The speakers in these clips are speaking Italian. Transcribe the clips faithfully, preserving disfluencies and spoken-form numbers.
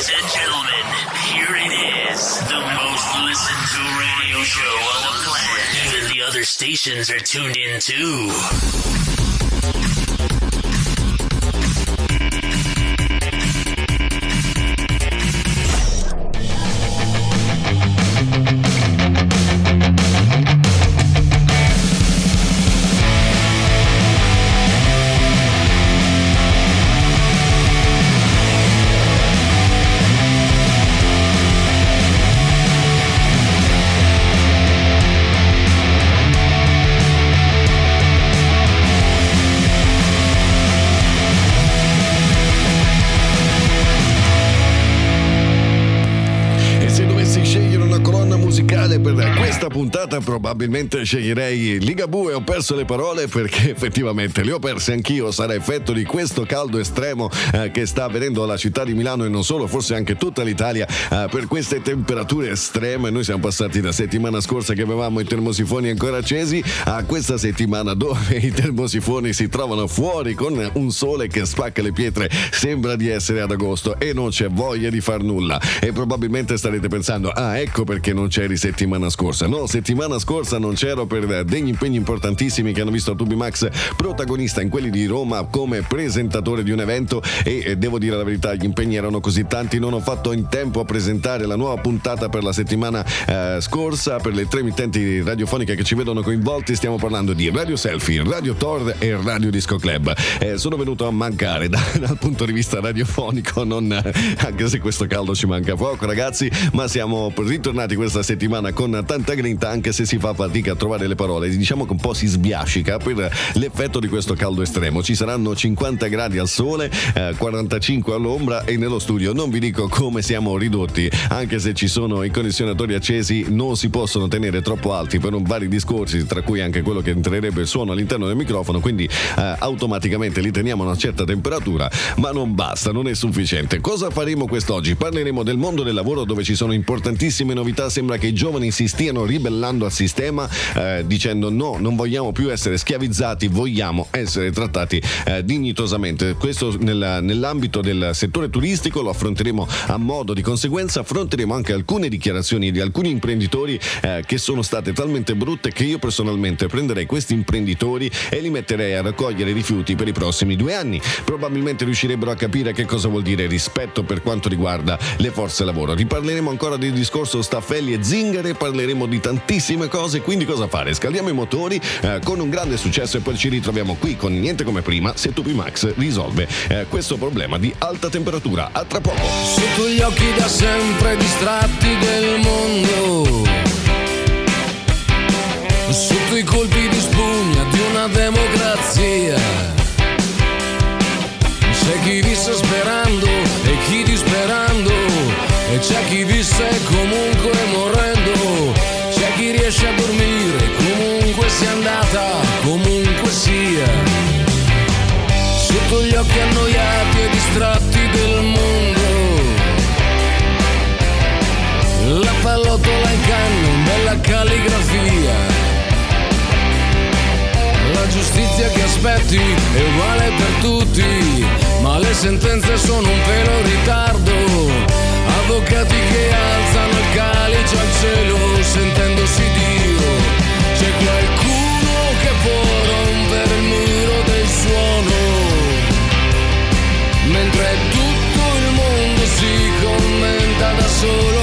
Ladies and gentlemen, here it is, the most listened to radio show on the planet. Even the other stations are tuned in too. Puntata probabilmente sceglierei Ligabue. Ho perso le parole perché effettivamente le ho perse anch'io. Sarà effetto di questo caldo estremo eh, che sta avvenendo la città di Milano e non solo, forse anche tutta l'Italia, eh, per queste temperature estreme. Noi siamo passati da settimana scorsa che avevamo i termosifoni ancora accesi a questa settimana dove i termosifoni si trovano fuori con un sole che spacca le pietre. Sembra di essere ad agosto e non c'è voglia di far nulla. E probabilmente starete pensando: ah, ecco perché non c'eri settimana scorsa. No, settimana scorsa non c'ero per degli impegni importantissimi che hanno visto Tubimax protagonista in quelli di Roma come presentatore di un evento e eh, devo dire la verità, gli impegni erano così tanti, non ho fatto in tempo a presentare la nuova puntata per la settimana eh, scorsa per le tre emittenti radiofoniche che ci vedono coinvolti. Stiamo parlando di Radio Selfie, Radio Tor e Radio Disco Club. Eh, sono venuto a mancare da, dal punto di vista radiofonico, non, anche se questo caldo ci manca poco ragazzi, ma siamo ritornati questa settimana con tanta grinta, anche se si fa fatica a trovare le parole. Diciamo che un po' si sbiascica per l'effetto di questo caldo estremo. Ci saranno cinquanta gradi al sole, eh, quarantacinque all'ombra e nello studio non vi dico come siamo ridotti, anche se ci sono i condizionatori accesi non si possono tenere troppo alti per un vari discorsi, tra cui anche quello che entrerebbe il suono all'interno del microfono, quindi eh, automaticamente li teniamo a una certa temperatura, ma non basta, non è sufficiente. Cosa faremo quest'oggi? Parleremo del mondo del lavoro dove ci sono importantissime novità. Sembra che i giovani si stiano ribellando al sistema eh, dicendo no, non vogliamo più essere schiavizzati, vogliamo essere trattati eh, dignitosamente. Questo nel, nell'ambito del settore turistico lo affronteremo a modo di conseguenza. Affronteremo anche alcune dichiarazioni di alcuni imprenditori eh, che sono state talmente brutte che io personalmente prenderei questi imprenditori e li metterei a raccogliere rifiuti per i prossimi due anni. Probabilmente riuscirebbero a capire che cosa vuol dire rispetto per quanto riguarda le forze lavoro. Riparleremo ancora del discorso Staffelli e Zingare, parleremo di tantissime cose, quindi cosa fare? Scaldiamo i motori eh, con un grande successo e poi ci ritroviamo qui con niente come prima se Tubimax risolve eh, questo problema di alta temperatura. A tra poco. Sotto gli occhi da sempre distratti del mondo, sotto i colpi di spugna di una democrazia, c'è chi visse sperando e chi disperando, e c'è chi visse comunque morendo, c'è chi riesce a dormire comunque sia andata, comunque sia. Sotto gli occhi annoiati e distratti del mondo, la pallottola in canna in bella calligrafia, la giustizia che aspetti è uguale per tutti, ma le sentenze sono un pelo in ritardo, avvocati che alzano il calice al cielo sentendosi Dio, c'è qualcuno che può rompere il muro del suono, mentre tutto il mondo si commenta da solo,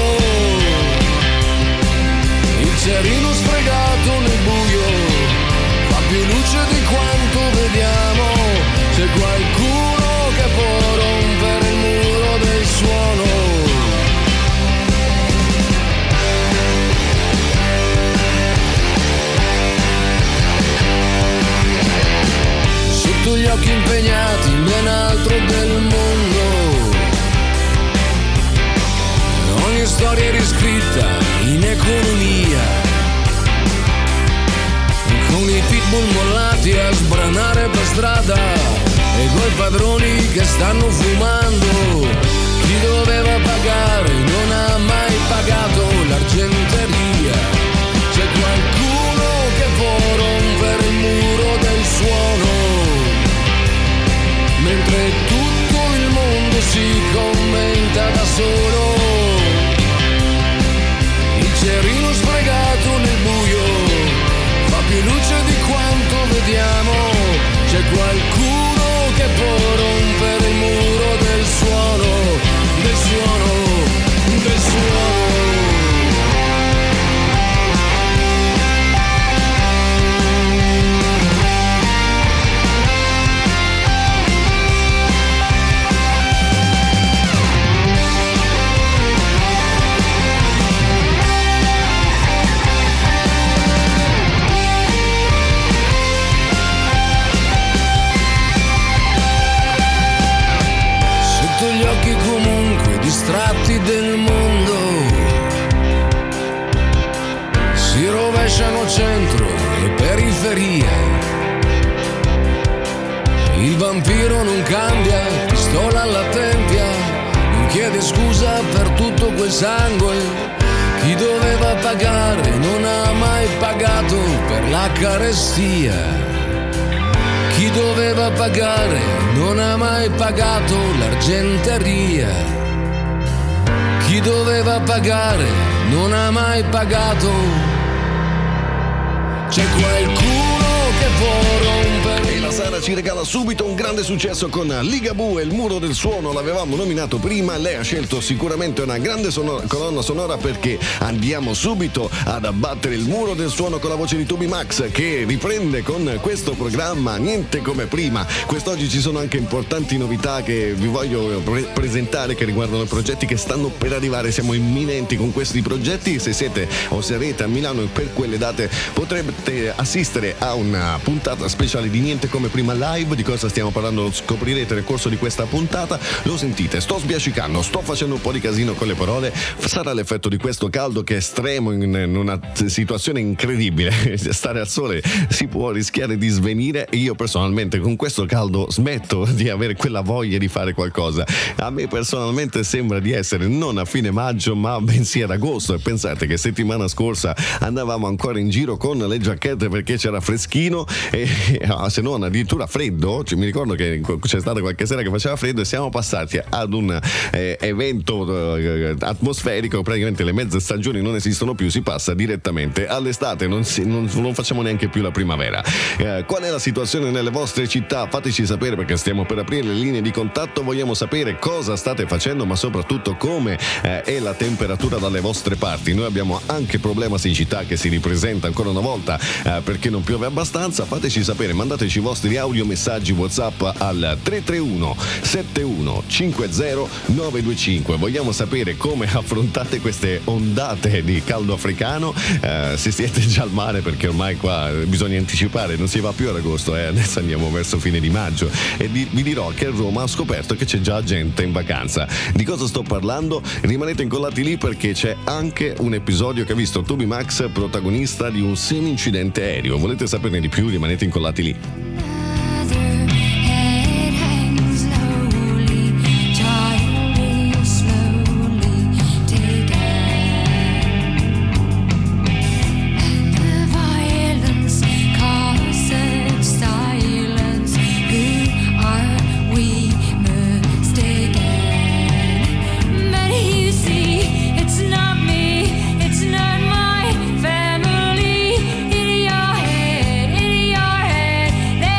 il cerino sfregato nel buio fa più luce di quanto vediamo, c'è qualcuno che può rompere il muro del suono. Sotto gli occhi impegnati in ben altro del mondo, ogni storia è riscritta in economia, con i pitbull mollati a sbranare per strada e coi padroni che stanno fumando, chi doveva pagare non ha mai pagato l'argenteria, c'è qualcuno che può rompere il muro del suono, mentre tutto il mondo si commenta da solo, sotto gli occhi comunque distratti del mondo. Si rovesciano centro e periferia. Il vampiro non cambia, pistola alla tempia, non chiede scusa per tutto quel sangue. Chi doveva pagare non ha mai pagato per la carestia. Chi doveva pagare non ha mai pagato l'argenteria. Chi doveva pagare non ha mai pagato. C'è qualcuno che può rompere. E la Sara ci regala subito un grande successo con Ligabue, il muro del suono, l'avevamo nominato prima. Lei ha scelto sicuramente una grande sonora, colonna sonora, perché andiamo subito ad abbattere il muro del suono con la voce di Tubi Max, che riprende con questo programma niente come prima. Quest'oggi ci sono anche importanti novità che vi voglio pre- presentare, che riguardano progetti che stanno per arrivare. Siamo imminenti con questi progetti. Se siete o sarete a Milano per quelle date potrete assistere a una puntata speciale di Niente Come Prima Live. Di cosa stiamo parlando lo scoprirete nel corso di questa puntata. Lo sentite, sto sbiascicando, sto facendo un po' di casino con le parole. Sarà l'effetto di questo caldo che è estremo, in una situazione incredibile. Stare al sole si può rischiare di svenire, e io personalmente con questo caldo smetto di avere quella voglia di fare qualcosa. A me personalmente sembra di essere non a fine maggio ma bensì ad agosto, e pensate che settimana scorsa andavamo ancora in giro con le giacchette perché c'era freschino, e se non addirittura freddo. Cioè, mi ricordo che c'è stata qualche sera che faceva freddo e siamo passati ad un eh, evento eh, atmosferico. Praticamente le mezze stagioni non esistono più, si passa direttamente all'estate, non, si, non, non facciamo neanche più la primavera. Eh, qual è la situazione nelle vostre città? Fateci sapere, perché stiamo per aprire le linee di contatto. Vogliamo sapere cosa state facendo, ma soprattutto come eh, è la temperatura dalle vostre parti. Noi abbiamo anche problema siccità che si ripresenta ancora una volta eh, perché non piove abbastanza. Fateci sapere, mandateci i vostri audio messaggi WhatsApp al tre tre uno sette uno cinque zero nove due cinque. Vogliamo sapere come affrontate queste ondate di caldo africano, eh, se siete già al mare, perché ormai qua bisogna anticipare, non si va più ad agosto, eh, adesso andiamo verso fine di maggio, e di, vi dirò che a Roma ho scoperto che c'è già gente in vacanza. Di cosa sto parlando? Rimanete incollati lì, perché c'è anche un episodio che ha visto Tubi Max protagonista di un semi-incidente aereo. Volete saperne di più? Rimanete incollati lì. Family in your head, in your head.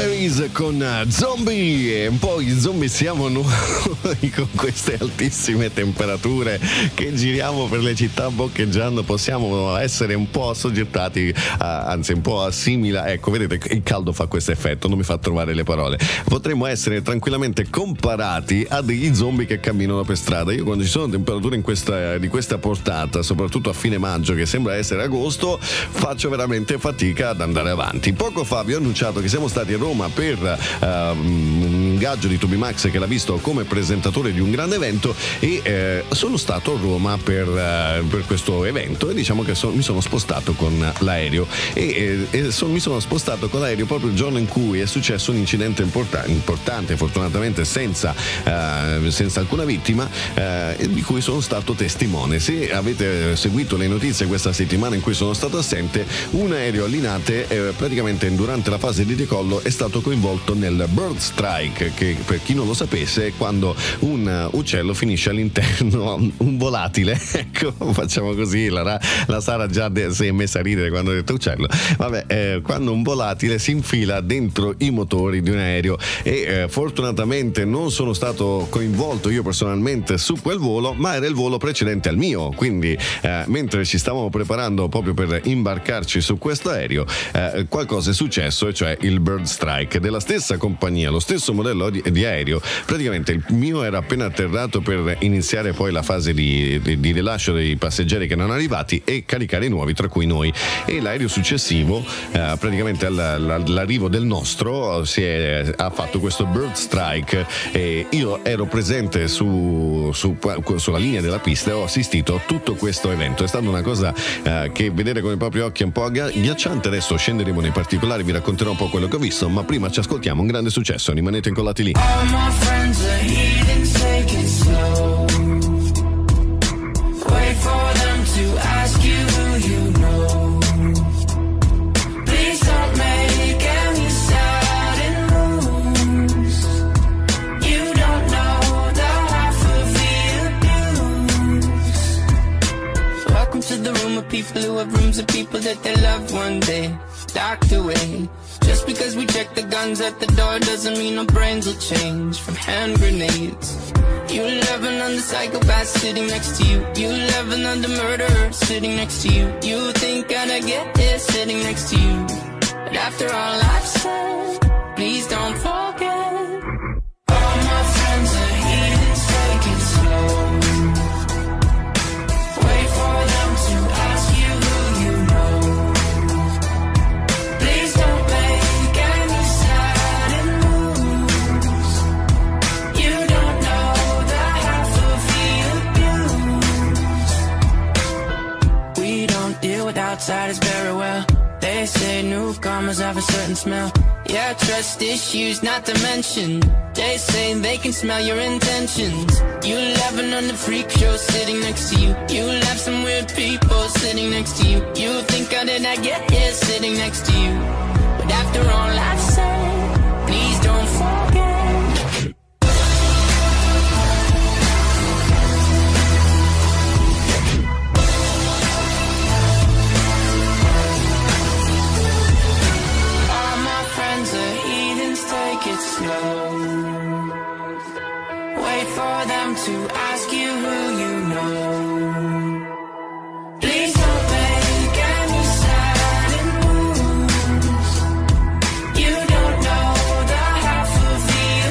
Cranberries con Zombie. E un po' i zombie siamo noi con queste altissime temperature che giriamo per le città boccheggiando. Possiamo essere un po' assoggettati, a, anzi un po' assimila. Ecco, vedete, il caldo fa questo effetto, non mi fa trovare le parole. Potremmo essere tranquillamente comparati a degli zombie che camminano per strada. Io quando ci sono temperature in questa, di questa portata, soprattutto a fine maggio che sembra essere agosto, faccio veramente fatica ad andare avanti. Poco fa vi ho annunciato che siamo stati a Roma per uh, un ingaggio di Tubimax che l'ha visto come presentatore di un grande evento e eh, sono stato a Roma per, uh, per questo evento e diciamo che so, mi sono spostato con l'aereo e, e, e so, mi sono spostato con l'aereo proprio il giorno in cui è successo un incidente import- importante, fortunatamente senza, uh, senza alcuna vittima, uh, di cui sono stato testimone. Se avete seguito le notizie questa settimana in cui sono stato assente, un aereo a Linate eh, praticamente durante la fase di decollo è stato coinvolto nel bird strike, che per chi non lo sapesse è quando un uccello finisce all'interno un volatile, ecco, facciamo così, la, la Sara già de- si è messa a ridere quando ho detto uccello, vabbè, eh, quando un volatile si infila dentro i motori di un aereo e eh, fortunatamente non sono stato coinvolto io personalmente su quel volo, ma era il volo precedente al mio, quindi eh, mentre ci stavamo preparando proprio per imbarcarci su questo aereo, eh, qualcosa è successo, e cioè il bird strike della stessa compagnia, lo stesso modello di, di aereo. Praticamente il mio era appena atterrato per iniziare poi la fase di, di, di rilascio dei passeggeri che erano arrivati e caricare i nuovi, tra cui noi, e l'aereo successivo eh, praticamente all'arrivo del nostro si è, ha fatto questo bird strike e io ero presente su, su, sulla linea della pista e ho assistito a tutto questo evento. È stata una cosa eh, che vedere con i propri occhi è un po' agghiacciante. Adesso scenderemo nei particolari, vi racconterò un po' quello che ho visto, ma prima ci ascoltiamo un grande successo, rimanete incollati lì. All my friends are heathens, take it slow. Wait for them to ask you who you know. Please don't make any sudden moves. You don't know the half of the abuse. Welcome to the room of people who have rooms of people that they loved one day docked away. Just because we check the guns at the door doesn't mean our brains will change from hand grenades. You love another psychopath sitting next to you. You love another murderer sitting next to you. You think I'd get here sitting next to you. But after all I've said, please don't forget. All my friends are heathens, take it slow. Wait for them to ask you who you know. Please don't make any sudden moves. You don't know the half of the abuse. We don't deal with outsiders very well. They say newcomers have a certain smell. Yeah, trust issues not to mention. They say they can smell your intentions. You laughing on the freak show sitting next to you. You laugh some weird people sitting next to you. You think how did I get here sitting next to you? But after all I've said, please don't forget. Take it slow. Wait for them to ask you who you know. Please don't make any sudden moves. You don't know the half of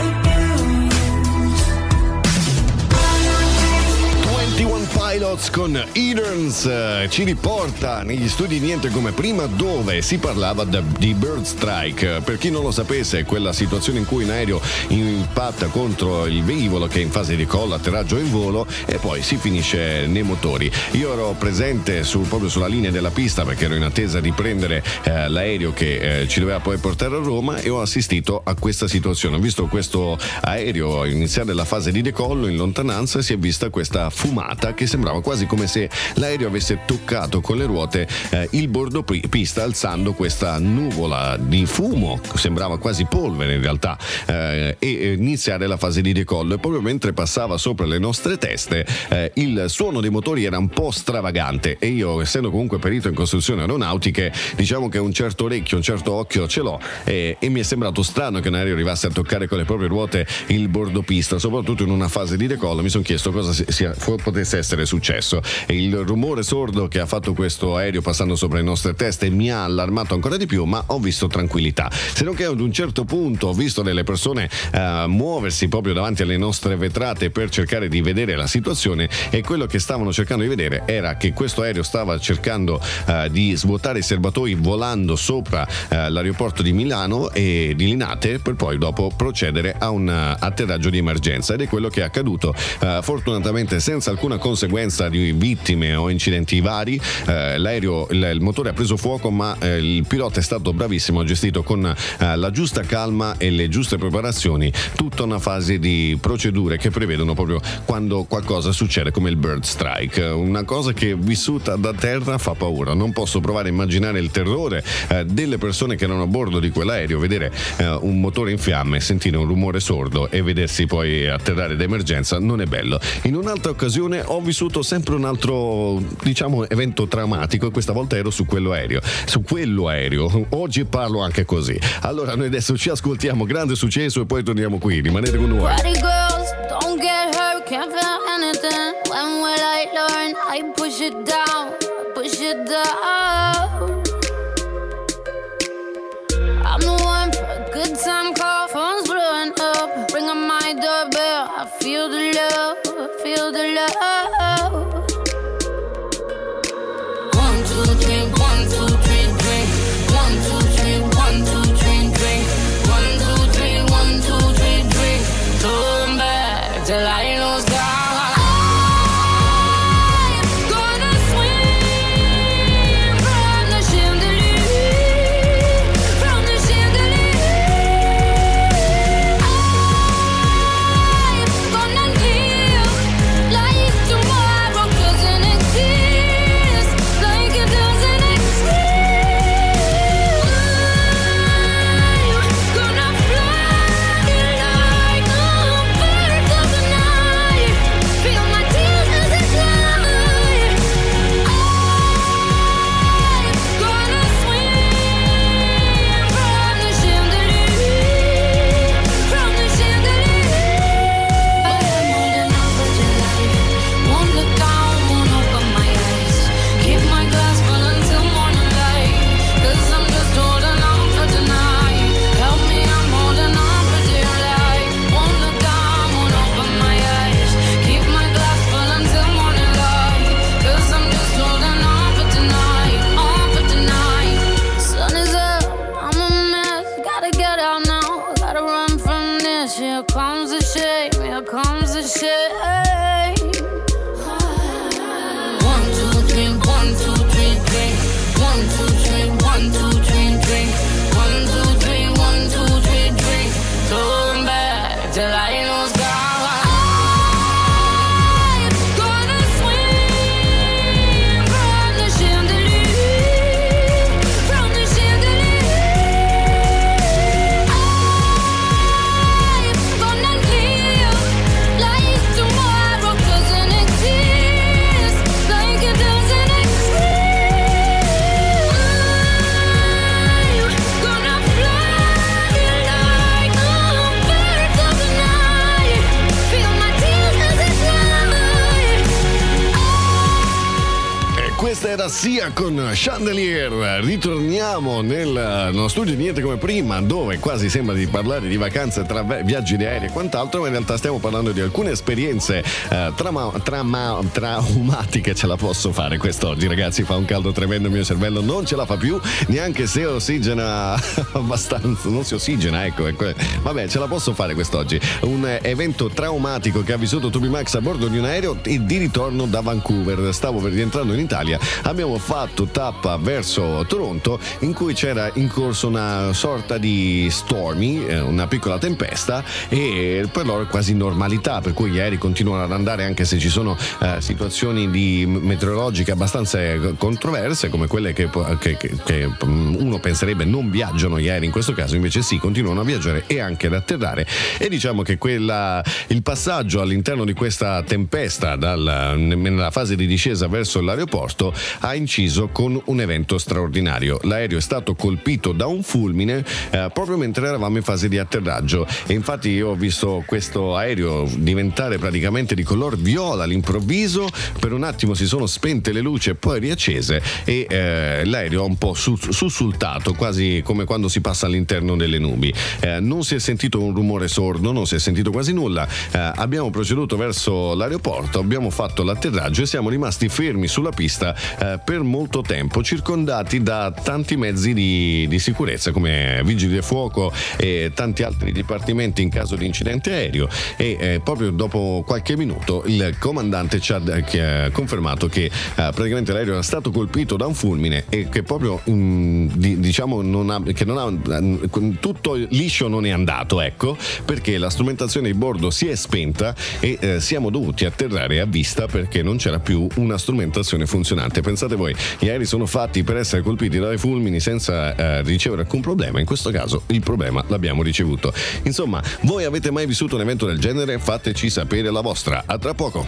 the abuse. twenty-one Pilots con Eaters eh, ci riporta negli studi Niente Come Prima, dove si parlava da, di bird strike. Per chi non lo sapesse, è quella situazione in cui un aereo impatta contro il velivolo che è in fase di decollo, atterraggio in volo e poi si finisce nei motori. Io ero presente su, proprio sulla linea della pista perché ero in attesa di prendere eh, l'aereo che eh, ci doveva poi portare a Roma e ho assistito a questa situazione. Ho visto questo aereo iniziare la fase di decollo, in lontananza si è vista questa fumata che sembrava quasi quasi come se l'aereo avesse toccato con le ruote eh, il bordo pista, alzando questa nuvola di fumo, sembrava quasi polvere in realtà, eh, e iniziare la fase di decollo. E proprio mentre passava sopra le nostre teste eh, il suono dei motori era un po' stravagante, e io, essendo comunque perito in costruzioni aeronautiche, diciamo che un certo orecchio, un certo occhio ce l'ho, e, e mi è sembrato strano che un aereo arrivasse a toccare con le proprie ruote il bordo pista, soprattutto in una fase di decollo. Mi sono chiesto cosa sia, potesse essere successo, e il rumore sordo che ha fatto questo aereo passando sopra le nostre teste mi ha allarmato ancora di più, ma ho visto tranquillità, se non che ad un certo punto ho visto delle persone uh, muoversi proprio davanti alle nostre vetrate per cercare di vedere la situazione, e quello che stavano cercando di vedere era che questo aereo stava cercando uh, di svuotare i serbatoi volando sopra uh, l'aeroporto di Milano e di Linate, per poi dopo procedere a un uh, atterraggio di emergenza, ed è quello che è accaduto, uh, fortunatamente senza alcuna conseguenza di vittime o incidenti vari. Uh, l'aereo, il, il motore ha preso fuoco, ma uh, il pilota è stato bravissimo, ha gestito con uh, la giusta calma e le giuste preparazioni tutta una fase di procedure che prevedono proprio quando qualcosa succede, come il bird strike. Una cosa che vissuta da terra fa paura, non posso provare a immaginare il terrore eh, delle persone che erano a bordo di quell'aereo, vedere eh, un motore in fiamme, sentire un rumore sordo e vedersi poi atterrare d'emergenza non è bello. In un'altra occasione ho vissuto sempre un altro, diciamo, evento traumatico, e questa volta ero su quello aereo su quello aereo oggi parlo anche così. Allora noi adesso ci ascoltiamo Grande Successo e poi torniamo qui, rimanete con noi. Party girls, don't get hurt, can't feel anything. When will I learn? I push it down, push it down. I'm the one for a good time call, phone's blowing up. Ring on my doorbell, I feel the love, I feel the love. One, two, three, one, two, three, drink. One, two, three, one, two, three, drink. One, two, three, one, two, three, drink. Turn back till I lose God. Sia con Chandelier. Ritorniamo nel nello studio di Niente Come Prima, dove quasi sembra di parlare di vacanze, tra viaggi di aerei e quant'altro, ma in realtà stiamo parlando di alcune esperienze eh, trama, trama, traumatiche. Ce la posso fare quest'oggi, ragazzi, fa un caldo tremendo, il mio cervello non ce la fa più, neanche se ossigena abbastanza, non si ossigena, ecco, ecco. Vabbè, ce la posso fare quest'oggi. Un evento traumatico che ha vissuto Toby Max a bordo di un aereo e di ritorno da Vancouver. Stavo per rientrando in Italia Australia. Abbiamo fatto tappa verso Toronto, in cui c'era in corso una sorta di stormy, una piccola tempesta, e per loro è quasi normalità, per cui gli aerei continuano ad andare anche se ci sono eh, situazioni di meteorologiche abbastanza controverse, come quelle che, che, che, che uno penserebbe non viaggiano gli aerei. In questo caso invece sì, continuano a viaggiare e anche ad atterrare, e diciamo che quella, il passaggio all'interno di questa tempesta dal, nella fase di discesa verso l'aeroporto ha inciso con un evento straordinario. L'aereo è stato colpito da un fulmine eh, proprio mentre eravamo in fase di atterraggio, e infatti io ho visto questo aereo diventare praticamente di color viola all'improvviso. Per un attimo si sono spente le luci e poi riaccese, e eh, l'aereo ha un po' sus- sussultato, quasi come quando si passa all'interno delle nubi. Eh, non si è sentito un rumore sordo, non si è sentito quasi nulla. Eh, abbiamo proceduto verso l'aeroporto, abbiamo fatto l'atterraggio e siamo rimasti fermi sulla pista eh, per molto tempo, circondati da tanti mezzi di, di sicurezza come vigili del fuoco e tanti altri dipartimenti in caso di incidente aereo, e eh, proprio dopo qualche minuto il comandante ci ha, che ha confermato che eh, praticamente l'aereo era stato colpito da un fulmine e che proprio mh, di, diciamo non ha, che non ha tutto liscio non è andato, ecco, perché la strumentazione di bordo si è spenta e eh, siamo dovuti atterrare a vista perché non c'era più una strumentazione funzionante. Pensate voi, gli aerei sono fatti per essere colpiti dai fulmini senza eh, ricevere alcun problema. In questo caso il problema l'abbiamo ricevuto. Insomma, voi avete mai vissuto un evento del genere? Fateci sapere la vostra. A tra poco.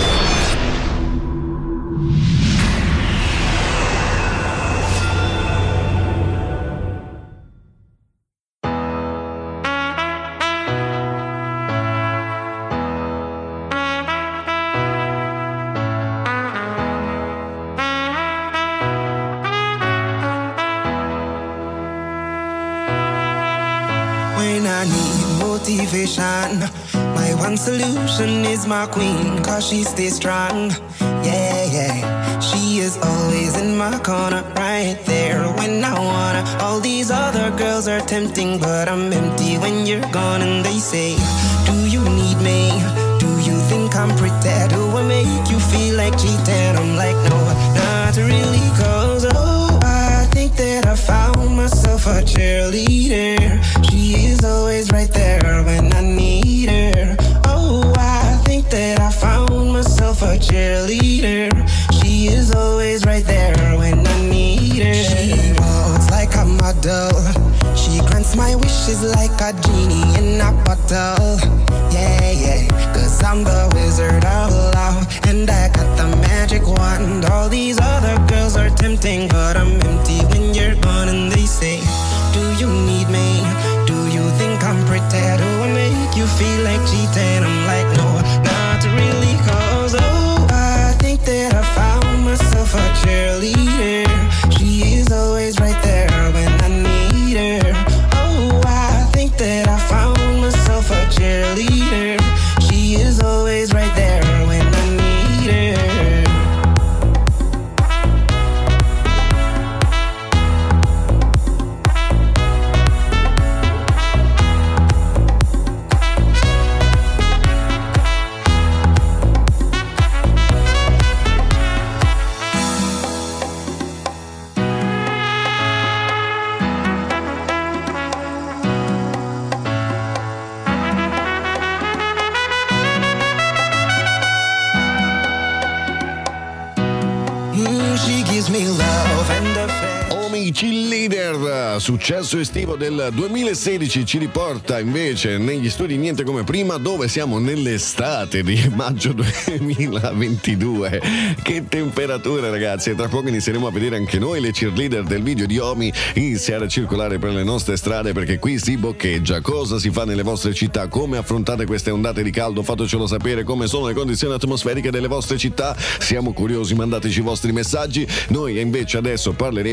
My one solution is my queen, cause she stays strong. Yeah, yeah. She is always in my corner, right there when I wanna. All these other girls are tempting, but I'm empty when you're gone. And they say, do you need me? Do you think I'm pretty? Do I make you feel like cheating? I'm like, no, not really, cause oh, I think that I found myself a cheerleader. She is always right there when I need her. Oh, I think that I found myself a cheerleader. She is always right there when I need her. She walks like a model. She grants my wishes like a genie in a bottle. Yeah, yeah, cause I'm the wizard of love, and I got the magic wand. All these other girls are tempting, but I'm empty when you're gone. And they say, do you need me? Do you think I'm pretty? Do I make you feel like cheating? I'm like, no, not really, cause oh, I think that I found myself a cheerleader. She is always right there when I need her. Oh, I think that I found myself a cheerleader. She is always right there when I need her. Cheerleader, successo estivo del duemilasedici, ci riporta invece negli studi Niente Come Prima, dove siamo nell'estate di maggio duemilaventidue. Che temperature, ragazzi, e tra poco inizieremo a vedere anche noi le cheerleader del video di Omi iniziare a circolare per le nostre strade, perché qui si boccheggia. Cosa si fa nelle vostre città? Come affrontate queste ondate di caldo? Fatecelo sapere. Come sono le condizioni atmosferiche delle vostre città? Siamo curiosi, mandateci i vostri messaggi. Noi invece adesso parleremo di quelli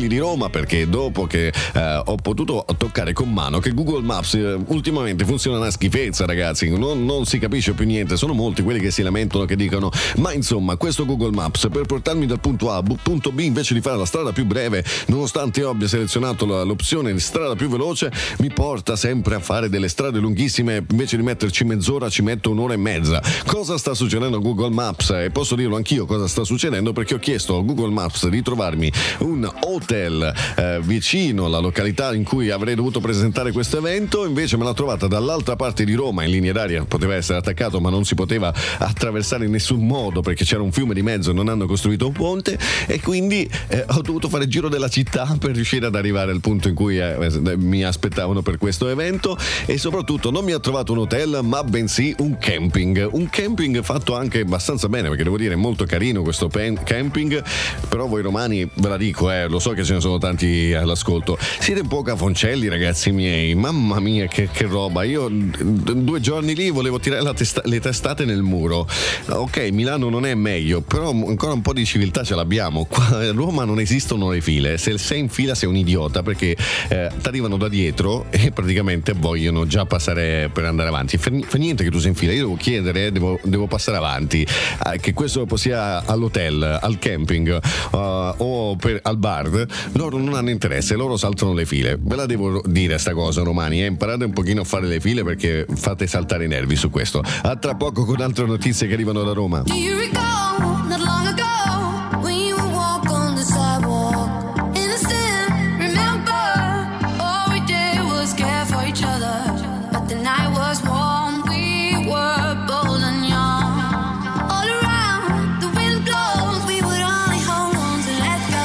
quelli di Roma, perché dopo che eh, ho potuto toccare con mano che Google Maps eh, ultimamente funziona una schifezza, ragazzi, non, non si capisce più niente, sono molti quelli che si lamentano, che dicono ma insomma questo Google Maps per portarmi dal punto A al punto B, invece di fare la strada più breve, nonostante io abbia selezionato la, l'opzione di strada più veloce, mi porta sempre a fare delle strade lunghissime, invece di metterci mezz'ora ci metto un'ora e mezza. Cosa sta succedendo a Google Maps? E posso dirlo anch'io cosa sta succedendo, perché ho chiesto a Google Maps di trovarmi un hotel eh, vicino alla località in cui avrei dovuto presentare questo evento, invece me l'ha trovata dall'altra parte di Roma, in linea d'aria poteva essere attaccato ma non si poteva attraversare in nessun modo perché c'era un fiume di mezzo e non hanno costruito un ponte, e quindi eh, ho dovuto fare il giro della città per riuscire ad arrivare al punto in cui eh, mi aspettavano per questo evento. E soprattutto non mi ha trovato un hotel ma bensì un camping un camping fatto anche abbastanza bene, perché devo dire è molto carino questo pen- camping. Però voi romani, ve la dico, eh, lo so che ce ne sono tanti all'ascolto, siete un po' cafoncelli, ragazzi miei, mamma mia che, che roba. Io due giorni lì volevo tirare la testa- le testate nel muro. Ok, Milano non è meglio, però ancora un po' di civiltà ce l'abbiamo. Qua a Roma non esistono le file, se sei in fila sei un idiota, perché eh, ti arrivano da dietro e praticamente vogliono già passare per andare avanti. Fa, fa niente che tu sei in fila, io devo chiedere, devo, devo passare avanti, eh, che questo sia all'hotel, al camping uh, o per, al bar, loro non hanno interesse, loro saltano le file. Ve la devo dire sta cosa, romani, eh? Imparate un pochino a fare le file perché fate saltare i nervi su questo. A tra poco con altre notizie che arrivano da Roma. Do you recall not long ago when you would walk on the sidewalk? Innocent, remember, all we did was care for each other. But the night was warm, we were bold and young. All around, the wind blows, we would only hold on to let go.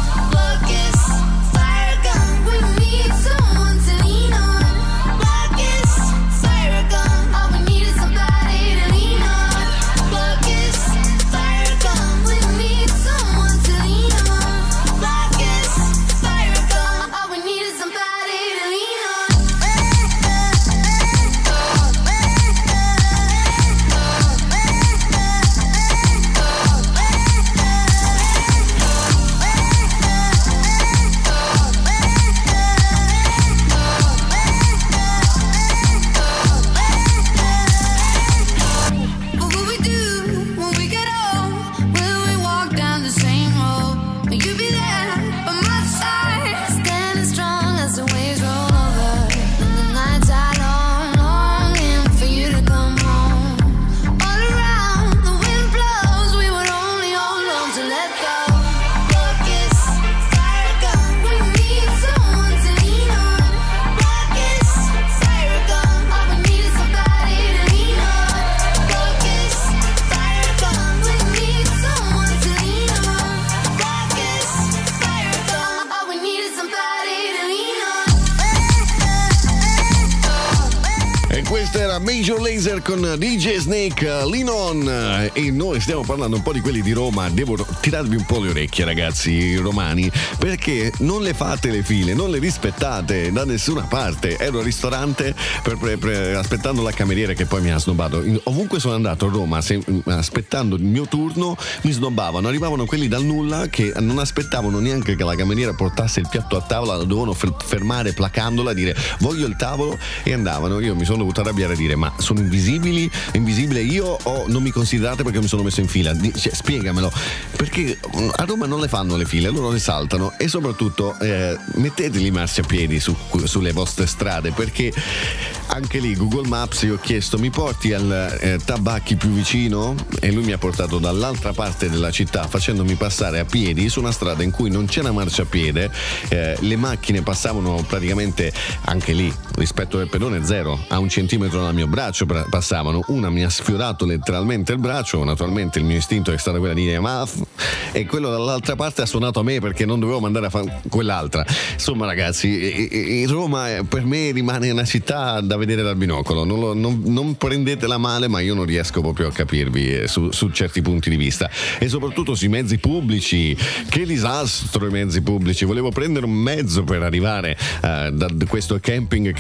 Focus, fire gun, we need someone to lean on. Focus, fire gun, all we need is somebody to lean on. Focus, fire gun, we need someone to lean on. Focus, fire gun, all we need is somebody to lean on. What will we do when we get old? Will we walk down the same road? Will you be there by my side, standing strong as the waves roll over? And the nights are long, longing for you to come home. All around, the wind blows, we would only hold on to let go. Focus, fire gun, we need someone to lean on. Focus, fire gun, all we need is somebody to lean on. Focus, fire gun, we need someone to lean on. Focus, fire gun, all we need is somebody to lean on. E questo era Major Lazer con D J Snake, uh, Lean On. E noi stiamo parlando un po' di quelli di Roma. Devo tirarvi un po' le orecchie, ragazzi romani, perché non le fate le file, non le rispettate da nessuna parte. Ero al ristorante per, per, per, aspettando la cameriera che poi mi ha snobbato. In, ovunque sono andato a Roma, se, aspettando il mio turno, mi snobbavano. Arrivavano quelli dal nulla che non aspettavano neanche che la cameriera portasse il piatto a tavola, la dovevano fer- fermare placandola, dire voglio il tavolo, e andavano. Io mi sono dovuto arrabbiare e dire ma sono invisibili, invisibile io o non mi considerate perché mi sono messo in fila? Di- cioè, spiegamelo, perché a Roma non le fanno le file, loro le saltano. E soprattutto eh, metteteli i marciapiedi su, sulle vostre strade, perché anche lì Google Maps, io ho chiesto mi porti al eh, Tabacchi più vicino, e lui mi ha portato dall'altra parte della città facendomi passare a piedi su una strada in cui non c'era marciapiede, eh, le macchine passavano praticamente anche lì rispetto al pedone zero, a un centimetro dal mio braccio passavano. Una mi ha sfiorato letteralmente il braccio, naturalmente il mio istinto è stato quello di dire ma f-", e quello dall'altra parte ha suonato a me perché non dovevo mandare a fare quell'altra. Insomma ragazzi, Roma per me rimane una città da vedere dal binocolo, non, lo, non, non prendetela male, ma io non riesco proprio a capirvi su, su certi punti di vista, e soprattutto sui mezzi pubblici. Che disastro i mezzi pubblici. Volevo prendere un mezzo per arrivare uh, da questo camping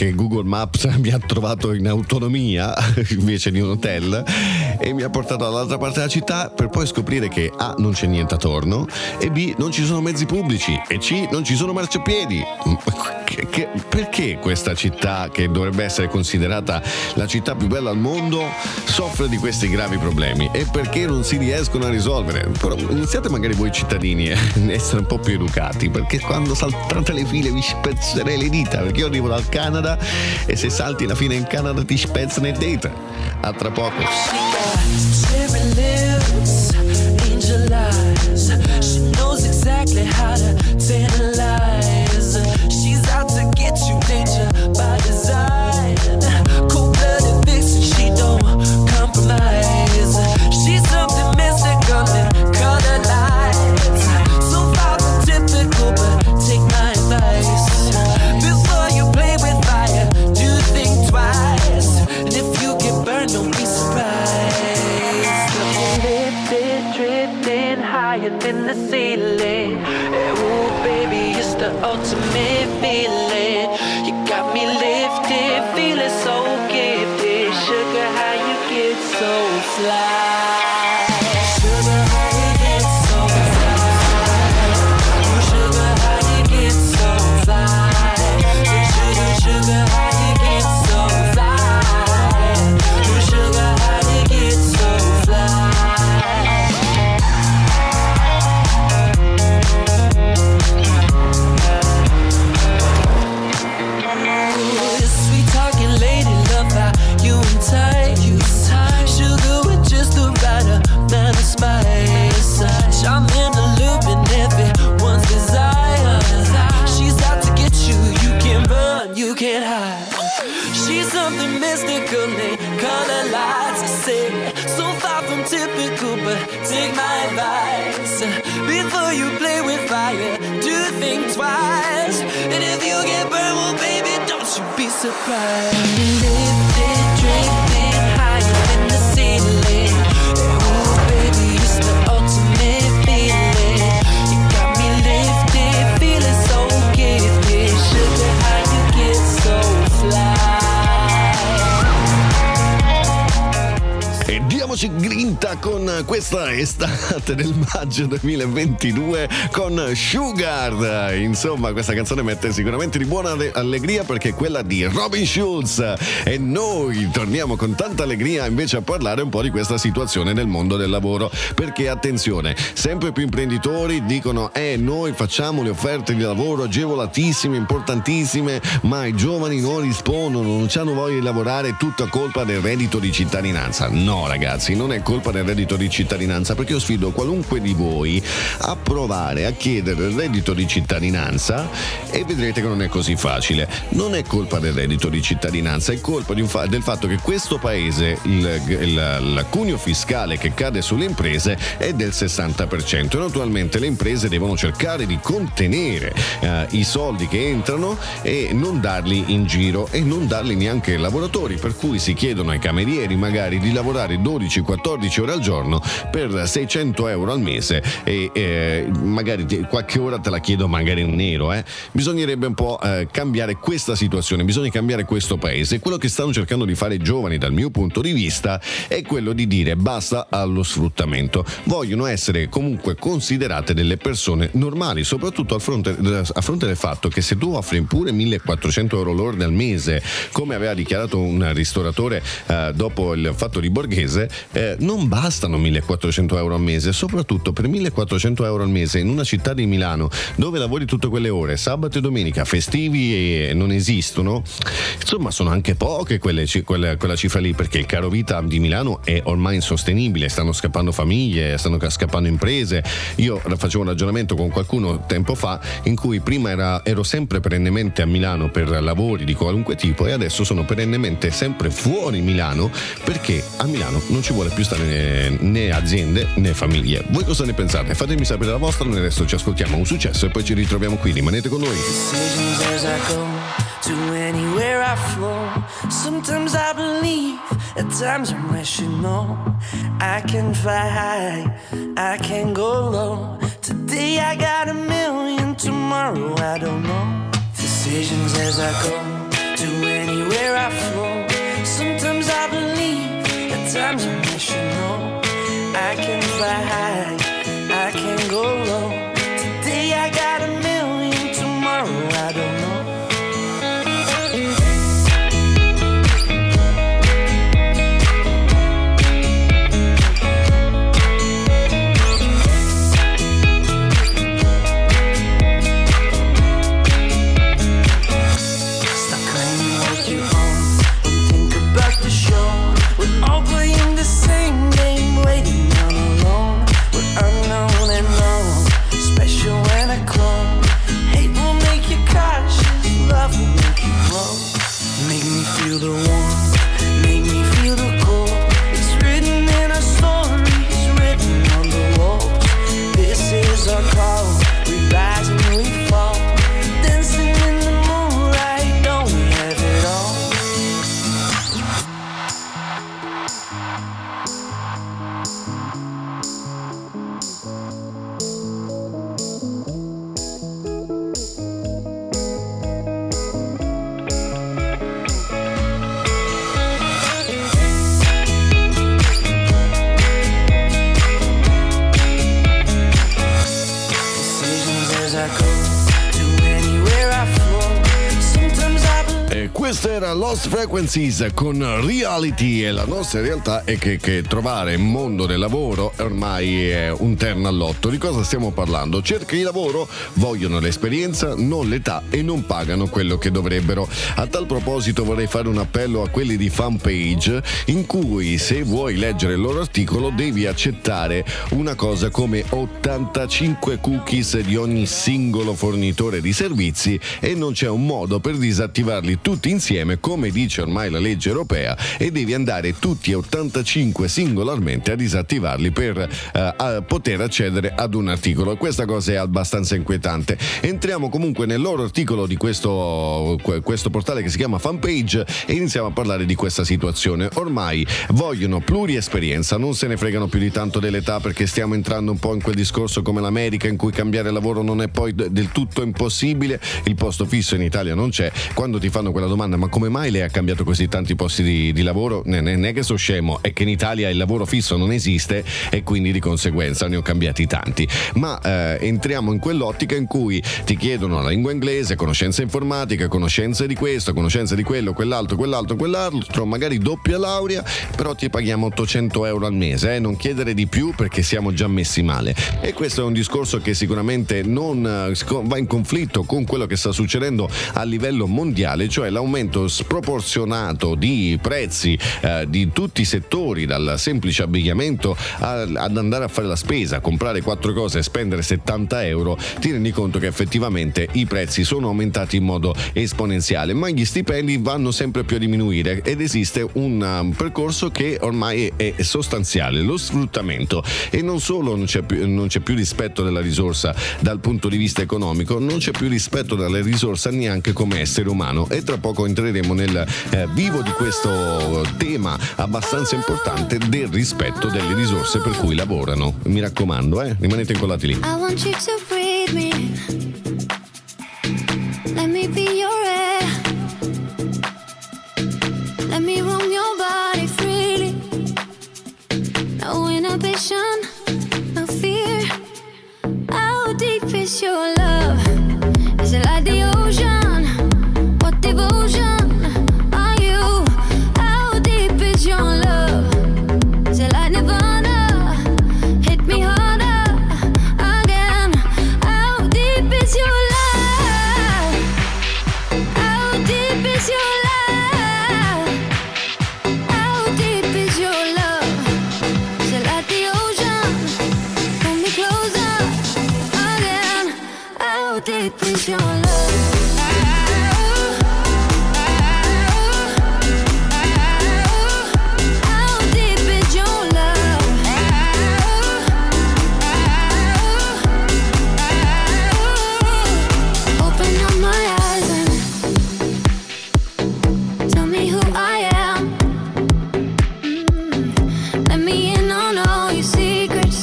che Google Maps mi ha trovato in autonomia invece di un hotel e mi ha portato dall'altra parte della città, per poi scoprire che A, non c'è niente attorno, e B, non ci sono mezzi pubblici, e C, non ci sono marciapiedi. Che, che, perché questa città, che dovrebbe essere considerata la città più bella al mondo, soffre di questi gravi problemi, e perché non si riescono a risolvere? Però iniziate magari voi cittadini a essere un po' più educati, perché quando saltate le file vi spezzerei le dita, perché io arrivo dal Canada e se salti la fila in Canada ti spezzano le dita. A tra poco. Cherry lips, angel eyes. She knows exactly how to tantalize. She's out to get you, danger by design. Cold-blooded vixen, she don't compromise. She's something mystical in color lights. So far from typical, but take my advice. Before you play with fire, do think twice. And if you get burned, don't be surprised. Lifted, drifting higher than the ceiling. Ooh, baby, it's the ultimate feeling. You got me lifted, feeling so gifted. Sugar, how you get so fly? Sugar, how you get so fly? Ooh, sugar, how you get so fly? Sugar, sugar, how you get so fly? Ooh, sugar, how you get so fly? Sweet talking lady, love how you and tight. Sugar with just the right amount of spice. Charm in the loop and everyone's desire. She's out to get you, you can't run, you can't hide. She's something mystical, they color lights. I say, so far from typical, but take my advice. Before you play with fire, do think twice. And if you get burned, well baby, don't you be surprised. Lifted, drifting higher than the ceiling. Ooh, baby, it's the ultimate feeling. You got me lifted, feeling so gifted. Sugar, how you get so fly? E diamoci grinta con questa estate del maggio duemilaventidue con Sugar. Insomma, questa canzone mette sicuramente di buona allegria perché è quella di Robin Schulz, e noi torniamo con tanta allegria invece a parlare un po' di questa situazione nel mondo del lavoro, perché attenzione, sempre più imprenditori dicono eh noi facciamo le offerte di lavoro agevolatissime, importantissime, ma i giovani non rispondono, non hanno voglia di lavorare, è tutta colpa del reddito di cittadinanza. No ragazzi, non è colpa del reddito di cittadinanza, perché io sfido qualunque di voi a provare a chiedere il reddito di cittadinanza e vedrete che non è così facile. Non è colpa del reddito di cittadinanza, è colpa di un fa- del fatto che questo paese il, il, il cuneo fiscale che cade sulle imprese è del sessanta per cento, e naturalmente le imprese devono cercare di contenere eh, i soldi che entrano e non darli in giro, e non darli neanche ai lavoratori, per cui si chiedono ai camerieri magari di lavorare dodici quattordici ore al giorno per seicento euro al mese, e eh, magari qualche ora te la chiedo magari in nero. eh. Bisognerebbe un po' eh, cambiare questa situazione, bisogna cambiare questo paese. Quello che stanno cercando di fare i giovani dal mio punto di vista è quello di dire basta allo sfruttamento, vogliono essere comunque considerate delle persone normali, soprattutto a fronte, a fronte del fatto che se tu offri pure millequattrocento euro lordi al mese, come aveva dichiarato un ristoratore eh, dopo il fatto di Borghese, eh, non bastano millequattrocento euro al mese, soprattutto per millequattrocento euro al mese in una città di Milano dove lavori tutte quelle ore, sabato e domenica, festivi e non esistono. Insomma, sono anche poche quelle, quelle, quella cifra lì, perché il caro vita di Milano è ormai insostenibile, stanno scappando famiglie, stanno scappando imprese. Io facevo un ragionamento con qualcuno tempo fa in cui prima era, ero sempre perennemente a Milano per lavori di qualunque tipo, e adesso sono perennemente sempre fuori Milano, perché a Milano non ci vuole più stare né, né aziende né famiglie. Voi cosa ne pensate? Fatemi sapere la vostra. Noi adesso ci ascoltiamo un successo e poi ci ritroviamo qui. Rimanete con noi. Decisions as I go to anywhere I flow. Sometimes I believe, at times I'm rational. I can fly high, I can go low. Today I got a million, tomorrow I don't know. Decisions as I go to anywhere I flow. Sometimes I believe, at times I wish you know. I can fly high, I can go low. Today I got a million, tomorrow I don't know. Feel the warmth, make me feel the cold. It's written in our stories, written on the walls. This is our call, we rise and we fall. Dancing in the moonlight, don't we have it all? Questa era Lost Frequencies con Reality, e la nostra realtà è che, che trovare un mondo del lavoro ormai è un terno al lotto. Di cosa stiamo parlando? Cerchi di lavoro, vogliono l'esperienza, non l'età, e non pagano quello che dovrebbero. A tal proposito vorrei fare un appello a quelli di Fanpage, in cui se vuoi leggere il loro articolo devi accettare una cosa come ottantacinque cookies di ogni singolo fornitore di servizi, e non c'è un modo per disattivarli tutti insieme, come dice ormai la legge europea, e devi andare tutti e ottantacinque singolarmente a disattivarli per uh, a poter accedere ad un articolo. Questa cosa è abbastanza inquietante. Entriamo comunque nel loro articolo di questo, questo portale che si chiama Fanpage, e iniziamo a parlare di questa situazione. Ormai vogliono pluriesperienza, non se ne fregano più di tanto dell'età, perché stiamo entrando un po' in quel discorso come l'America, in cui cambiare lavoro non è poi del tutto impossibile. Il posto fisso in Italia non c'è. Quando ti fanno quella domanda, ma come mai lei ha cambiato così tanti posti di, di lavoro? Non è che so scemo, è che in Italia il lavoro fisso non esiste, e quindi di conseguenza ne ho cambiati tanti. Ma eh, entriamo in quell'ottica in cui ti chiedono la lingua inglese, conoscenze informatiche, conoscenze di questo, conoscenze di quello, quell'altro, quell'altro, quell'altro, magari doppia laurea, però ti paghiamo ottocento euro al mese, eh? Non chiedere di più, perché siamo già messi male. E questo è un discorso che sicuramente non va in conflitto con quello che sta succedendo a livello mondiale, cioè l'aumento sproporzionato di prezzi eh, di tutti i settori, dal semplice abbigliamento a, ad andare a fare la spesa, comprare quattro cose e spendere settanta euro. Ti rendi conto che effettivamente i prezzi sono aumentati in modo esponenziale, ma gli stipendi vanno sempre più a diminuire, ed esiste un um, percorso che ormai è, è sostanziale: lo sfruttamento. E non solo non c'è, più, non c'è più rispetto della risorsa dal punto di vista economico, non c'è più rispetto della risorsa neanche come essere umano. E tra poco entreremo nel eh, vivo di questo tema abbastanza importante del rispetto delle risorse per cui lavorano. Mi raccomando, eh, rimanete incollati lì. I want you to breathe me. Let me be your air. Let me roam your body freely. No inhibition, no fear. How deep is your love? Is it like the ocean? What devotion are you? How deep is your love? Is it like Nirvana? Hit me harder again. How deep is your love? How deep is your love? How deep is your love? Is it like the ocean? Pull me closer again. How deep is your love?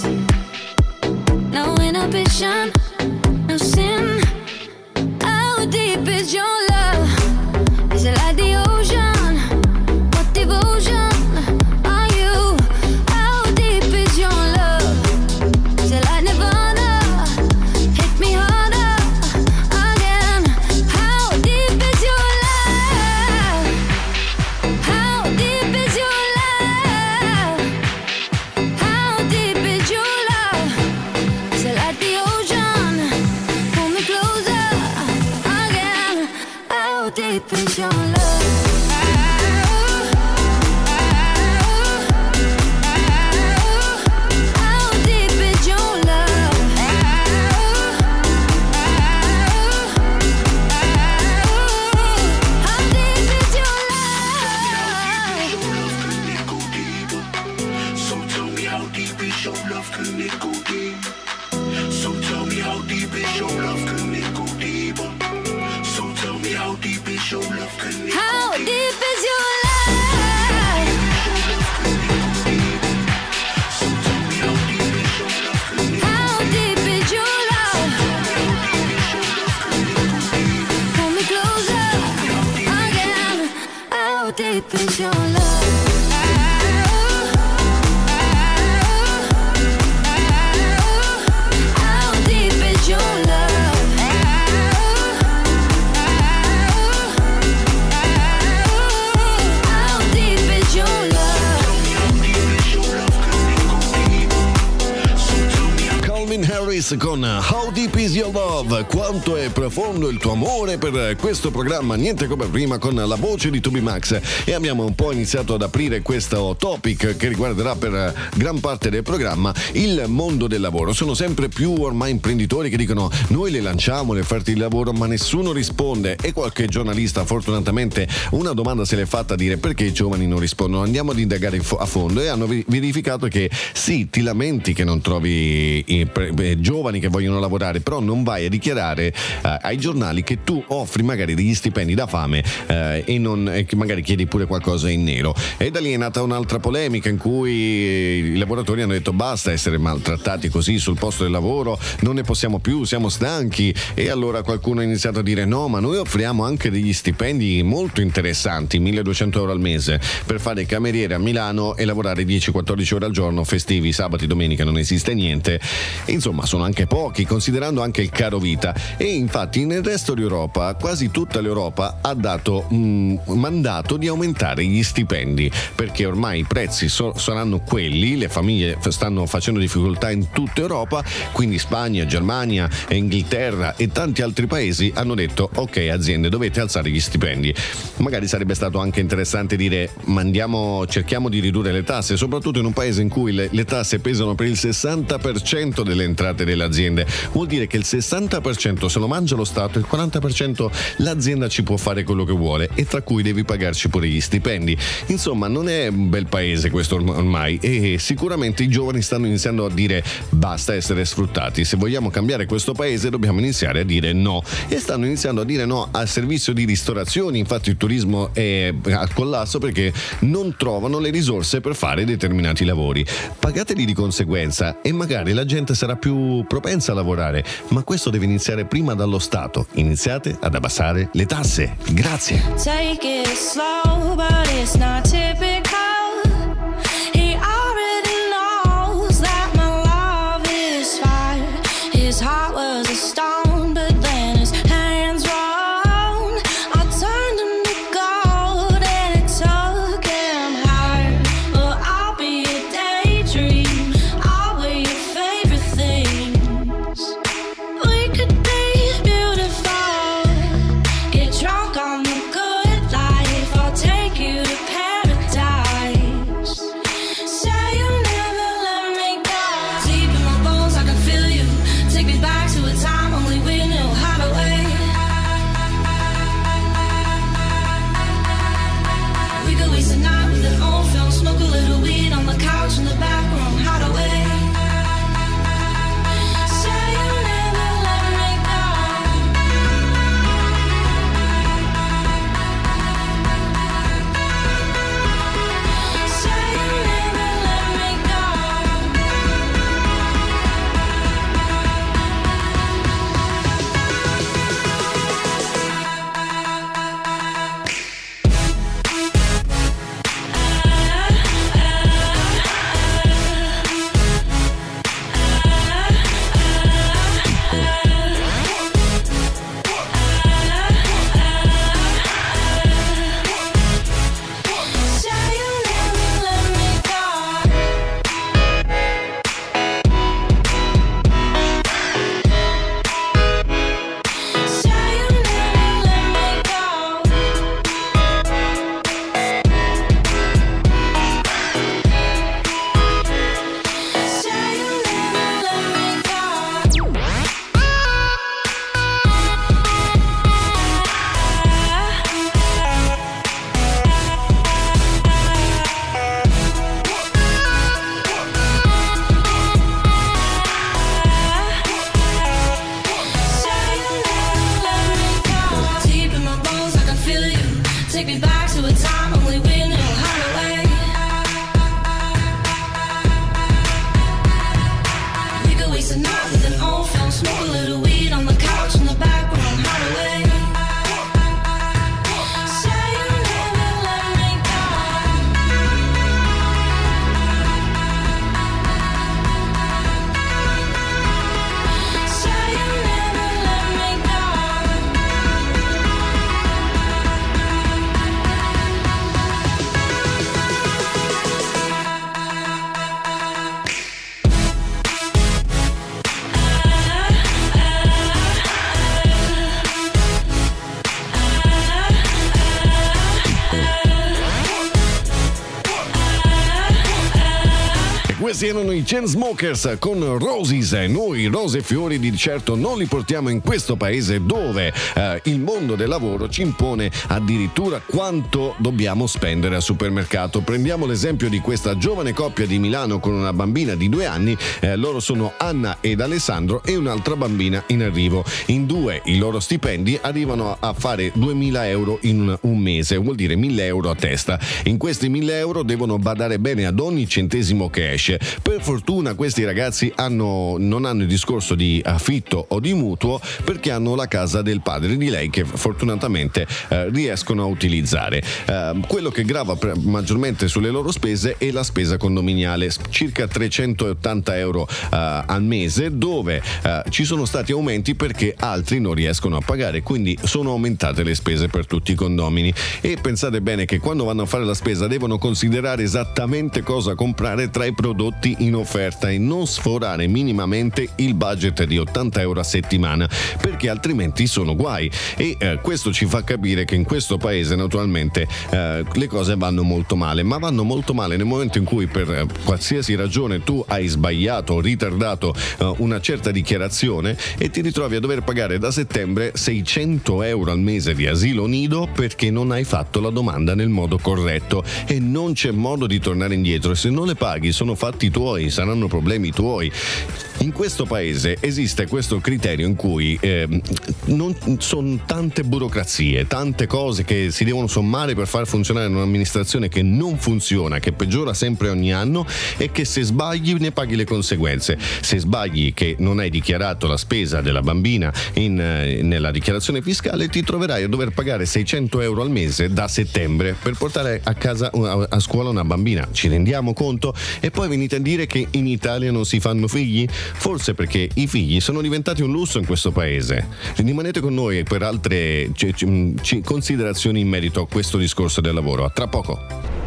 No sin. How deep is your love? How deep is your love? How deep is your love? Pull me closer again. How deep is your love? How deep is your love? Harris con How Deep Is Your Love? Quanto è profondo il tuo amore per questo programma, niente come prima, con la voce di TobyMax, e abbiamo un po' iniziato ad aprire questo topic che riguarderà per gran parte del programma il mondo del lavoro. Sono sempre più ormai imprenditori che dicono: noi le lanciamo le offerte di lavoro ma nessuno risponde, e qualche giornalista fortunatamente una domanda se l'è fatta, a dire: perché i giovani non rispondono? Andiamo ad indagare a fondo, e hanno verificato che sì, ti lamenti che non trovi i giovani che vogliono lavorare, però non vai a dichiarare eh, ai giornali che tu offri magari degli stipendi da fame eh, e, non, e che magari chiedi pure qualcosa in nero. E da lì è nata un'altra polemica in cui i lavoratori hanno detto: basta essere maltrattati così sul posto del lavoro, non ne possiamo più, siamo stanchi. E allora qualcuno ha iniziato a dire: no, ma noi offriamo anche degli stipendi molto interessanti, milleduecento euro al mese, per fare cameriere a Milano e lavorare dieci quattordici ore al giorno, festivi, sabati, domenica non esiste niente. Insomma, sono anche pochi, considerando anche il caro vita. E infatti nel resto d'Europa, quasi tutta l'Europa ha dato mh, mandato di aumentare gli stipendi, perché ormai i prezzi so, saranno quelli, le famiglie stanno facendo difficoltà in tutta Europa, quindi Spagna, Germania, Inghilterra e tanti altri paesi hanno detto: ok, aziende, dovete alzare gli stipendi. Magari sarebbe stato anche interessante dire: ma andiamo, cerchiamo di ridurre le tasse, soprattutto in un paese in cui le, le tasse pesano per il sessanta per cento delle entrate delle aziende. Vuol dire che il sessanta per cento se lo mangia lo Stato, il quaranta per cento l'azienda ci può fare quello che vuole, e tra cui devi pagarci pure gli stipendi. Insomma, non è un bel paese questo ormai, e sicuramente i giovani stanno iniziando a dire: basta essere sfruttati, se vogliamo cambiare questo paese dobbiamo iniziare a dire no. E stanno iniziando a dire no al servizio di ristorazioni. Infatti il turismo è al collasso perché non trovano le risorse per fare determinati lavori. Pagateli di conseguenza e magari la gente sarà più propensa a lavorare, ma questo deve iniziare prima dallo Stato. Iniziate ad abbassare le tasse. Grazie. Take it slow, but it's not typical. He already knows that my love is fire. His heart was a stone, but then his hands were on. I turned him to gold and it took him higher. But I'll be a daydream, I'll wear your favorite things. We could be beautiful, get drunk on the good life. I'll take you to paradise. take me back to a time only we knew how to wait. We could waste a night with an old film, smoke a little weed on the couch in the back room, how to wait. Say you never let me go. Say you never let me go. Questi erano i Chainsmokers con Roses. Noi rose e fiori di certo non li portiamo in questo paese dove eh, il mondo del lavoro ci impone addirittura quanto dobbiamo spendere al supermercato. Prendiamo l'esempio di questa giovane coppia di Milano con una bambina di due anni. Eh, loro sono Anna ed Alessandro e un'altra bambina in arrivo. In due i loro stipendi arrivano a fare duemila euro in un mese, vuol dire mille euro a testa. In questi mille euro devono badare bene ad ogni centesimo che esce. Per fortuna questi ragazzi hanno, non hanno il discorso di affitto o di mutuo, perché hanno la casa del padre di lei che fortunatamente eh, riescono a utilizzare. Eh, quello che grava pre- maggiormente sulle loro spese è la spesa condominiale, circa trecentottanta euro eh, al mese, dove eh, ci sono stati aumenti perché altri non riescono a pagare, quindi sono aumentate le spese per tutti i condomini. E pensate bene che quando vanno a fare la spesa devono considerare esattamente cosa comprare tra i prodotti in offerta e non sforare minimamente il budget di ottanta euro a settimana, perché altrimenti sono guai. E eh, questo ci fa capire che in questo paese naturalmente eh, le cose vanno molto male, ma vanno molto male nel momento in cui per eh, qualsiasi ragione tu hai sbagliato o ritardato eh, una certa dichiarazione e ti ritrovi a dover pagare da settembre seicento euro al mese di asilo nido perché non hai fatto la domanda nel modo corretto e non c'è modo di tornare indietro. Se non le paghi sono fatti tuoi, saranno problemi tuoi. In questo paese esiste questo criterio in cui eh, non sono tante burocrazie, tante cose che si devono sommare per far funzionare un'amministrazione che non funziona, che peggiora sempre ogni anno e che se sbagli ne paghi le conseguenze. Se sbagli che non hai dichiarato la spesa della bambina in, eh, nella dichiarazione fiscale, ti troverai a dover pagare seicento euro al mese da settembre per portare a casa a, a scuola una bambina. Ci rendiamo conto? E poi venite a dire che in Italia non si fanno figli? Forse perché i figli sono diventati un lusso in questo paese. Rimanete con noi per altre c- c- considerazioni in merito a questo discorso del lavoro. A tra poco.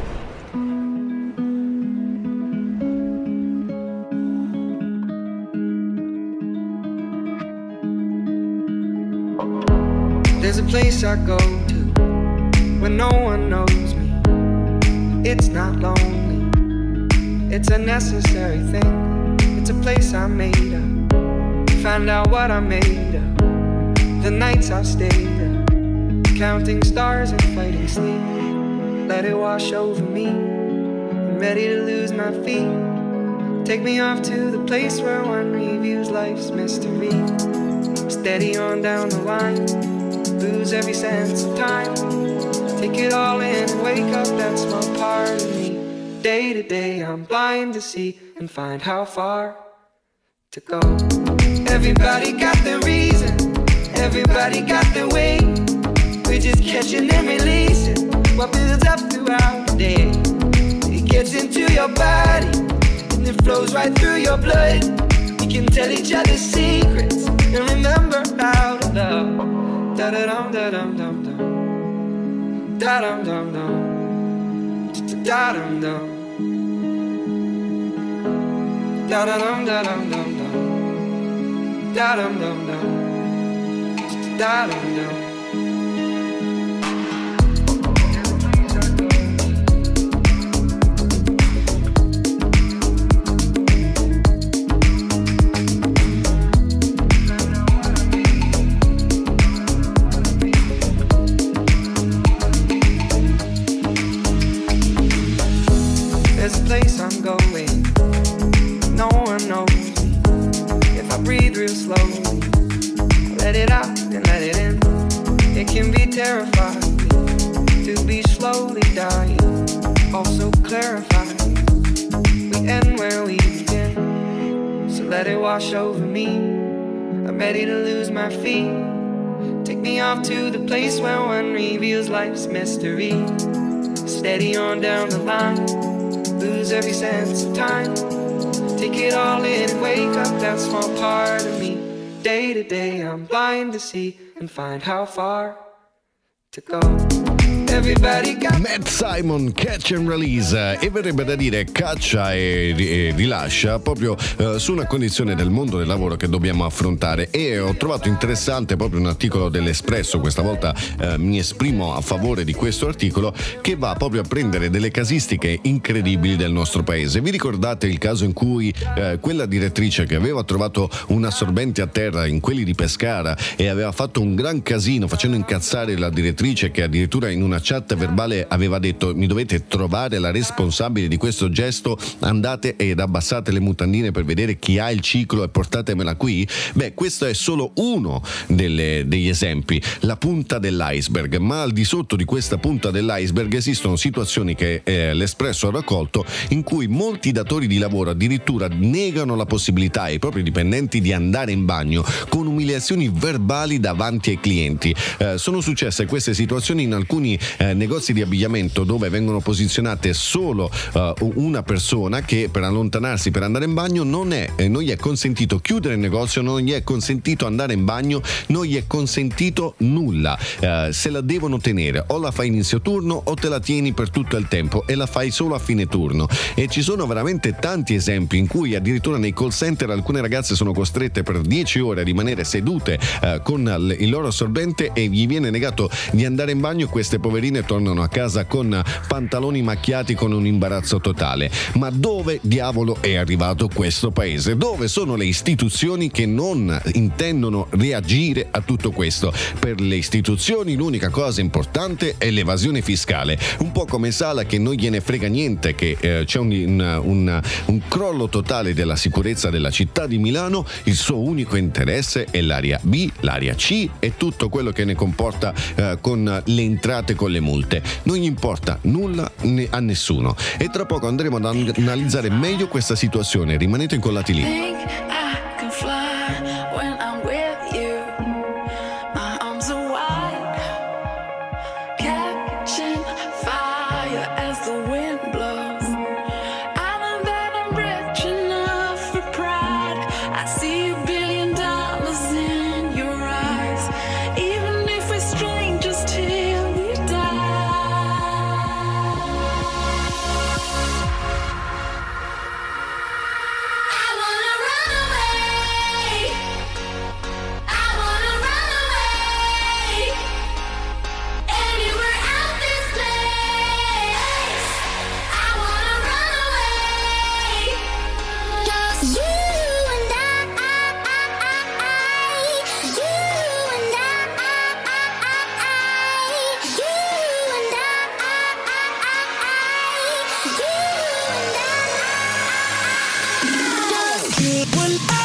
There's a place I go to when no one knows me. It's not lonely, it's a necessary thing. It's a place I made up, find out what I'm made of. The nights I've stayed up, counting stars and fighting sleep. Let it wash over me, I'm ready to lose my feet. Take me off to the place where one reviews life's mystery. Steady on down the line, lose every sense of time. Take it all in and wake up that small part of me. Day to day I'm blind to see and find how far to go. Everybody got their reason, everybody got their way. We're just catching and releasing what builds up throughout the day. It gets into your body and it flows right through your blood. We can tell each other secrets and remember how to love. Da da dum da dum dum dum, da dum dum dum, da dum dum. Da da dum da dum dum dum, da dum dum dum, da dum dum. There's a place I'm going, no one knows me. If I breathe real slowly, let it out and let it in. we die, also clarifies. We end where we begin, so let it wash over me. I'm ready to lose my feet. Take me off to the place where one reveals life's mystery. Steady on down the line, lose every sense of time. Take it all in and wake up that small part of me. Day to day I'm blind to see and find how far to go. Everybody got Matt Simon, Catch and Release, e verrebbe da dire caccia e, e rilascia proprio eh, su una condizione del mondo del lavoro che dobbiamo affrontare. E ho trovato interessante proprio un articolo dell'Espresso, questa volta eh, mi esprimo a favore di questo articolo, che va proprio a prendere delle casistiche incredibili del nostro paese. Vi ricordate il caso in cui eh, quella direttrice che aveva trovato un assorbente a terra in quelli di Pescara e aveva fatto un gran casino facendo incazzare la direttrice, che addirittura in una chat verbale aveva detto: mi dovete trovare la responsabile di questo gesto, andate ed abbassate le mutandine per vedere chi ha il ciclo e portatemela qui? Beh, questo è solo uno delle, degli esempi, la punta dell'iceberg, ma al di sotto di questa punta dell'iceberg esistono situazioni che eh, l'Espresso ha raccolto, in cui molti datori di lavoro addirittura negano la possibilità ai propri dipendenti di andare in bagno, con umiliazioni verbali davanti ai clienti. Eh, sono successe queste situazioni in alcuni Eh, negozi di abbigliamento, dove vengono posizionate solo uh, una persona che per allontanarsi per andare in bagno non è eh, non gli è consentito chiudere il negozio, non gli è consentito andare in bagno, non gli è consentito nulla. Uh, se la devono tenere, o la fai inizio turno o te la tieni per tutto il tempo e la fai solo a fine turno. E ci sono veramente tanti esempi in cui addirittura nei call center alcune ragazze sono costrette per dieci ore a rimanere sedute uh, con l- il loro assorbente e gli viene negato di andare in bagno. Queste poverine tornano a casa con pantaloni macchiati, con un imbarazzo totale. Ma dove diavolo è arrivato questo paese? Dove sono le istituzioni che non intendono reagire a tutto questo? Per le istituzioni l'unica cosa importante è l'evasione fiscale, un po' come Sala, che non gliene frega niente che eh, c'è un, un, un, un crollo totale della sicurezza della città di Milano. Il suo unico interesse è l'area B, l'area C e tutto quello che ne comporta eh, con le entrate, con le multe. Non gli importa nulla a nessuno. E tra poco andremo ad analizzare meglio questa situazione. Rimanete incollati lì. Think I can fly when I'm with you. My arms are wide, catching fire as the wind blows. I know that I'm rich enough for pride. I see a billion dollars in your eyes, even if we're strangers till we die. I wanna run away. I wanna run away. Anywhere out this place. I wanna run away. 'Cause you and I, you and I, you and I, you and I.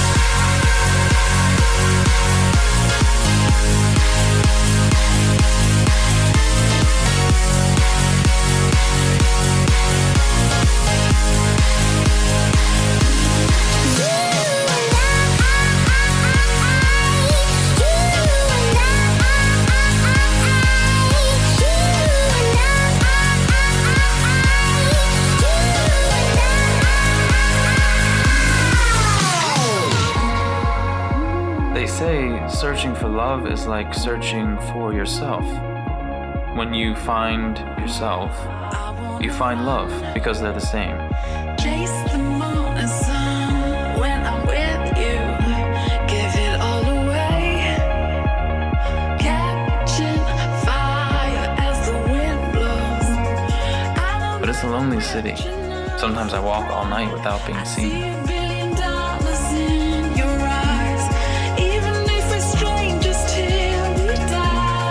They say searching for love is like searching for yourself. When you find yourself, you find love because they're the same. Chase the morning sun when I'm with you. Give it all away. Catching fire as the wind blows. I know But it's a lonely city. Sometimes I walk all night without being I see seen. a billion dollars in your eyes, even if we're strangers till we die.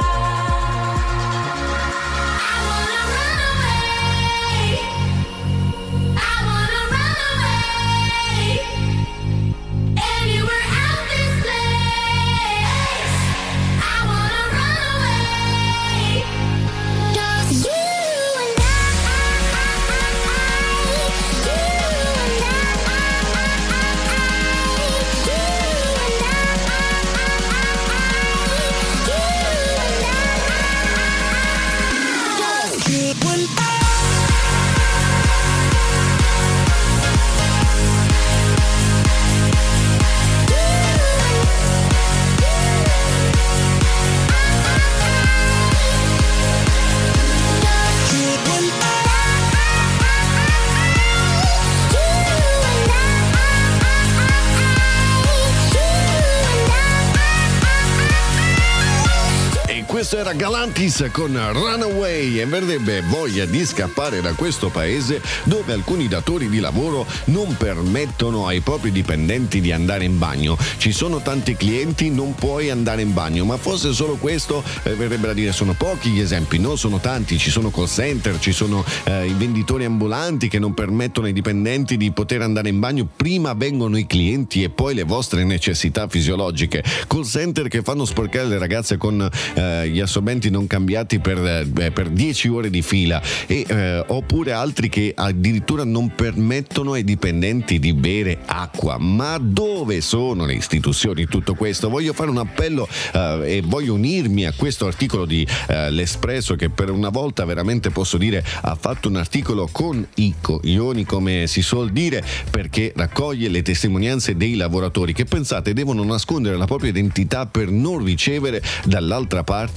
I wanna run away. I wanna run away. Anywhere out this place. I wanna run away. 'Cause you Questo era Galantis con Runaway e verrebbe voglia di scappare da questo paese dove alcuni datori di lavoro non permettono ai propri dipendenti di andare in bagno. Ci sono tanti clienti, non puoi andare in bagno, ma fosse solo questo eh, verrebbe da dire sono pochi gli esempi, no? Sono tanti, ci sono call center, ci sono eh, i venditori ambulanti che non permettono ai dipendenti di poter andare in bagno, prima vengono i clienti e poi le vostre necessità fisiologiche. Call center che fanno sporcare le ragazze con eh, gli assorbenti non cambiati per, eh, per dieci ore di fila e, eh, oppure altri che addirittura non permettono ai dipendenti di bere acqua. Ma dove sono le istituzioni in tutto questo? Voglio fare un appello eh, e voglio unirmi a questo articolo di eh, L'Espresso, che per una volta veramente posso dire ha fatto un articolo con i coglioni, come si suol dire, perché raccoglie le testimonianze dei lavoratori che, pensate, devono nascondere la propria identità per non ricevere dall'altra parte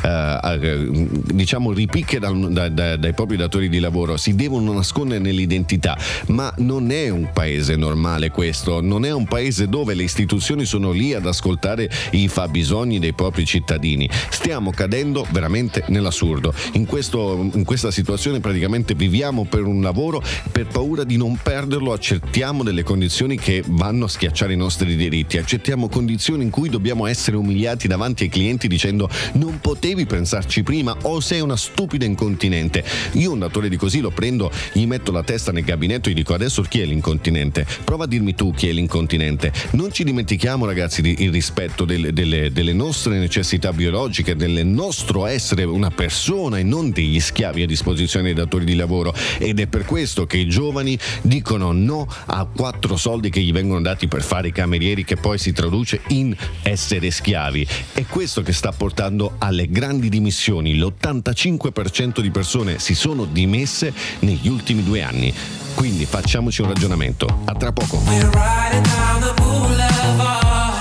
eh, diciamo ripicche da, da, da, dai propri datori di lavoro. Si devono nascondere nell'identità, ma non è un paese normale questo, non è un paese dove le istituzioni sono lì ad ascoltare i fabbisogni dei propri cittadini. Stiamo cadendo veramente nell'assurdo. In, questo, in questa situazione praticamente viviamo per un lavoro, per paura di non perderlo accettiamo delle condizioni che vanno a schiacciare i nostri diritti, accettiamo condizioni in cui dobbiamo essere umiliati davanti ai clienti dicendo non potevi pensarci prima o sei una stupida incontinente. Io un datore di così lo prendo, gli metto la testa nel gabinetto e gli dico adesso chi è l'incontinente? Prova a dirmi tu chi è l'incontinente. Non ci dimentichiamo, ragazzi, il rispetto delle, delle, delle nostre necessità biologiche, del nostro essere una persona e non degli schiavi a disposizione dei datori di lavoro, ed è per questo che i giovani dicono no a quattro soldi che gli vengono dati per fare i camerieri, che poi si traduce in essere schiavi. È questo che sta portando alle grandi dimissioni. L'ottantacinque per cento di persone si sono dimesse negli ultimi due anni. Quindi facciamoci un ragionamento. A tra poco. We're riding down the boulevard.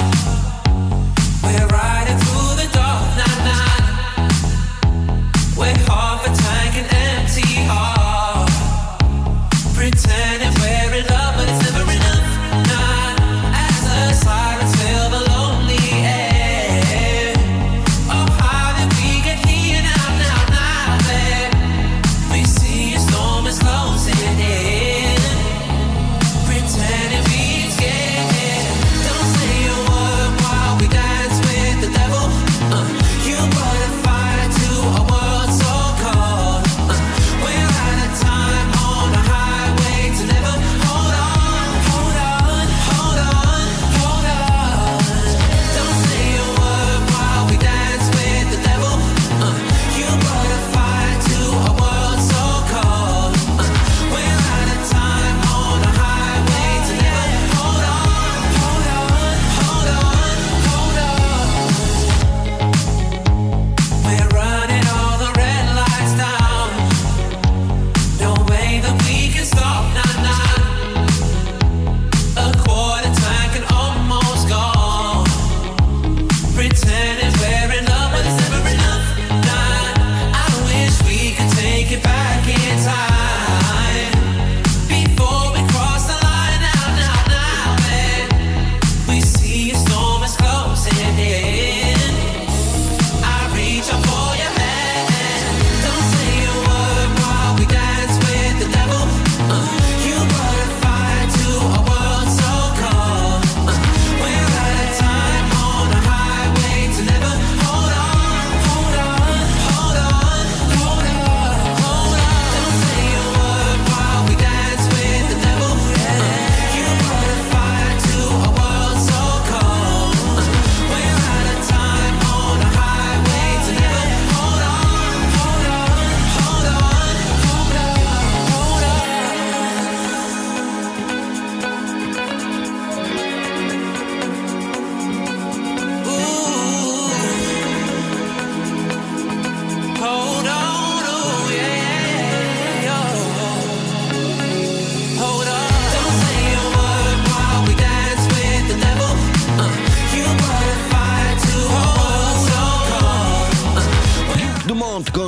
We're riding through the dark night night. We're half a tank and empty heart. Pretending we're in love, but it's never enough. Not as the sirens fill the lonely air. Oh, how did we get here now, now, now, babe? We see a storm is closing in. Pretending we scared. Don't say a word while we dance with the devil. Uh, you brought a fire to a world so cold. Uh, we're out of time on a highway to never. Hold on, hold on, hold on, hold on. Don't say a word while we dance with the devil. Uh, you brought a fire to a world so cold. Uh, we're out of time on a highway to never. Hold on, hold on, hold on, hold on. We're running all the red lights down. No way that we can stop, nah, nah. A quarter tank and almost gone. Pretending we're in love, but it's never enough, nah. I wish we could take it back in time. Before we cross the line, now, now, now, babe. We see a storm is closing in. I reach out for your hand. Don't say a word while we dance with the devil. Uh, you brought a fire to a world so cold. Uh, we're out of time on a highway to never. Hold on, hold on, hold on, hold on, hold on. Don't say a word while we dance with the devil. Uh, you brought a fire to a world so cold. Uh, we're out of time on a highway to never. Hold on, hold on, hold on, hold on, hold on. Hold on, oh yeah, oh. Hold on. Don't say a word while we dance with the devil. Uh, you brought a fire to a world so cold. Uh, Dumont con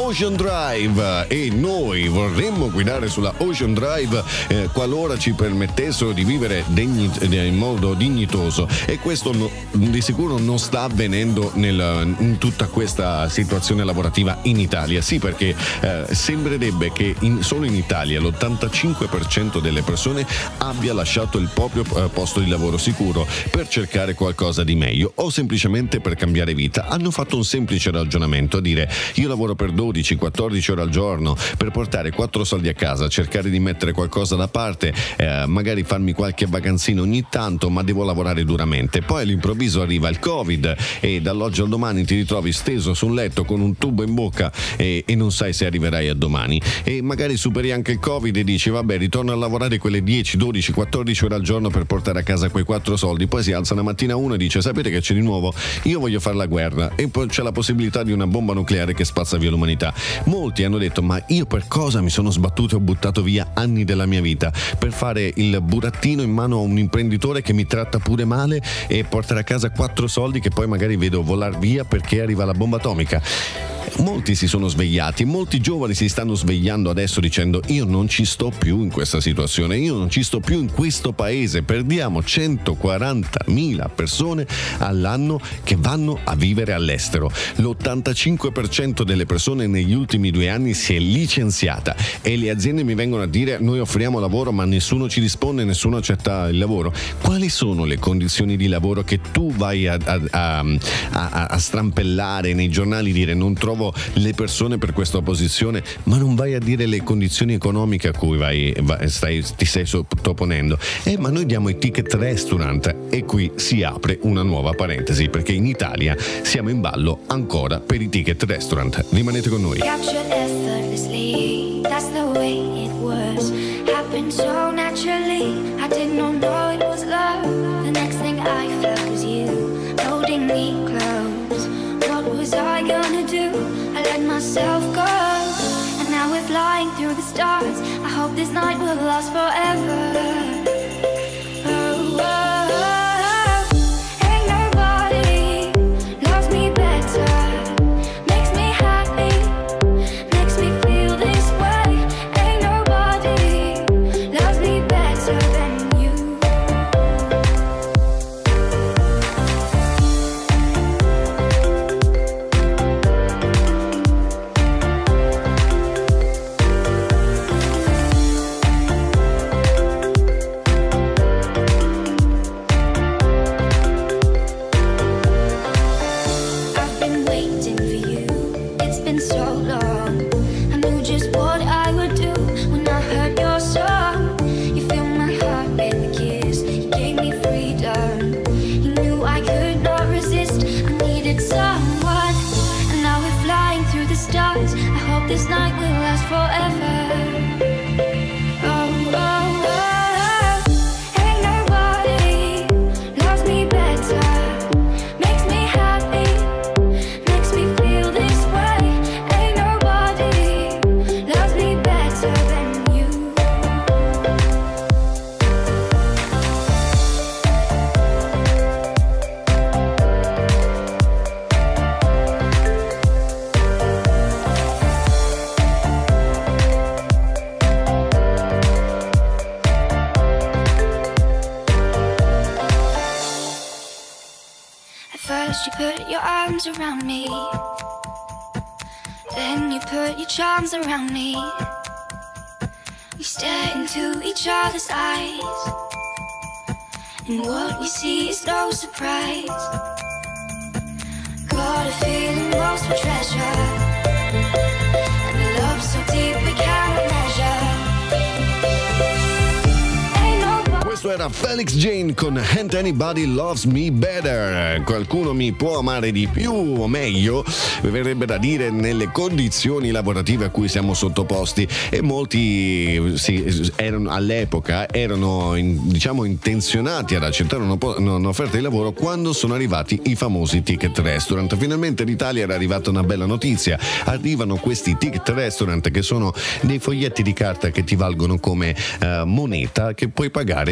Ocean Drive e noi vorremmo guidare sulla Ocean Drive eh, qualora ci permettessero di vivere degni, in modo dignitoso, e questo no, di sicuro non sta avvenendo nel, in tutta questa situazione lavorativa in Italia. Sì, perché eh, sembrerebbe che in, solo in Italia l'ottantacinque per cento delle persone abbia lasciato il proprio eh, posto di lavoro sicuro per cercare qualcosa di meglio o semplicemente per cambiare vita. Hanno fatto un semplice ragionamento, a dire: io lavoro per dodici quattordici ore al giorno per portare quattro soldi a casa, cercare di mettere qualcosa da parte, eh, magari farmi qualche vacanzina ogni tanto, ma devo lavorare duramente. Poi all'improvviso arriva il Covid e dall'oggi al domani ti ritrovi steso su un letto con un tubo in bocca e, e non sai se arriverai a domani, e magari superi anche il Covid e dici: vabbè, ritorno a lavorare quelle dieci dodici quattordici ore al giorno per portare a casa quei quattro soldi. Poi si alza una mattina uno e dice: sapete che c'è di nuovo? Io voglio fare la guerra, e poi c'è la possibilità di una bomba nucleare che spazza via l'umanità. Molti hanno detto: ma io per cosa mi sono sbattuto e ho buttato via anni della mia vita? Per fare il burattino in mano a un imprenditore che mi tratta pure male e portare a casa quattro soldi che poi magari vedo volar via perché arriva la bomba atomica. Molti si sono svegliati, molti giovani si stanno svegliando adesso dicendo: io non ci sto più in questa situazione, io non ci sto più in questo paese. Perdiamo centoquarantamila persone all'anno che vanno a vivere all'estero. L'ottantacinque per cento delle persone negli ultimi due anni si è licenziata, e le aziende mi vengono a dire: noi offriamo lavoro ma nessuno ci risponde, nessuno accetta il lavoro. Quali sono le condizioni di lavoro che tu vai a, a, a, a, a strampellare nei giornali, dire non trovo le persone per questa posizione, ma non vai a dire le condizioni economiche a cui vai, vai, stai, ti stai sottoponendo? Eh, ma noi diamo i ticket restaurant, e qui si apre una nuova parentesi, perché in Italia siamo in ballo ancora per i ticket restaurant. Rimanete con noi. Captured effortlessly, that's the way it was. Happened so naturally, I did not know it was love. The next thing I felt was you, holding me close. What was I gonna do? I let myself go, and now we're flying through the stars. I hope this night will last forever. Oh, oh, oh. Ain't nobody loves me better, makes me happy, makes me feel this way. Ain't nobody loves me better than you. This night will last forever. Oh, oh, oh. Ain't nobody loves me better, makes me happy, makes me feel this way. Ain't nobody loves me better than you. First you put your arms around me, then you put your charms around me. We stare into each other's eyes, and what we see is no surprise. Got a feeling lost for treasure, and a love so deep we cannot measure. Questo era Felix Jane con And Anybody Loves Me Better. Qualcuno mi può amare di più o meglio, verrebbe da dire, nelle condizioni lavorative a cui siamo sottoposti, e molti sì, erano, all'epoca erano in, diciamo intenzionati ad accettare un'offerta di lavoro quando sono arrivati i famosi ticket restaurant. Finalmente in Italia era arrivata una bella notizia: arrivano questi ticket restaurant, che sono dei foglietti di carta che ti valgono come uh, moneta, che puoi pagare per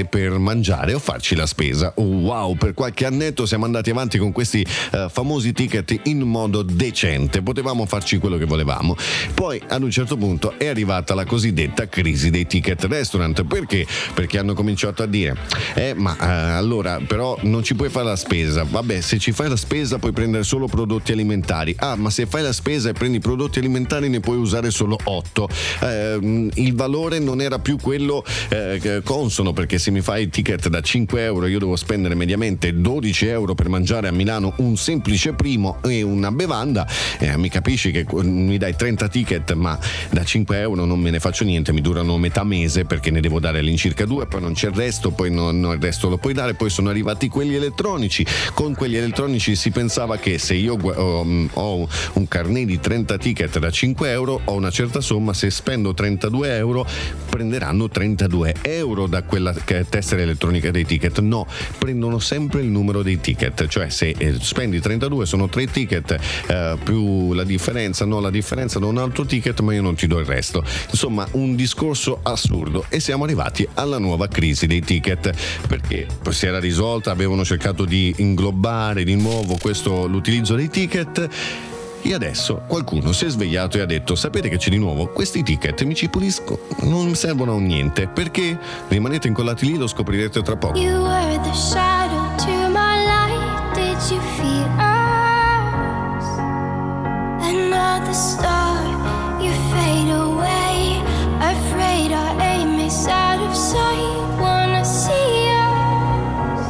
mangiare o farci la spesa. Oh, wow, per qualche annetto siamo andati avanti con questi uh, famosi ticket in modo decente, potevamo farci quello che volevamo. Poi ad un certo punto è arrivata la cosiddetta crisi dei ticket restaurant. Perché? Perché hanno cominciato a dire eh ma uh, allora però non ci puoi fare la spesa. Vabbè, se ci fai la spesa puoi prendere solo prodotti alimentari. Ah, ma se fai la spesa e prendi prodotti alimentari ne puoi usare solo otto. Eh, il valore non era più quello eh, consono, perché se mi fai il ticket da cinque euro io devo spendere mediamente dodici euro per mangiare a Milano un semplice primo e una bevanda. Eh, mi capisci che mi dai trenta ticket ma da cinque euro non me ne faccio niente, mi durano metà mese perché ne devo dare all'incirca due, poi non c'è il resto, poi non, non il resto lo puoi dare. Poi sono arrivati quelli elettronici. Con quelli elettronici si pensava che se io ho, ho un carnet di trenta ticket da cinque euro ho una certa somma, se spendo trentadue euro prenderanno trentadue euro da quella tessera elettronica dei ticket. No, prendono sempre il numero dei ticket, cioè se eh, spendi trentadue sono tre ticket eh, più la differenza, no, la differenza da un altro ticket, ma io non ti do il resto. Insomma, un discorso assurdo, e siamo arrivati alla nuova crisi dei ticket, perché si era risolta, avevano cercato di inglobare di nuovo questo l'utilizzo dei ticket. E adesso qualcuno si è svegliato e ha detto: sapete che c'è di nuovo? Questi ticket mi ci pulisco, non mi servono a un niente. Perché? Rimanete incollati lì, lo scoprirete tra poco. You were the shadow to my light. Did you feel us? Another star, you fade away. Afraid our aim is out of sight. Wanna see us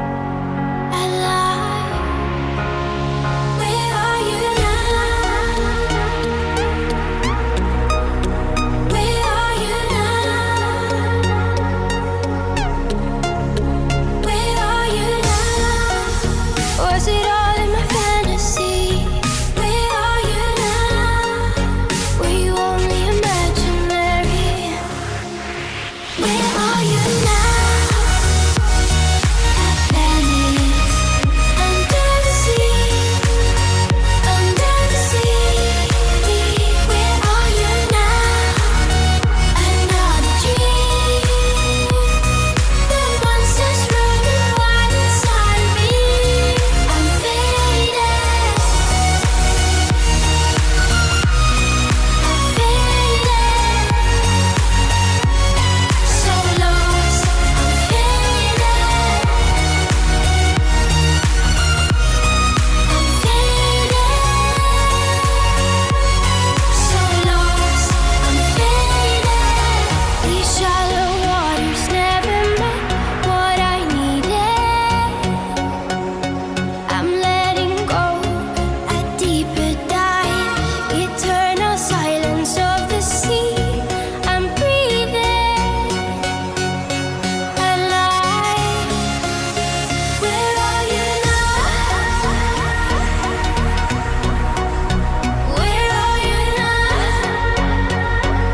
alive. Where are you now? Where are you now? Where are you now? Was it all in my fantasy? Where are you now? Were you only imaginary? Where are you now? At Venice, under the sea, under the sea. Where are you now? Another dream. The monsters running wild inside me. I'm faded. I'm faded. So lost. I'm faded. I'm faded. So lost. I'm faded. These shallow waters never met what I needed. I'm letting go a deeper dive. Eternal silence of the sea. I'm breathing alive. Where are you now? Where are you now?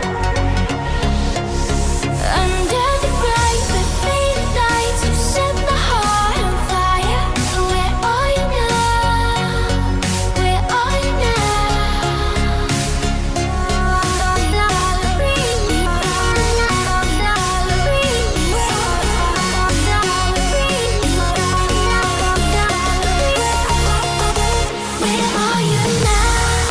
Under the bright but faded lights, you set the heart on fire. Where are you now? Where are you now? Where are you now?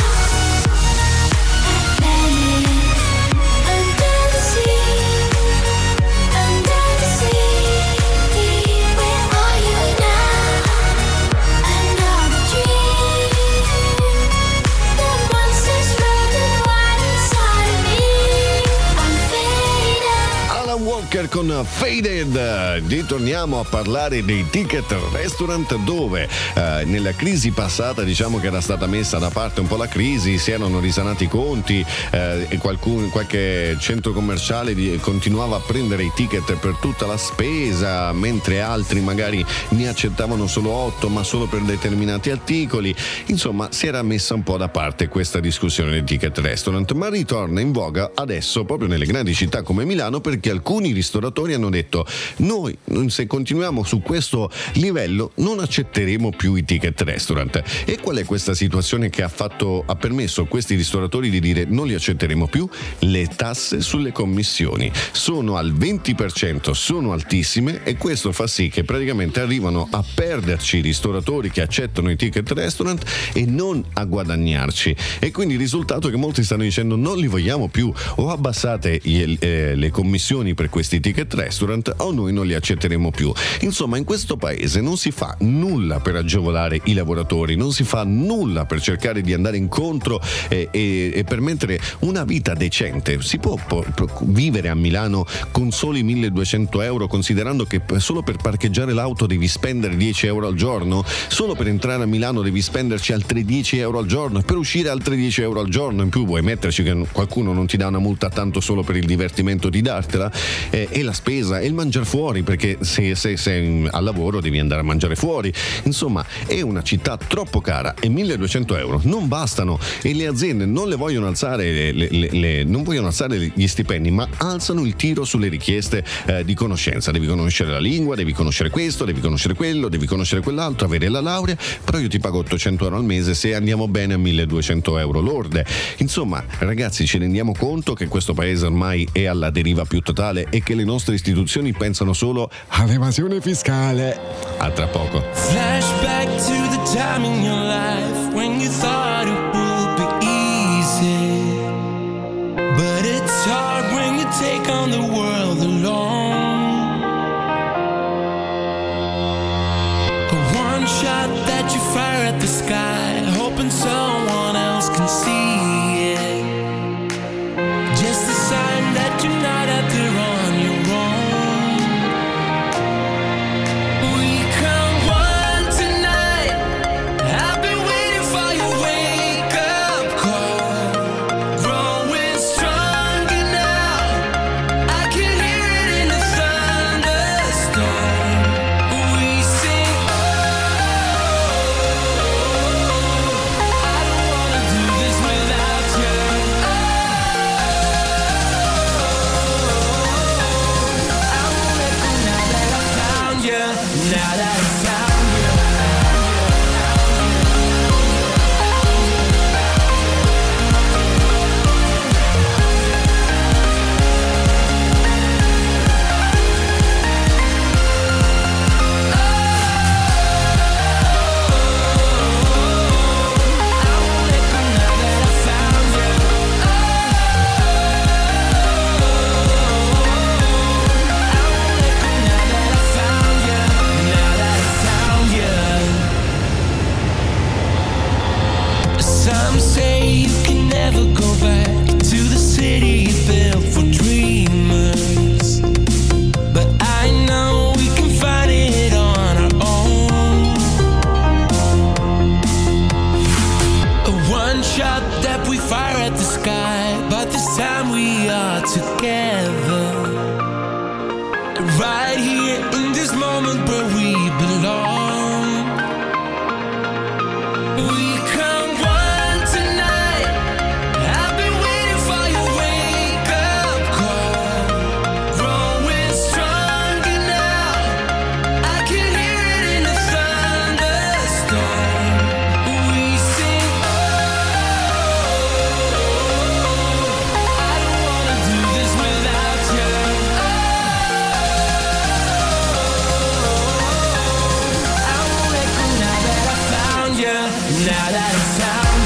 At Venice, under the sea, under the sea. Where are you now? Another dream. The monsters running wild inside me. I'm faded. Alan Walker con Faded. Ritorniamo a parlare dei ticket restaurant, dove eh, nella crisi passata, diciamo che era stata messa da parte un po' la crisi, si erano risanati i conti eh, e qualcun, qualche centro commerciale di, continuava a prendere i ticket per tutta la spesa, mentre altri magari ne accettavano solo otto, ma solo per determinati articoli. Insomma, si era messa un po' da parte questa discussione dei ticket restaurant, ma ritorna in voga adesso proprio nelle grandi città come Milano, perché alcuni ristoranti ristoratori hanno detto: noi se continuiamo su questo livello non accetteremo più i ticket restaurant. E qual è questa situazione che ha fatto ha permesso a questi ristoratori di dire non li accetteremo più? Le tasse sulle commissioni sono al venti per cento, sono altissime, e questo fa sì che praticamente arrivano a perderci i ristoratori che accettano i ticket restaurant e non a guadagnarci. E quindi il risultato è che molti stanno dicendo non li vogliamo più, o abbassate gli, eh, le commissioni per questi ticket restaurant o noi non li accetteremo più. Insomma, in questo paese non si fa nulla per agevolare i lavoratori, non si fa nulla per cercare di andare incontro e, e, e permettere una vita decente. Si può, può, può vivere a Milano con soli milleduecento euro, considerando che solo per parcheggiare l'auto devi spendere dieci euro al giorno, solo per entrare a Milano devi spenderci altri dieci euro al giorno, e per uscire altri dieci euro al giorno. In più vuoi metterci che qualcuno non ti dà una multa tanto solo per il divertimento di dartela, eh, e la spesa e il mangiare fuori, perché se sei al lavoro devi andare a mangiare fuori. Insomma, è una città troppo cara e milleduecento euro non bastano, e le aziende non le vogliono alzare le, le, le, non vogliono alzare gli stipendi, ma alzano il tiro sulle richieste eh, di conoscenza. Devi conoscere la lingua, devi conoscere questo, devi conoscere quello, devi conoscere quell'altro, avere la laurea, però io ti pago ottocento euro al mese se andiamo bene a milleduecento euro lorde. Insomma, ragazzi, ci rendiamo conto che questo paese ormai è alla deriva più totale e che le nostre istituzioni pensano solo all'evasione fiscale. A tra poco. Flashback to the time in your life when you thought it would be easy, but it's hard when you take on the world alone. A one shot that you fire at the sky, hoping someone else can see it. Just a sign that you're not out there on your own. We come one tonight. I've been waiting for your wake up call. Growing stronger now. I can hear it in the thunderstorm. We sing, I don't wanna do this without you. I won't let go now that I found you. Now that I found you. Some say you can never go back to the city built for dreamers, but I know we can find it on our own. A one shot that we fire at the sky, but this time we are together, right here in this moment where we belong. We come one tonight. I've been waiting for your wake up call. Growing stronger now. I can hear it in the thunderstorm. We sing, I don't wanna do this without you. I won't let go now that I found you. Now that I found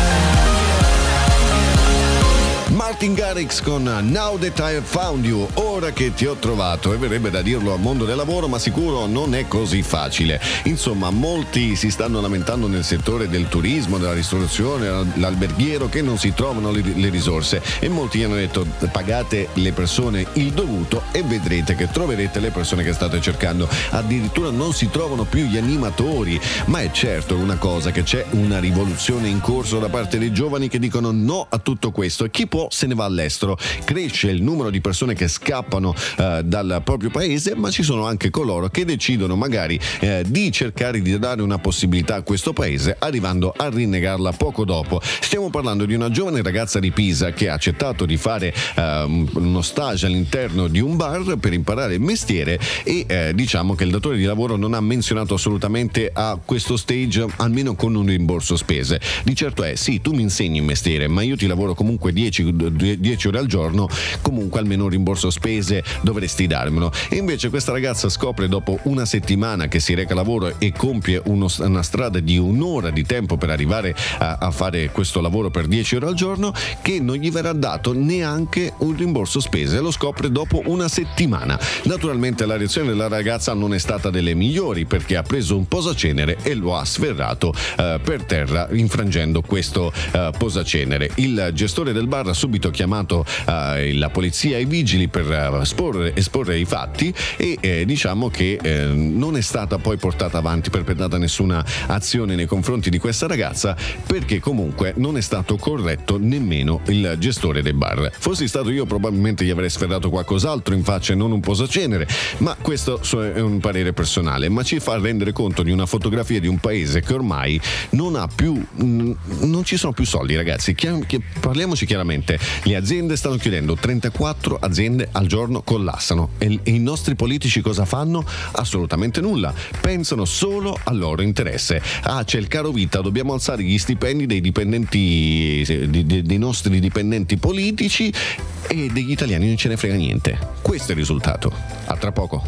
you. Martin Garrix con Now That I Have Found You, ora che ti ho trovato, e verrebbe da dirlo al mondo del lavoro, ma sicuro non è così facile. Insomma, molti si stanno lamentando nel settore del turismo, della ristorazione, l'alberghiero, che non si trovano le, le risorse, e molti hanno detto pagate le persone il dovuto e vedrete che troverete le persone che state cercando. Addirittura non si trovano più gli animatori, ma è certo una cosa, che c'è una rivoluzione in corso da parte dei giovani che dicono no a tutto questo, e chi può se se ne va all'estero. Cresce il numero di persone che scappano eh, dal proprio paese, ma ci sono anche coloro che decidono magari eh, di cercare di dare una possibilità a questo paese, arrivando a rinnegarla poco dopo. Stiamo parlando di una giovane ragazza di Pisa che ha accettato di fare eh, uno stage all'interno di un bar per imparare il mestiere e eh, diciamo che il datore di lavoro non ha menzionato assolutamente a questo stage almeno con un rimborso spese. Di certo è sì, tu mi insegni il mestiere, ma io ti lavoro comunque dieci ore al giorno, comunque almeno un rimborso spese dovresti darmelo. E invece questa ragazza scopre dopo una settimana che si reca a lavoro e compie uno, una strada di un'ora di tempo per arrivare a, a fare questo lavoro per dieci ore al giorno, che non gli verrà dato neanche un rimborso spese. Lo scopre dopo una settimana. Naturalmente la reazione della ragazza non è stata delle migliori, perché ha preso un posacenere e lo ha sferrato eh, per terra, infrangendo questo eh, posacenere. Il gestore del bar ha subito chiamato eh, la polizia e i vigili per eh, esporre, esporre i fatti e eh, diciamo che eh, non è stata poi portata avanti, perpetrata nessuna azione nei confronti di questa ragazza, perché comunque non è stato corretto nemmeno il gestore del bar. Fossi stato io probabilmente gli avrei sferrato qualcos'altro in faccia e non un posacenere, ma questo è un parere personale, ma ci fa rendere conto di una fotografia di un paese che ormai non ha più, non ci sono più soldi, ragazzi. Parliamoci chiaramente, le aziende stanno chiudendo, trentaquattro aziende al giorno collassano e i nostri politici cosa fanno? Assolutamente nulla, pensano solo al loro interesse. Ah, c'è il caro vita, dobbiamo alzare gli stipendi dei dipendenti, dei nostri dipendenti politici, e degli italiani non ce ne frega niente. Questo è il risultato. A tra poco.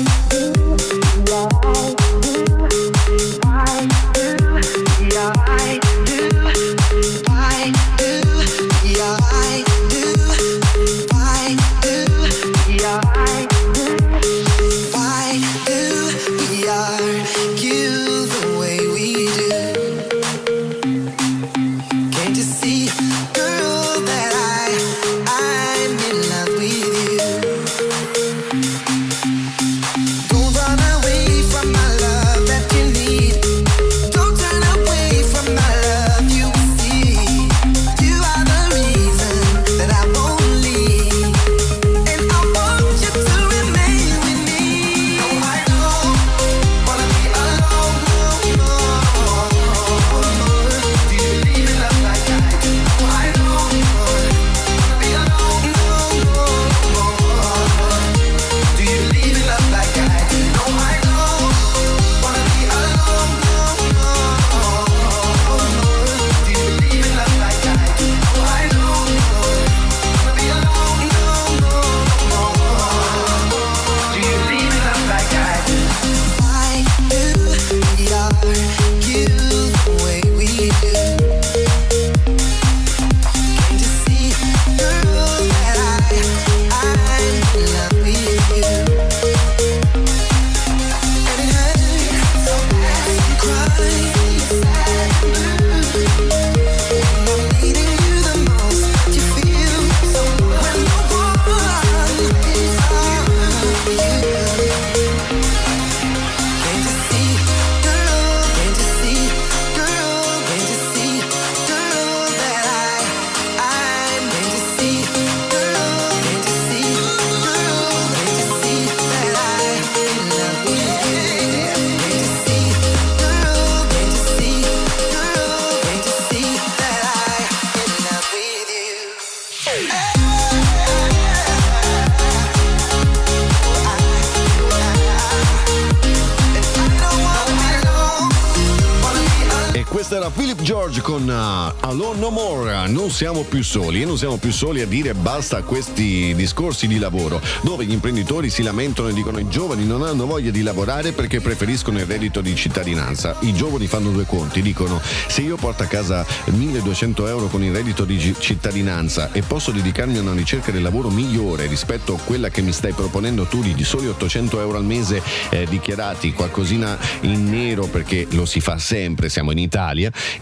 Questa era Philip George con uh, Alone No More. Non siamo più soli e non siamo più soli a dire basta a questi discorsi di lavoro, dove gli imprenditori si lamentano e dicono i giovani non hanno voglia di lavorare perché preferiscono il reddito di cittadinanza. I giovani fanno due conti, dicono se io porto a casa milleduecento euro con il reddito di cittadinanza e posso dedicarmi a una ricerca del lavoro migliore rispetto a quella che mi stai proponendo tu di soli ottocento euro al mese eh, dichiarati, qualcosina in nero perché lo si fa sempre, siamo in Italia, e eh,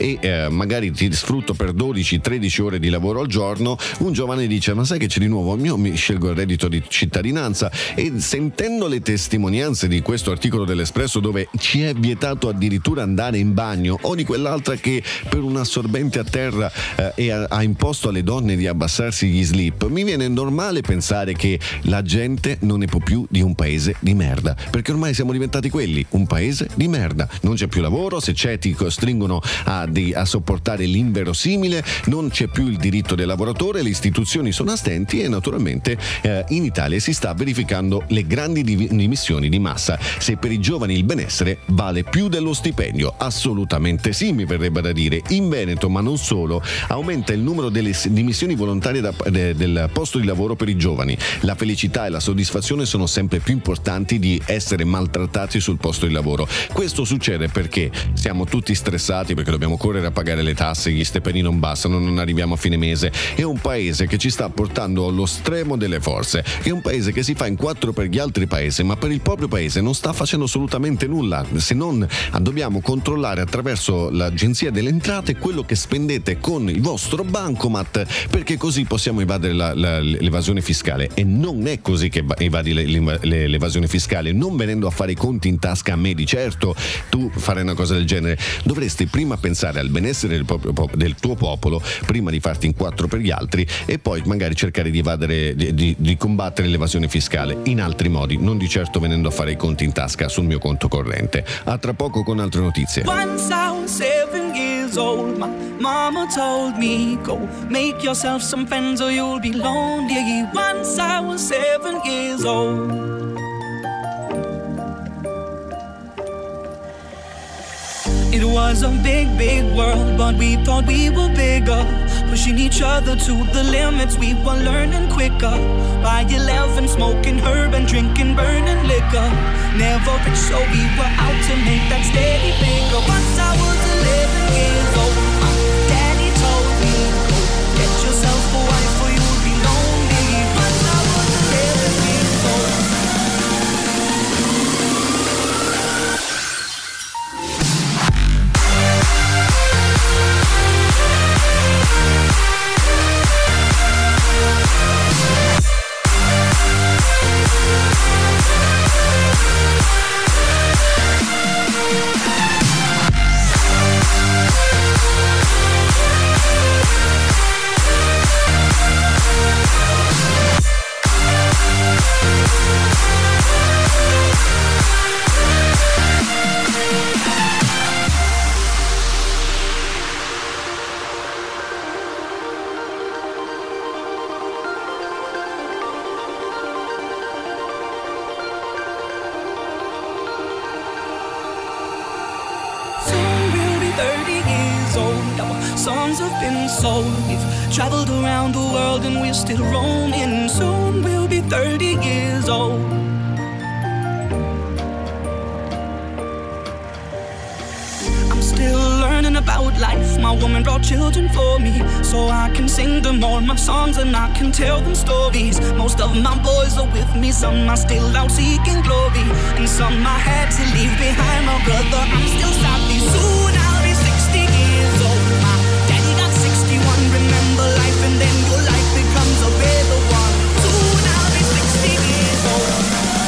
eh, magari ti sfrutto per dodici tredici ore di lavoro al giorno, un giovane dice: ma sai che c'è di nuovo? Io mi scelgo il reddito di cittadinanza. E sentendo le testimonianze di questo articolo dell'Espresso, dove ci è vietato addirittura andare in bagno, o di quell'altra che per un assorbente a terra eh, e ha, ha imposto alle donne di abbassarsi gli slip, mi viene normale pensare che la gente non ne può più di un paese di merda, perché ormai siamo diventati quelli, un paese di merda. Non c'è più lavoro, se c'è ti costringono a, di, a sopportare l'inverosimile, non c'è più il diritto del lavoratore, le istituzioni sono assenti e naturalmente eh, in Italia si sta verificando le grandi dimissioni di massa. Se per i giovani il benessere vale più dello stipendio, assolutamente sì, mi verrebbe da dire. In Veneto, ma non solo, aumenta il numero delle dimissioni volontarie da, de, del posto di lavoro per i giovani. La felicità e la soddisfazione sono sempre più importanti di essere maltrattati sul posto di lavoro. Questo succede perché siamo tutti stressati, perché dobbiamo correre a pagare le tasse, gli stipendi non bastano, non arriviamo a fine mese. È un paese che ci sta portando allo stremo delle forze, è un paese che si fa in quattro per gli altri paesi, ma per il proprio paese non sta facendo assolutamente nulla, se non dobbiamo controllare attraverso l'Agenzia delle Entrate quello che spendete con il vostro bancomat, perché così possiamo evadere la, la, l'evasione fiscale. E non è così che evadi le, le, l'evasione fiscale, non venendo a fare i conti in tasca a me. Di certo tu fare una cosa del genere dovresti prima pensare al benessere del, proprio, del tuo popolo prima di farti in quattro per gli altri, e poi magari cercare di evadere di, di, di combattere l'evasione fiscale in altri modi, non di certo venendo a fare i conti in tasca sul mio conto corrente. A tra poco con altre notizie. Once I was seven years old, my mama told me, go make yourself some friends or you'll be lonely. Once I was seven years old. It was a big, big world, but we thought we were bigger, pushing each other to the limits. We were learning quicker. By eleven, smoking herb and drinking burning liquor. Never rich, so we were out to make that steady bigger. Once I was eleven years old, my daddy told me, go get yourself a wife or you'll be lonely. Once I was eleven years old. Songs have been sold. We've traveled around the world and we're still roaming. Soon we'll be thirty years old. I'm still learning about life. My woman brought children for me, so I can sing them all my songs and I can tell them stories. Most of my boys are with me, some are still out seeking glory, and some I had to leave behind. My brother, I'm still savvy. Soon I'll be sixty years old. My daddy got sixty-one. Remember life and then your life becomes a better one. Soon I'll be sixty years old.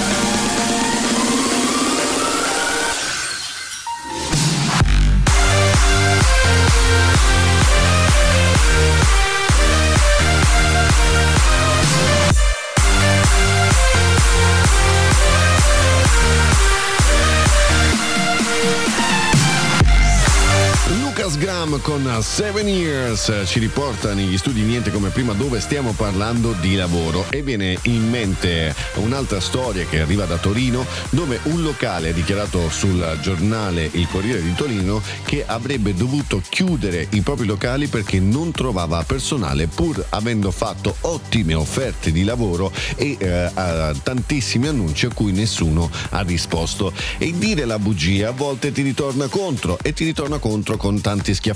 Graham con Seven Years ci riporta negli studi Niente come prima, dove stiamo parlando di lavoro, e viene in mente un'altra storia che arriva da Torino, dove un locale ha dichiarato sul giornale Il Corriere di Torino che avrebbe dovuto chiudere i propri locali perché non trovava personale, pur avendo fatto ottime offerte di lavoro e eh, tantissimi annunci a cui nessuno ha risposto. E dire la bugia a volte ti ritorna contro, e ti ritorna contro con tanti schiaffoni.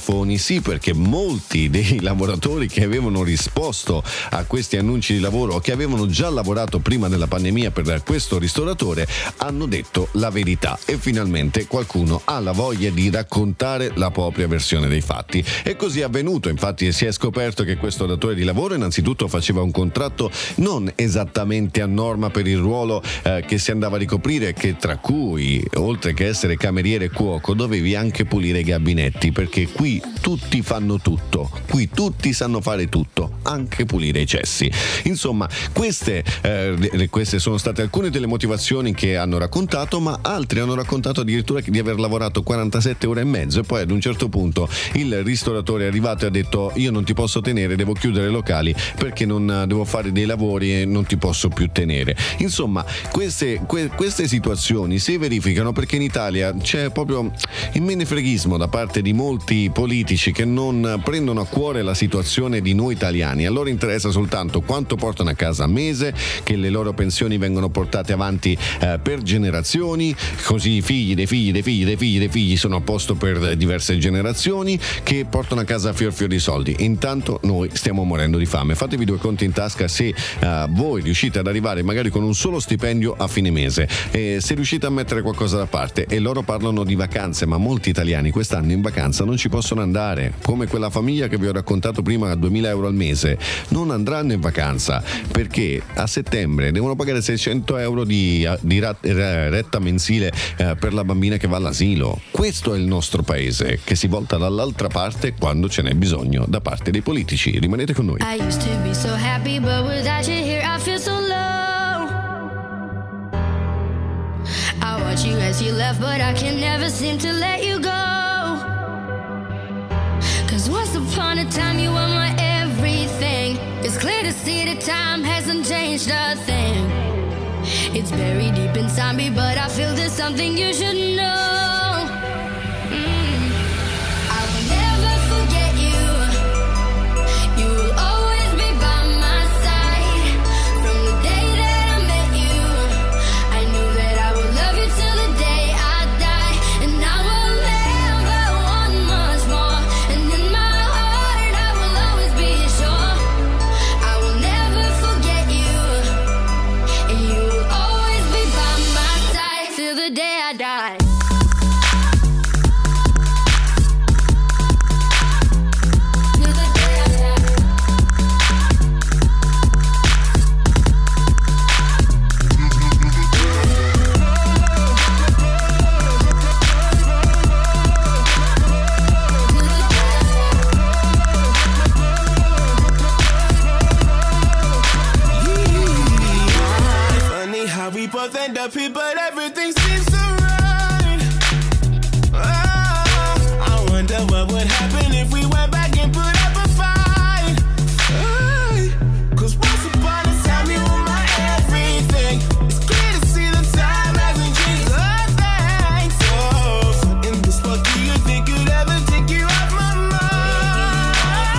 schiaffoni, sì, perché molti dei lavoratori che avevano risposto a questi annunci di lavoro o che avevano già lavorato prima della pandemia per questo ristoratore hanno detto la verità e finalmente qualcuno ha la voglia di raccontare la propria versione dei fatti. E così è avvenuto, infatti si è scoperto che questo datore di lavoro innanzitutto faceva un contratto non esattamente a norma per il ruolo eh, che si andava a ricoprire, che tra cui oltre che essere cameriere e cuoco dovevi anche pulire i gabinetti, perché qui tutti fanno tutto, qui tutti sanno fare tutto, anche pulire i cessi. Insomma, queste, eh, queste sono state alcune delle motivazioni che hanno raccontato, ma altri hanno raccontato addirittura di aver lavorato quarantasette ore e mezzo e poi ad un certo punto il ristoratore è arrivato e ha detto: io non ti posso tenere, devo chiudere i locali perché non devo fare dei lavori e non ti posso più tenere. Insomma, queste, que, queste situazioni si verificano perché in Italia c'è proprio il menefreghismo da parte di molti politici che non prendono a cuore la situazione di noi italiani. A loro interessa soltanto quanto portano a casa a mese, che le loro pensioni vengono portate avanti eh, per generazioni, così i figli dei figli dei figli dei figli dei figli sono a posto per diverse generazioni, che portano a casa fior fior di soldi. Intanto noi stiamo morendo di fame. Fatevi due conti in tasca se eh, voi riuscite ad arrivare magari con un solo stipendio a fine mese, e se riuscite a mettere qualcosa da parte. E loro parlano di vacanze, ma molti italiani quest'anno in vacanza non ci possono andare, come quella famiglia che vi ho raccontato prima a duemila euro al mese non andranno in vacanza perché a settembre devono pagare seicento euro di, di rat, retta mensile eh, per la bambina che va all'asilo. Questo è il nostro paese che si volta dall'altra parte quando ce n'è bisogno da parte dei politici. Rimanete con noi. I used to be so happy, but without you here I feel so low. I watch you as you left, but I can never seem to let you go. Cause once upon a time you were my everything. It's clear to see that time hasn't changed a thing. It's buried deep inside me, but I feel there's something you should know. Mm. I will never forget you. You will always be by my side. From the day that I met you, I knew that I would love you till the day I die. And I will never want much more. And in my heart I will always be sure. I will never forget you. And you will always be by my side till the day I die. Funny how we both end up here, but everything seems so right. Oh, I wonder what would happen if we went back and put up a fight. Oh, cause once upon a time you were my everything. It's clear to see the time hasn't changed a thing. So, in this world, do you think you'd ever take you off my mind?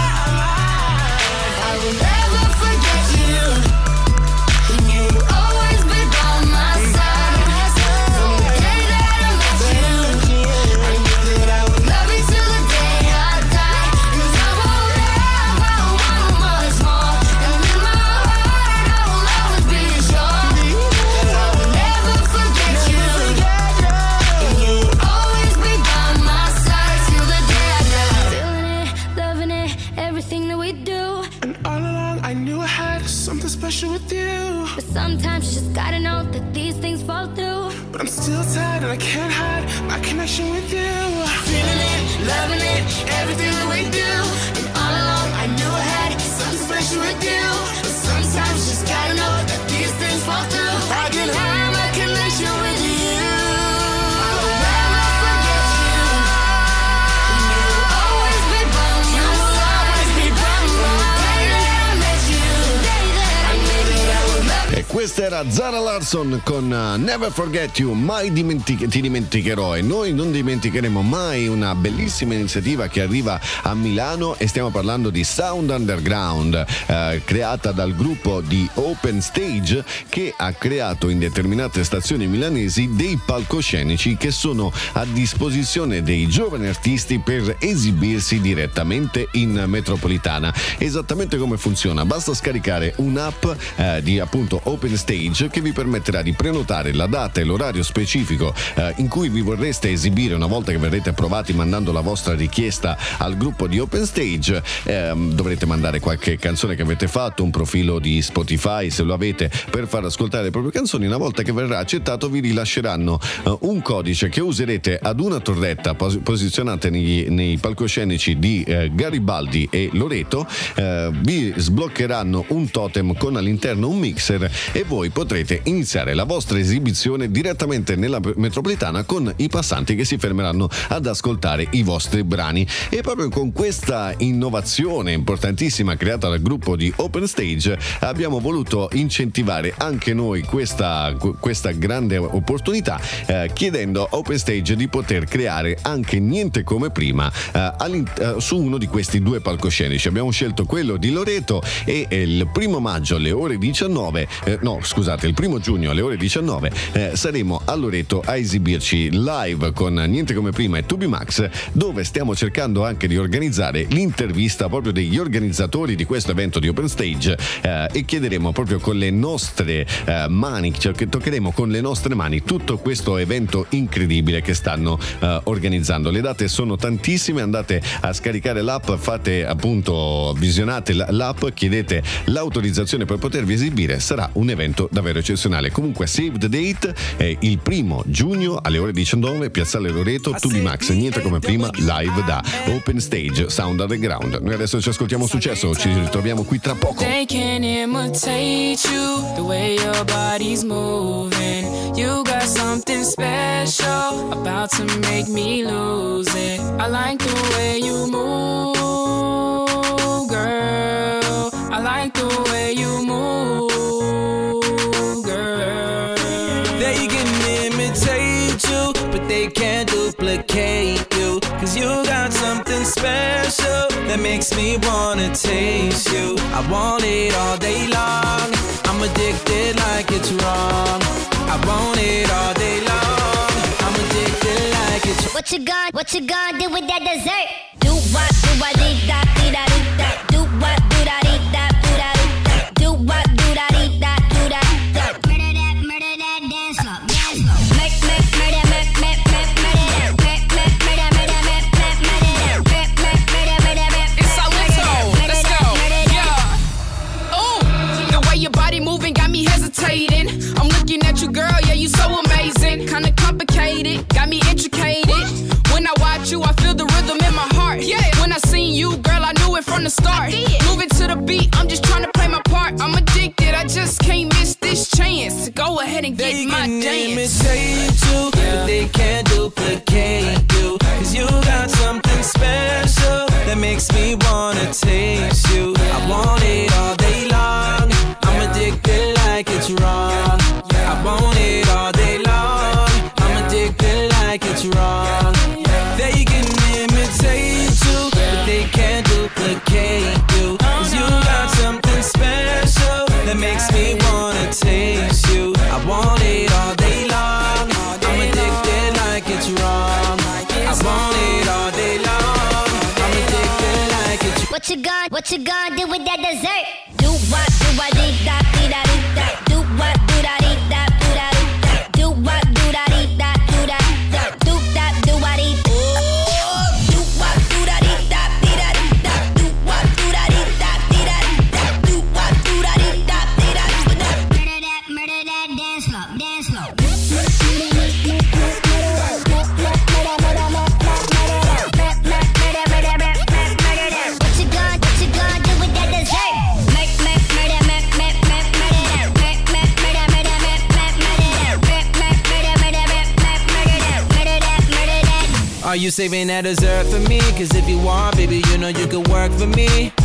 I will never forget you. You'll always be by my side. From the day that I met you, I knew that I would love you till the day I die. Cause I won't ever want much more. And in my heart I will always be sure that I will never forget you. And you'll always be by my side till the day I die. Feeling it, loving it, everything that we do. And all along I knew I had something special with you. But sometimes you just gotta know that these things fall through. But I'm still tired and I can't hide my connection with you. Feeling it, loving it, everything that we do. And all along I knew I had something special with you. But sometimes you just gotta know that these things fall through. I can hide my connection with you. I will never forget you. And you'll always be by my side. You'll always be by my side. From the day that I met you, I knew that I would love you. E questa Questa era Zara Larsson con uh, Never Forget You, mai dimentic- ti dimenticherò, e noi non dimenticheremo mai una bellissima iniziativa che arriva a Milano, e stiamo parlando di Sound Underground, uh, creata dal gruppo di Open Stage, che ha creato in determinate stazioni milanesi dei palcoscenici che sono a disposizione dei giovani artisti per esibirsi direttamente in metropolitana. Esattamente come funziona? Basta scaricare un'app eh, di appunto Open Stage che vi permetterà di prenotare la data e l'orario specifico eh, in cui vi vorreste esibire una volta che verrete approvati, mandando la vostra richiesta al gruppo di Open Stage. Eh, dovrete mandare qualche canzone che avete fatto, un profilo di Spotify se lo avete, per far ascoltare le proprie canzoni. Una volta che verrà accettato vi rilasceranno eh, un codice che userete ad una torretta pos- posizionata nei, nei palcoscenici di eh, Garibaldi e Loreto. Eh, vi sbloccheranno un totem con all'interno un mixer e voi potrete iniziare la vostra esibizione direttamente nella metropolitana con i passanti che si fermeranno ad ascoltare i vostri brani. E proprio con questa innovazione importantissima creata dal gruppo di Open Stage abbiamo voluto incentivare anche noi questa, questa grande opportunità, eh, chiedendo a Open Stage di poter creare anche niente come prima eh, eh, su uno di questi due palcoscenici. Abbiamo scelto quello di Loreto e eh, il primo maggio alle ore diciannove eh, no scusate il primo giugno alle ore diciannove eh, saremo a Loreto a esibirci live con Niente Come Prima e Tubi Max, dove stiamo cercando anche di organizzare l'intervista proprio degli organizzatori di questo evento di Open Stage, eh, e chiederemo proprio con le nostre eh, mani, cioè che toccheremo con le nostre mani tutto questo evento incredibile che stanno eh, organizzando. Le date sono tantissime, andate a scaricare l'app, fate appunto, visionate l'app, chiedete l'autorizzazione per potervi esibire. Sarà un evento davvero eccezionale. Comunque save the date, è il primo giugno alle ore diciannove, Piazzale Loreto, Tubi Max, Niente Come Prima, live da Open Stage Sound Underground. Noi adesso ci ascoltiamo Successo, ci ritroviamo qui tra poco. They can imitate you, the way your body's moving. You got something special about to make me lose it. I like the way you move, girl. I like the way you move, girl. They can imitate you, but they can't duplicate you. Cause you got something special that makes me wanna taste you. I want it all day long, I'm addicted like it's wrong. I want it all day long, I'm addicted like it's wrong. What you gonna, what you gonna do with that dessert? Do what, do what, dee da, dee da, dee da. Do what, do da, dee da, do da, dee da. Do what, do da, dee da, do da, dee da. Murder that, murder that, dance floor, dance floor. Make, make, murder, make, make, make, murder that. Make, make, murder, murder, make, make, murder that. Make, make, murder, murder, make, It's make, Salento, murder let's that, go, murder that. yeah. Ooh, the way your body moving got me hesitating. I'm looking at you, girl, yeah, you so amazing. Kinda complicated, got me intricated. When I watch you, I feel the rhythm in my heart. Yeah. When I seen you, girl, I knew it from the start. Moving to the beat, I'm just trying to play my part. I'm addicted, I just can't miss this chance. Go ahead and get They my can dance. imitate you, but they can't duplicate you. Cause you got something special that makes me wanna taste you. I want it all day long, I'm addicted like it's wrong. I want it all day long, I'm addicted like it's wrong. They can imitate you, but they can't duplicate you. Cause you got something special that makes me wanna taste you. I want it all day long, I'm addicted like it's wrong. I want it all day long, I'm addicted like it's wrong. What you gonna, what you gonna do with that dessert? Do what, do what, dee da, dee da, dee da. Do what, do da, dee da, do da, dee da. Do what, do da, dee da, do da, dee da. Do that, do what, dee da. Do what, do da, dee da, dee da, dee da. Do what, do da, dee da, dee da, dee da. Do what, do da, dee da, dee da, dee da. Murder that, murder that, dance floor, dance floor. What you gonna, what you gonna do with that dessert? Make, make, murder, make, make, make, murder that. Make, make, murder, murder, make, make, murder that. Make, make, murder, murder, make, make, murder that. Murder that, murder that. Are you saving that dessert for me? Cause if you want, baby, you know you can work for me.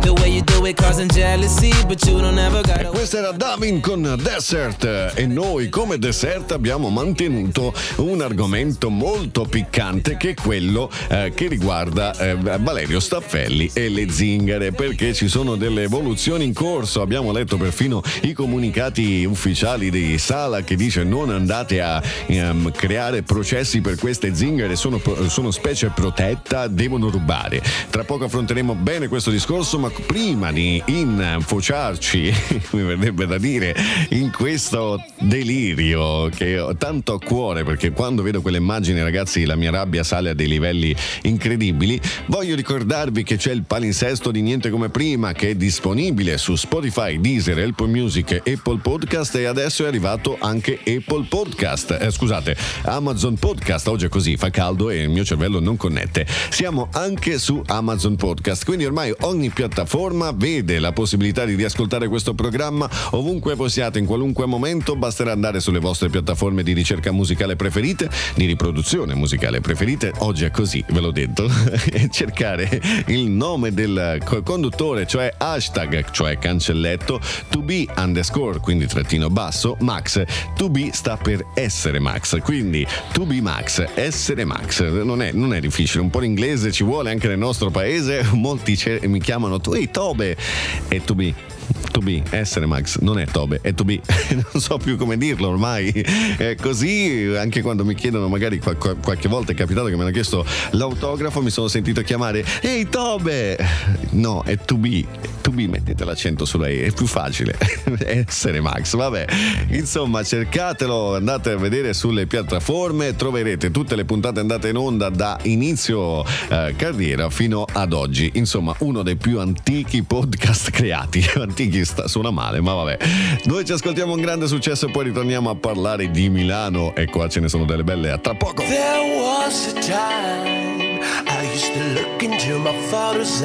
The way you do it causing jealousy, but you don't ever gotta. Questa era Davin con Desert e noi come Desert abbiamo mantenuto un argomento molto piccante che è quello eh, che riguarda eh, Valerio Staffelli e le zingare, perché ci sono delle evoluzioni in corso. Abbiamo letto perfino i comunicati ufficiali di Sala che dice non andate a um, creare processi per queste zingare, sono, sono specie protetta, devono rubare. Tra poco affronteremo bene questo discorso, ma prima di infociarci mi verrebbe da dire in questo delirio che ho tanto a cuore, perché quando vedo quelle immagini, ragazzi, la mia rabbia sale a dei livelli incredibili. Voglio ricordarvi che c'è il palinsesto di Niente Come Prima, che è disponibile su Spotify, Deezer, Apple Music, Apple Podcast, e adesso è arrivato anche Apple Podcast, eh, scusate, Amazon Podcast. Oggi è così, fa caldo e il mio cervello non connette. Siamo anche su Amazon Podcast, quindi ormai ogni piattaforma vede la possibilità di riascoltare questo programma ovunque possiate, in qualunque momento. Basterà andare sulle vostre piattaforme di ricerca musicale preferite, di riproduzione musicale preferite, oggi è così, ve l'ho detto, e cercare il nome del conduttore, cioè hashtag, cioè cancelletto, to be underscore, quindi trattino basso, Max. To be sta per essere Max, quindi to be Max, essere Max. Non è, non è difficile, un po' l'inglese ci vuole anche nel nostro paese. Molti ce- mi chiamano tu, ehi Tobe, e to be. To be, essere Max, non è Tobe, è to be. Non so più come dirlo ormai. È così, anche quando mi chiedono, magari qual- qualche volta è capitato che mi hanno chiesto l'autografo, mi sono sentito chiamare ehi Tobe. No, è to be. To be, mettete l'accento sulla E, è più facile. Essere Max, vabbè. Insomma, cercatelo, andate a vedere sulle piattaforme, troverete tutte le puntate andate in onda da inizio eh, carriera fino ad oggi. Insomma, uno dei più antichi podcast creati. Antichi sta, suona male, ma vabbè. Noi ci ascoltiamo un grande successo e poi ritorniamo a parlare di Milano. E qua ce ne sono delle belle, a tra poco. There was a time I used to look into my father's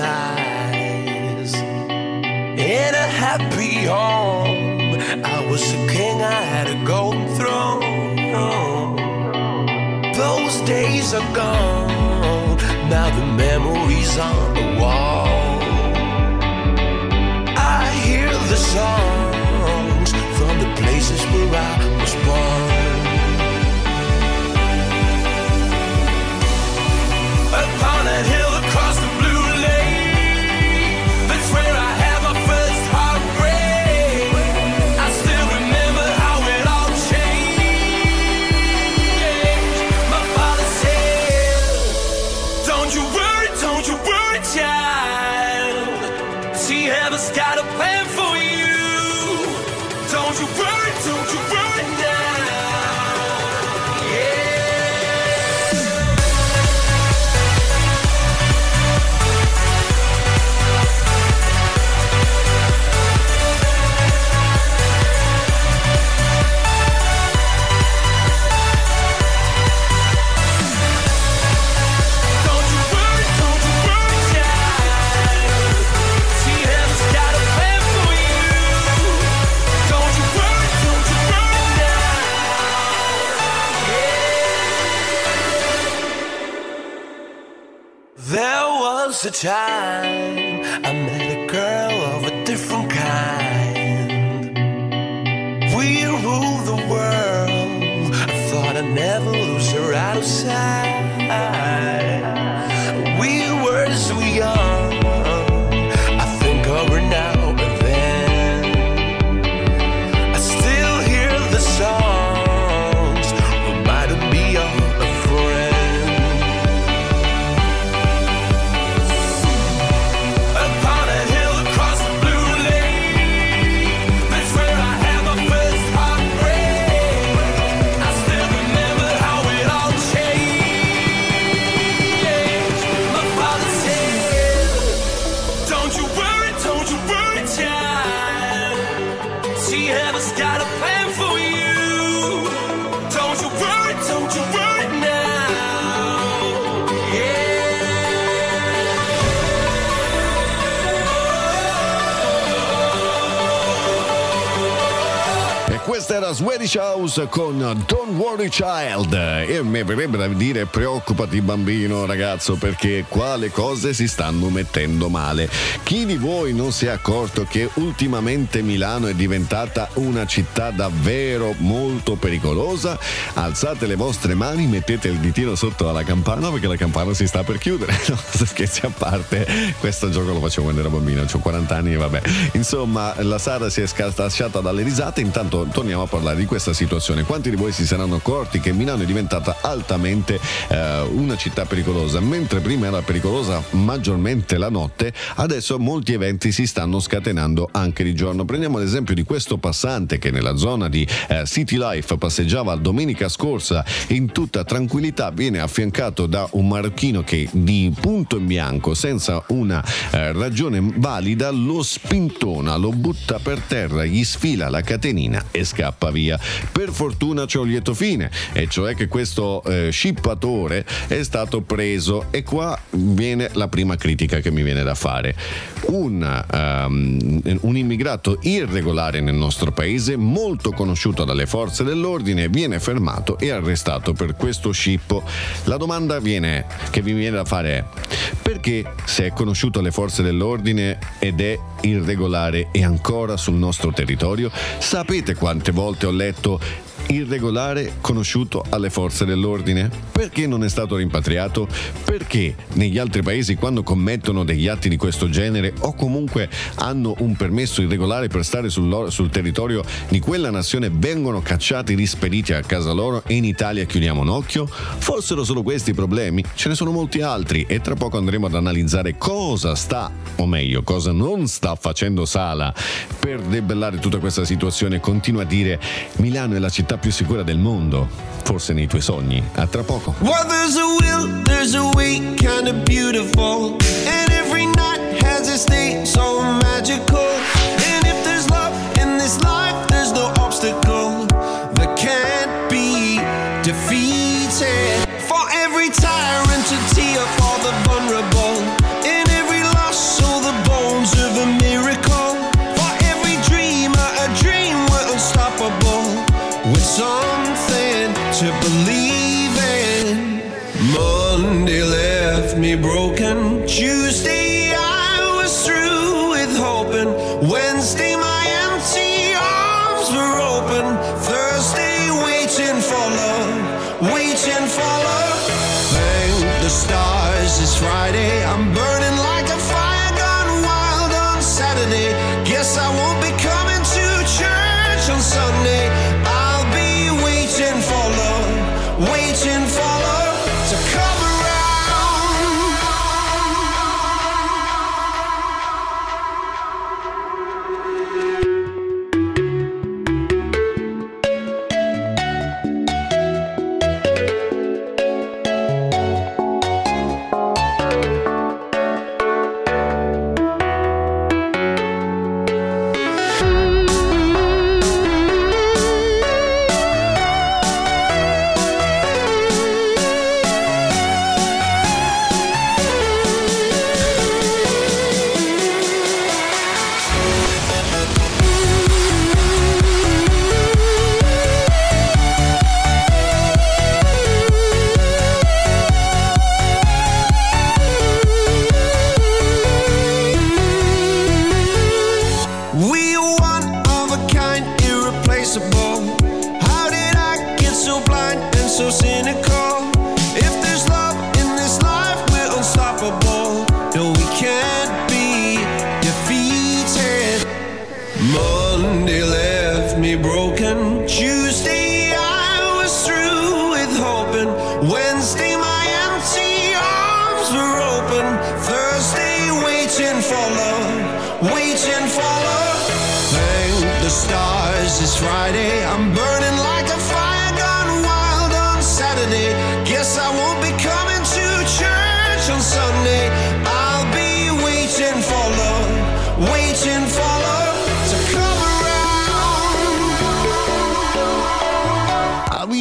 eyes. In a happy home I was a king, I had a golden throne. Those days are gone, now the memories on the wall. I hear the songs from the places where I was born. Upon a hill across the blue lake, that's where I had my first heartbreak. I still remember how it all changed. My father said, don't you worry, don't you worry, child. See, heaven's got a plan for you. Don't you worry, don't you worry now. A time I met a girl of a different kind. We ruled the world. I thought I'd never lose her out of sight. We were so young. I think of her now and then. I still hear the songs reminding me of a friend. la Swedish House con Don't Worry Child. E mi verrebbe da dire preoccupati bambino, ragazzo, perché qua le cose si stanno mettendo male. Chi di voi non si è accorto che ultimamente Milano è diventata una città davvero molto pericolosa? Alzate le vostre mani, mettete il ditino sotto alla campana, perché la campana si sta per chiudere. No, scherzi a parte, questo gioco lo facevo quando ero bambino, ho quaranta anni e vabbè. Insomma, la Sara si è scatasciata dalle risate. Intanto torniamo a parlare di questa situazione. Quanti di voi si saranno accorti che Milano è diventata altamente eh, una città pericolosa? Mentre prima era pericolosa maggiormente la notte, adesso molti eventi si stanno scatenando anche di giorno. Prendiamo l'esempio di questo passante che nella zona di eh, City Life passeggiava domenica scorsa in tutta tranquillità, viene affiancato da un marocchino che di punto in bianco, senza una eh, ragione valida, lo spintona, lo butta per terra, gli sfila la catenina e scappa via. Per fortuna c'è un lieto fine, e cioè che questo eh, scippatore è stato preso. E qua viene la prima critica che mi viene da fare. Un, um, un immigrato irregolare nel nostro paese, molto conosciuto dalle forze dell'ordine, viene fermato e arrestato per questo scippo. La domanda viene, che vi viene da fare è: perché, se è conosciuto alle forze dell'ordine ed è irregolare, è ancora sul nostro territorio? Sapete quante volte ho letto irregolare conosciuto alle forze dell'ordine? Perché non è stato rimpatriato? Perché negli altri paesi, quando commettono degli atti di questo genere o comunque hanno un permesso irregolare per stare sul, sul territorio di quella nazione, vengono cacciati, rispediti a casa loro, e in Italia chiudiamo un occhio? Fossero solo questi i problemi, ce ne sono molti altri, e tra poco andremo ad analizzare cosa sta, o meglio cosa non sta facendo Sala per debellare tutta questa situazione. Continua a dire: Milano è la città più sicura del mondo, forse nei tuoi sogni. A tra poco. Well, there's a will, there's a way, kind of beautiful, and every night has its day so magical. And if there's love in this life, there's no obstacle that can't be defeated. For every tyrant to tear for the vulnerable, in every loss, so the bones of a miracle. For every dreamer, a dream we're unstoppable, with something to believe in. Monday left me broken. Tuesday I was through with hoping. Wednesday my empty arms were open. Thursday waiting for love, waiting for love. Thank the stars it's Friday. I'm burning like a fire gone wild on Saturday. Guess I won't be coming to church on Sunday. Waiting for love, waiting for love to come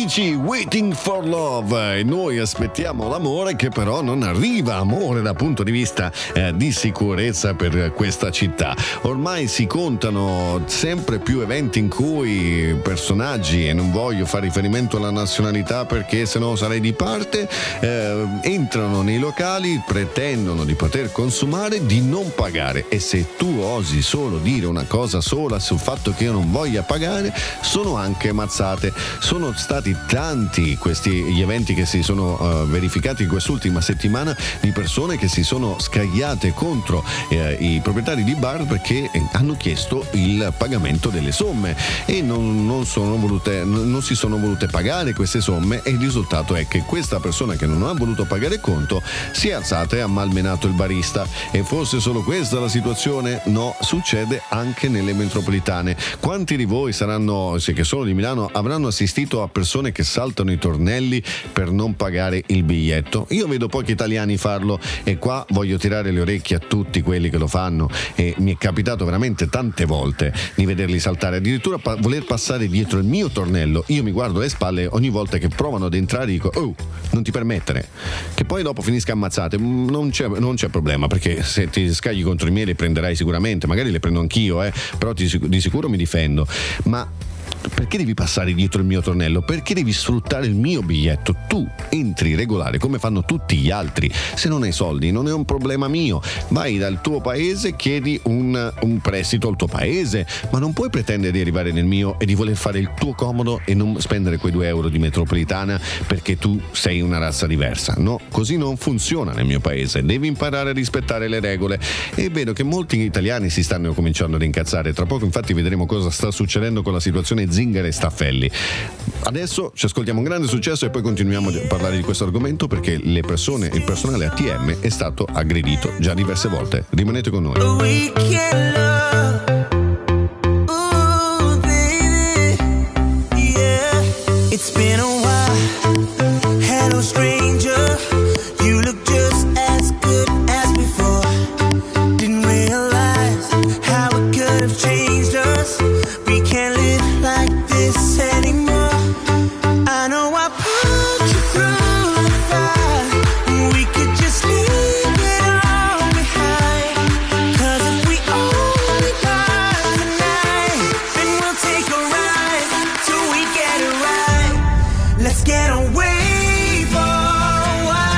Avicii, Waiting for Love, e noi aspettiamo l'amore che però non arriva, amore dal punto di vista eh, di sicurezza per questa città. Ormai si contano sempre più eventi in cui personaggi, e non voglio fare riferimento alla nazionalità perché sennò sarei di parte, eh, entrano nei locali, pretendono di poter consumare, di non pagare, e se tu osi solo dire una cosa sola sul fatto che io non voglia pagare, sono anche mazzate. Sono stati tanti questi gli eventi che si sono uh, verificati in quest'ultima settimana, di persone che si sono scagliate contro eh, i proprietari di bar perché hanno chiesto il pagamento delle somme e non, non, sono volute, non si sono volute pagare queste somme, e il risultato è che questa persona che non ha voluto pagare il conto si è alzata e ha malmenato il barista. E fosse solo questa la situazione? No, succede anche nelle metropolitane. Quanti di voi saranno, se che sono di Milano, avranno assistito a persone che saltano i tornelli per non pagare il biglietto? Io vedo pochi italiani farlo, e qua voglio tirare le orecchie a tutti quelli che lo fanno, e mi è capitato veramente tante volte di vederli saltare, addirittura pa- voler passare dietro il mio tornello. Io mi guardo alle spalle ogni volta che provano ad entrare, dico: oh, non ti permettere, che poi dopo finisca ammazzate. Non c'è, non c'è problema, perché se ti scagli contro i miei le prenderai sicuramente, magari le prendo anch'io, eh, però ti, di sicuro mi difendo. Ma perché devi passare dietro il mio tornello? Perché devi sfruttare il mio biglietto? Tu entri regolare come fanno tutti gli altri. Se non hai soldi non è un problema mio, vai dal tuo paese, chiedi un, un prestito al tuo paese, ma non puoi pretendere di arrivare nel mio e di voler fare il tuo comodo e non spendere quei due euro di metropolitana perché tu sei una razza diversa. No, così non funziona nel mio paese, devi imparare a rispettare le regole. E vedo che molti italiani si stanno cominciando ad incazzare. Tra poco infatti vedremo cosa sta succedendo con la situazione Zingara e Staffelli. Adesso ci ascoltiamo un grande successo e poi continuiamo a parlare di questo argomento, perché le persone, il personale A T M è stato aggredito già diverse volte. Rimanete con noi. It's been a while. Hello, stranger. You look just as good as before. Didn't realize how it could have changed us. We can't live like this anymore. I know I put you through the fire. We could just leave it all behind. 'Cause if we only die tonight, then we'll take a ride till we get it right. Let's get away for a while.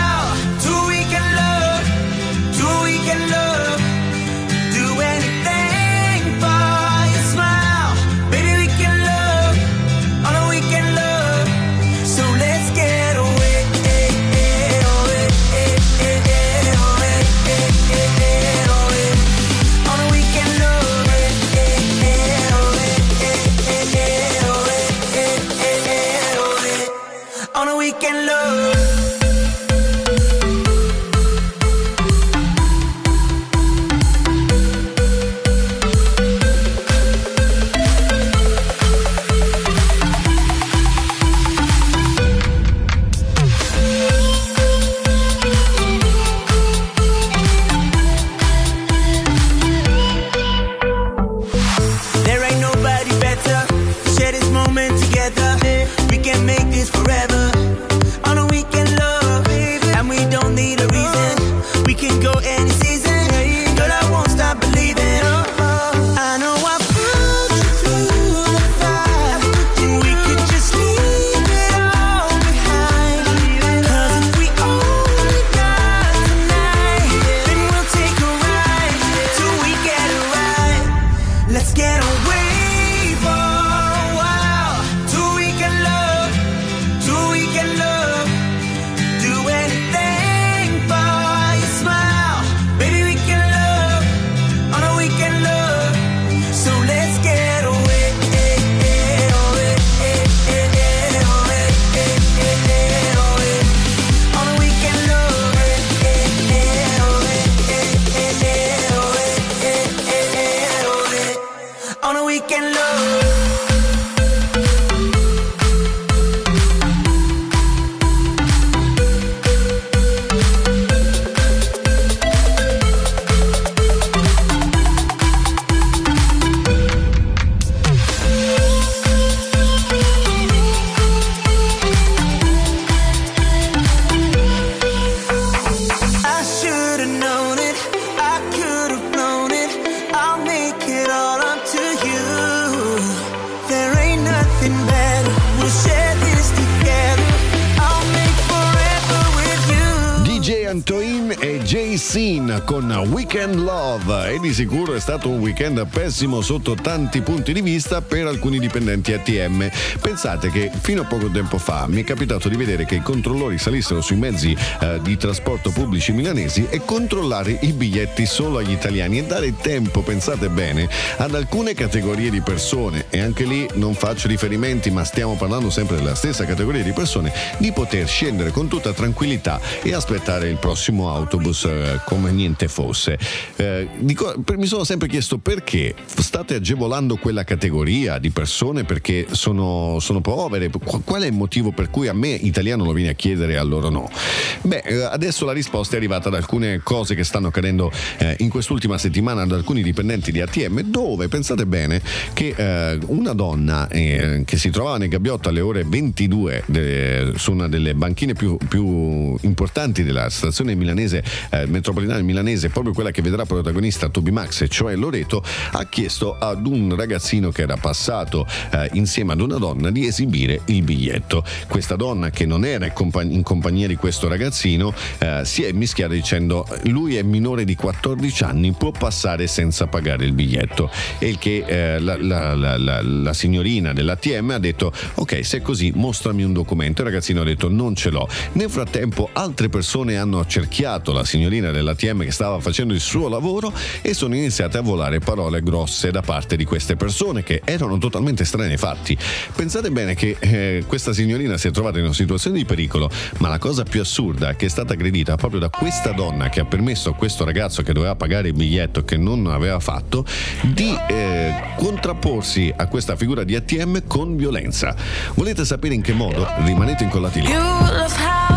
Scene con Weekend Love, e di sicuro è stato un weekend pessimo sotto tanti punti di vista per alcuni dipendenti A T M. Pensate che fino a poco tempo fa mi è capitato di vedere che i controllori salissero sui mezzi eh, di trasporto pubblici milanesi e controllare i biglietti solo agli italiani e dare tempo, pensate bene, ad alcune categorie di persone, e anche lì non faccio riferimenti ma stiamo parlando sempre della stessa categoria di persone, di poter scendere con tutta tranquillità e aspettare il prossimo autobus eh, come niente fosse. Eh, dico, per, mi sono sempre chiesto perché state agevolando quella categoria di persone, perché sono, sono povere. Qual è il motivo per cui a me italiano lo viene a chiedere e a loro no? Beh, adesso la risposta è arrivata da alcune cose che stanno accadendo eh, in quest'ultima settimana da alcuni dipendenti di A T M, dove pensate bene che eh, una donna eh, che si trovava nel gabbiotto alle ore ventidue de, su una delle banchine più, più importanti della stazione milanese, eh, metropolitana milanese, proprio quella che vedrà protagonista Toby Max, cioè Loreto, ha chiesto ad un ragazzino che era passato eh, insieme ad una donna di esibire il biglietto. Questa donna, che non era in, compagn- in compagnia di questo ragazzino, eh, si è mischiata dicendo: lui è minore di quattordici anni, può passare senza pagare il biglietto. E il che eh, la, la, la, la, la signorina dell'A T M ha detto: ok, se è così mostrami un documento. Il ragazzino ha detto: non ce l'ho. Nel frattempo altre persone hanno accerchiato la signorina dell'A T M che stava facendo il suo lavoro e sono iniziate a volare parole grosse da parte di queste persone che erano totalmente strane ai fatti. Pensate bene che eh, questa signorina si è trovata in una situazione di pericolo, ma la cosa più assurda è che è stata aggredita proprio da questa donna che ha permesso a questo ragazzo che doveva pagare il biglietto, che non aveva fatto, di eh, contrapporsi a questa figura di A T M con violenza. Volete sapere in che modo? Rimanete incollati lì. You love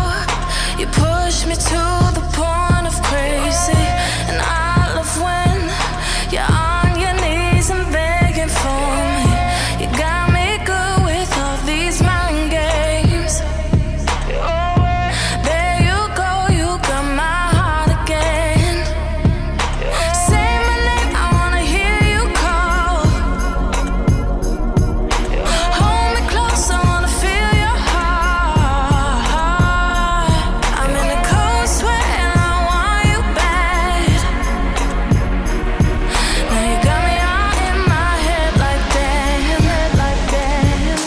how you push me to the point of crazy, and I love when you're on your knees and begging for me. You got me good with all these mind games. There you go, you got my heart again. Say my name, I wanna hear you call. Hold me close, I wanna feel your heart. I'm in a cold sweat and I want you bad. Now you got me all in my head like damn, like damn.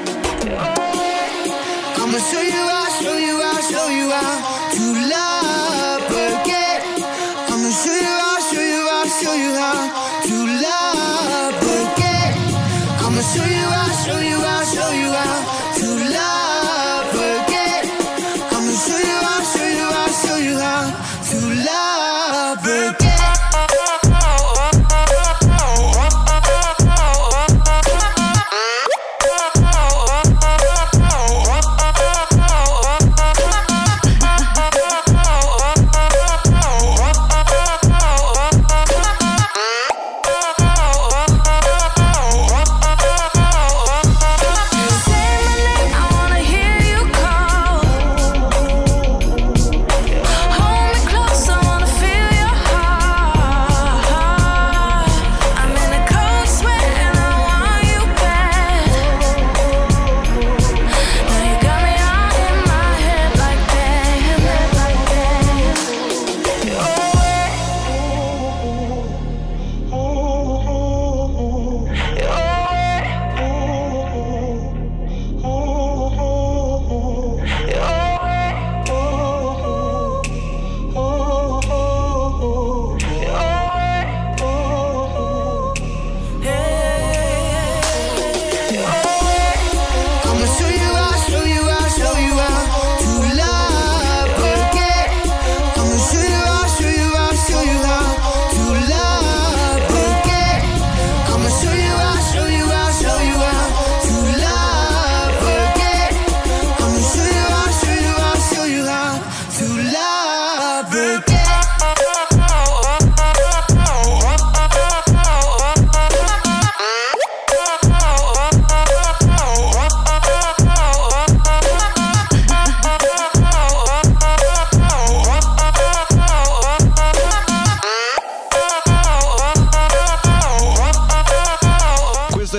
I'ma show you how, show you how, show you how to love again. I'ma show you how, show you how, show you how to love again. I'ma show you how, show you how, show you how to love again. I'ma show you how, show you how, show you how to love again. Say my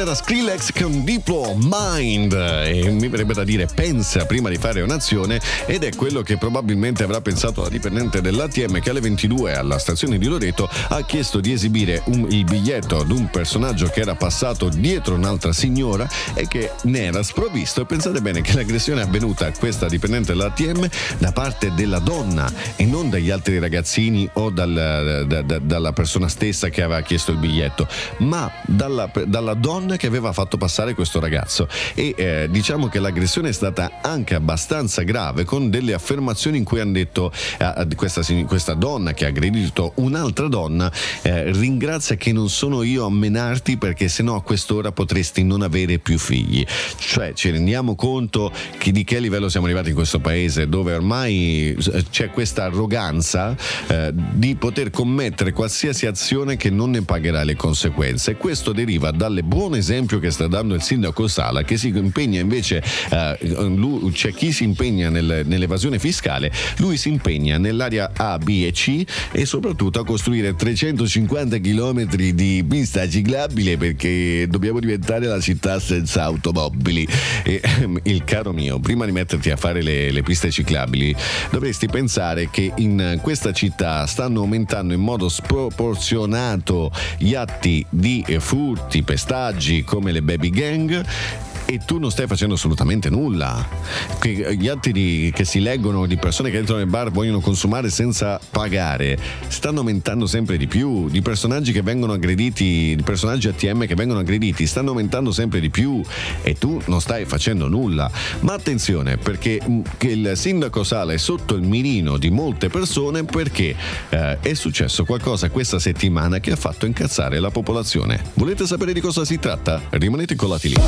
era Skrillex con Diplo Mind, e mi verrebbe da dire pensa prima di fare un'azione, ed è quello che probabilmente avrà pensato la dipendente dell'A T M che alle ventidue alla stazione di Loreto ha chiesto di esibire un, il biglietto ad un personaggio che era passato dietro un'altra signora e che ne era sprovvisto. E pensate bene che l'aggressione è avvenuta a questa dipendente dell'A T M da parte della donna e non dagli altri ragazzini o dal, da, da, dalla persona stessa che aveva chiesto il biglietto, ma dalla, dalla donna che aveva fatto passare questo ragazzo. E eh, diciamo che l'aggressione è stata anche abbastanza grave, con delle affermazioni in cui hanno detto eh, questa, questa donna che ha aggredito un'altra donna eh, ringrazia che non sono io a menarti perché sennò a quest'ora potresti non avere più figli. Cioè ci rendiamo conto che di che livello siamo arrivati in questo paese, dove ormai c'è questa arroganza eh, di poter commettere qualsiasi azione che non ne pagherà le conseguenze. E questo deriva dal buon esempio che sta dando il sindaco Sala, che si impegna invece eh, lui, c'è chi si impegna nel, nell'evasione fiscale, lui si impegna nell'area A, B e C e soprattutto a costruire trecentocinquanta chilometri di pista ciclabile, perché dobbiamo diventare la città senza automobili. E, il caro mio, prima di metterti a fare le, le piste ciclabili dovresti pensare che in questa città stanno aumentando in modo sproporzionato gli atti di furti, pestaggi come le baby gang, e tu non stai facendo assolutamente nulla. Gli atti di, che si leggono di persone che entrano nel bar vogliono consumare senza pagare stanno aumentando sempre di più, di personaggi che vengono aggrediti, di personaggi A T M che vengono aggrediti stanno aumentando sempre di più e tu non stai facendo nulla. Ma attenzione, perché che il sindaco Sala è sotto il mirino di molte persone, perché eh, è successo qualcosa questa settimana che ha fatto incazzare la popolazione. Volete sapere di cosa si tratta? Rimanete incollati lì.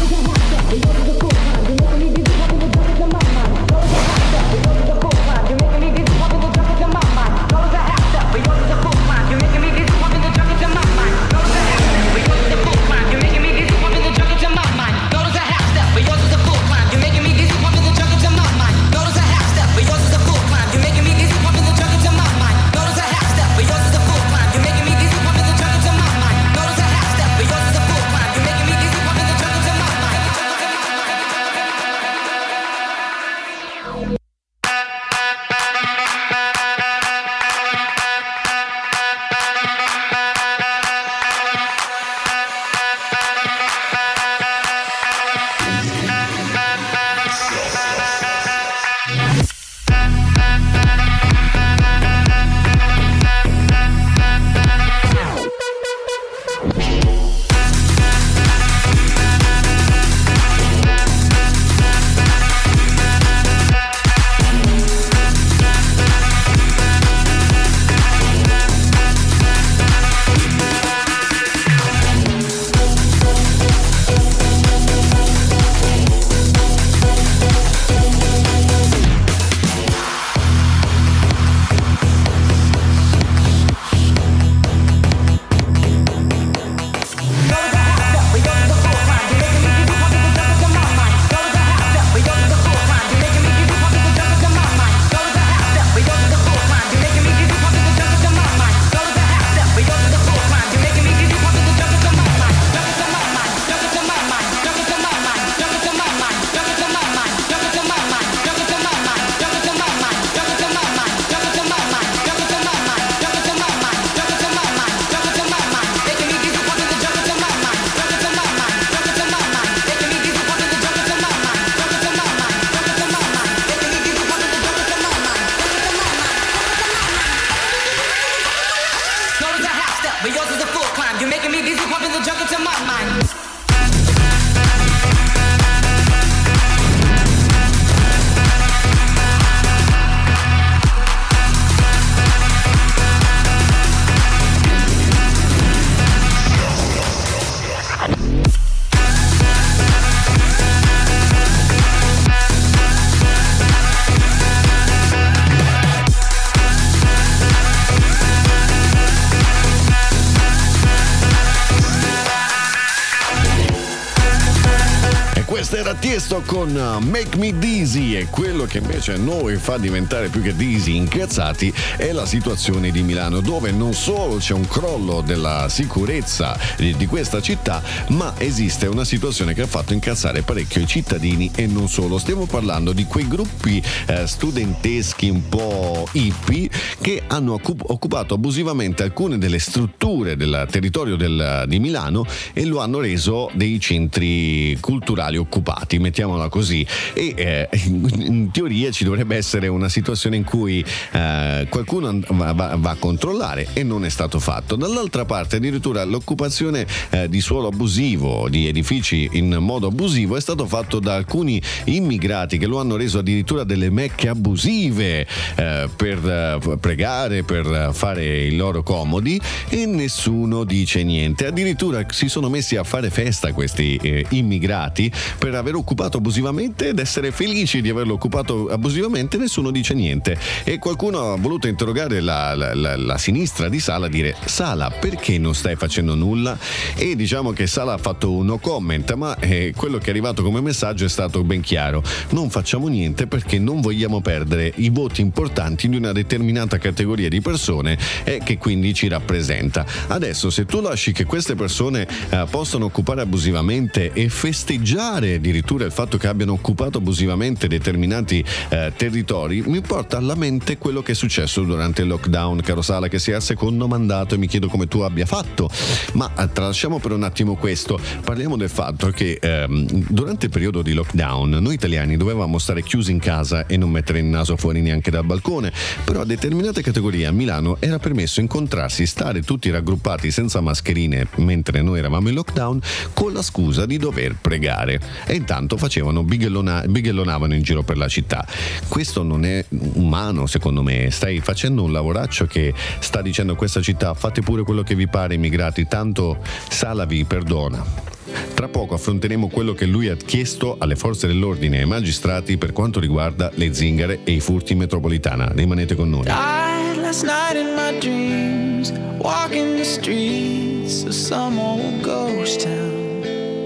Questa era Tiesto con Make Me Dizzy, e quello che invece a noi fa diventare più che dizzy incazzati è la situazione di Milano, dove non solo c'è un crollo della sicurezza di questa città, ma esiste una situazione che ha fatto incazzare parecchio i cittadini e non solo. Stiamo parlando di quei gruppi eh, studenteschi un po' hippie che hanno occup- occupato abusivamente alcune delle strutture del territorio del, di Milano e lo hanno reso dei centri culturali occupati, mettiamola così. E eh, in teoria ci dovrebbe essere una situazione in cui eh, qualcuno va, va, va a controllare, e non è stato fatto. Dall'altra parte addirittura l'occupazione eh, di suolo abusivo, di edifici in modo abusivo, è stato fatto da alcuni immigrati che lo hanno reso addirittura delle mecche abusive eh, per eh, pregare, per fare i loro comodi, e nessuno dice niente. Addirittura si sono messi a fare festa questi eh, immigrati per aver occupato abusivamente ed essere felici di averlo occupato abusivamente. Nessuno dice niente, e qualcuno ha voluto interrogare la, la, la, la sinistra di Sala, dire: Sala, perché non stai facendo nulla? E diciamo che Sala ha fatto un no comment, ma eh, quello che è arrivato come messaggio è stato ben chiaro: non facciamo niente perché non vogliamo perdere i voti importanti di una determinata categoria di persone e che quindi ci rappresenta. Adesso, se tu lasci che queste persone eh, possano occupare abusivamente e festeggiare addirittura il fatto che abbiano occupato abusivamente determinati eh, territori, mi porta alla mente quello che è successo durante il lockdown, caro Sala, che sei al secondo mandato, e mi chiedo come tu abbia fatto. Ma eh, tralasciamo per un attimo questo, parliamo del fatto che ehm, durante il periodo di lockdown noi italiani dovevamo stare chiusi in casa e non mettere il naso fuori neanche dal balcone, però a determinate categorie a Milano era permesso incontrarsi, stare tutti raggruppati senza mascherine mentre noi eravamo in lockdown, con la scusa di dover pregare, e intanto facevano bighellona- bighellonavano in giro per la città. Questo non è umano, secondo me. Stai facendo un lavoraccio che sta dicendo a questa città: fate pure quello che vi pare, immigrati, tanto Sala vi perdona. Tra poco affronteremo quello che lui ha chiesto alle forze dell'ordine e ai magistrati per quanto riguarda le zingare e i furti in metropolitana. Rimanete con noi. Died last night in my dreams, walking the streets of some old ghost town.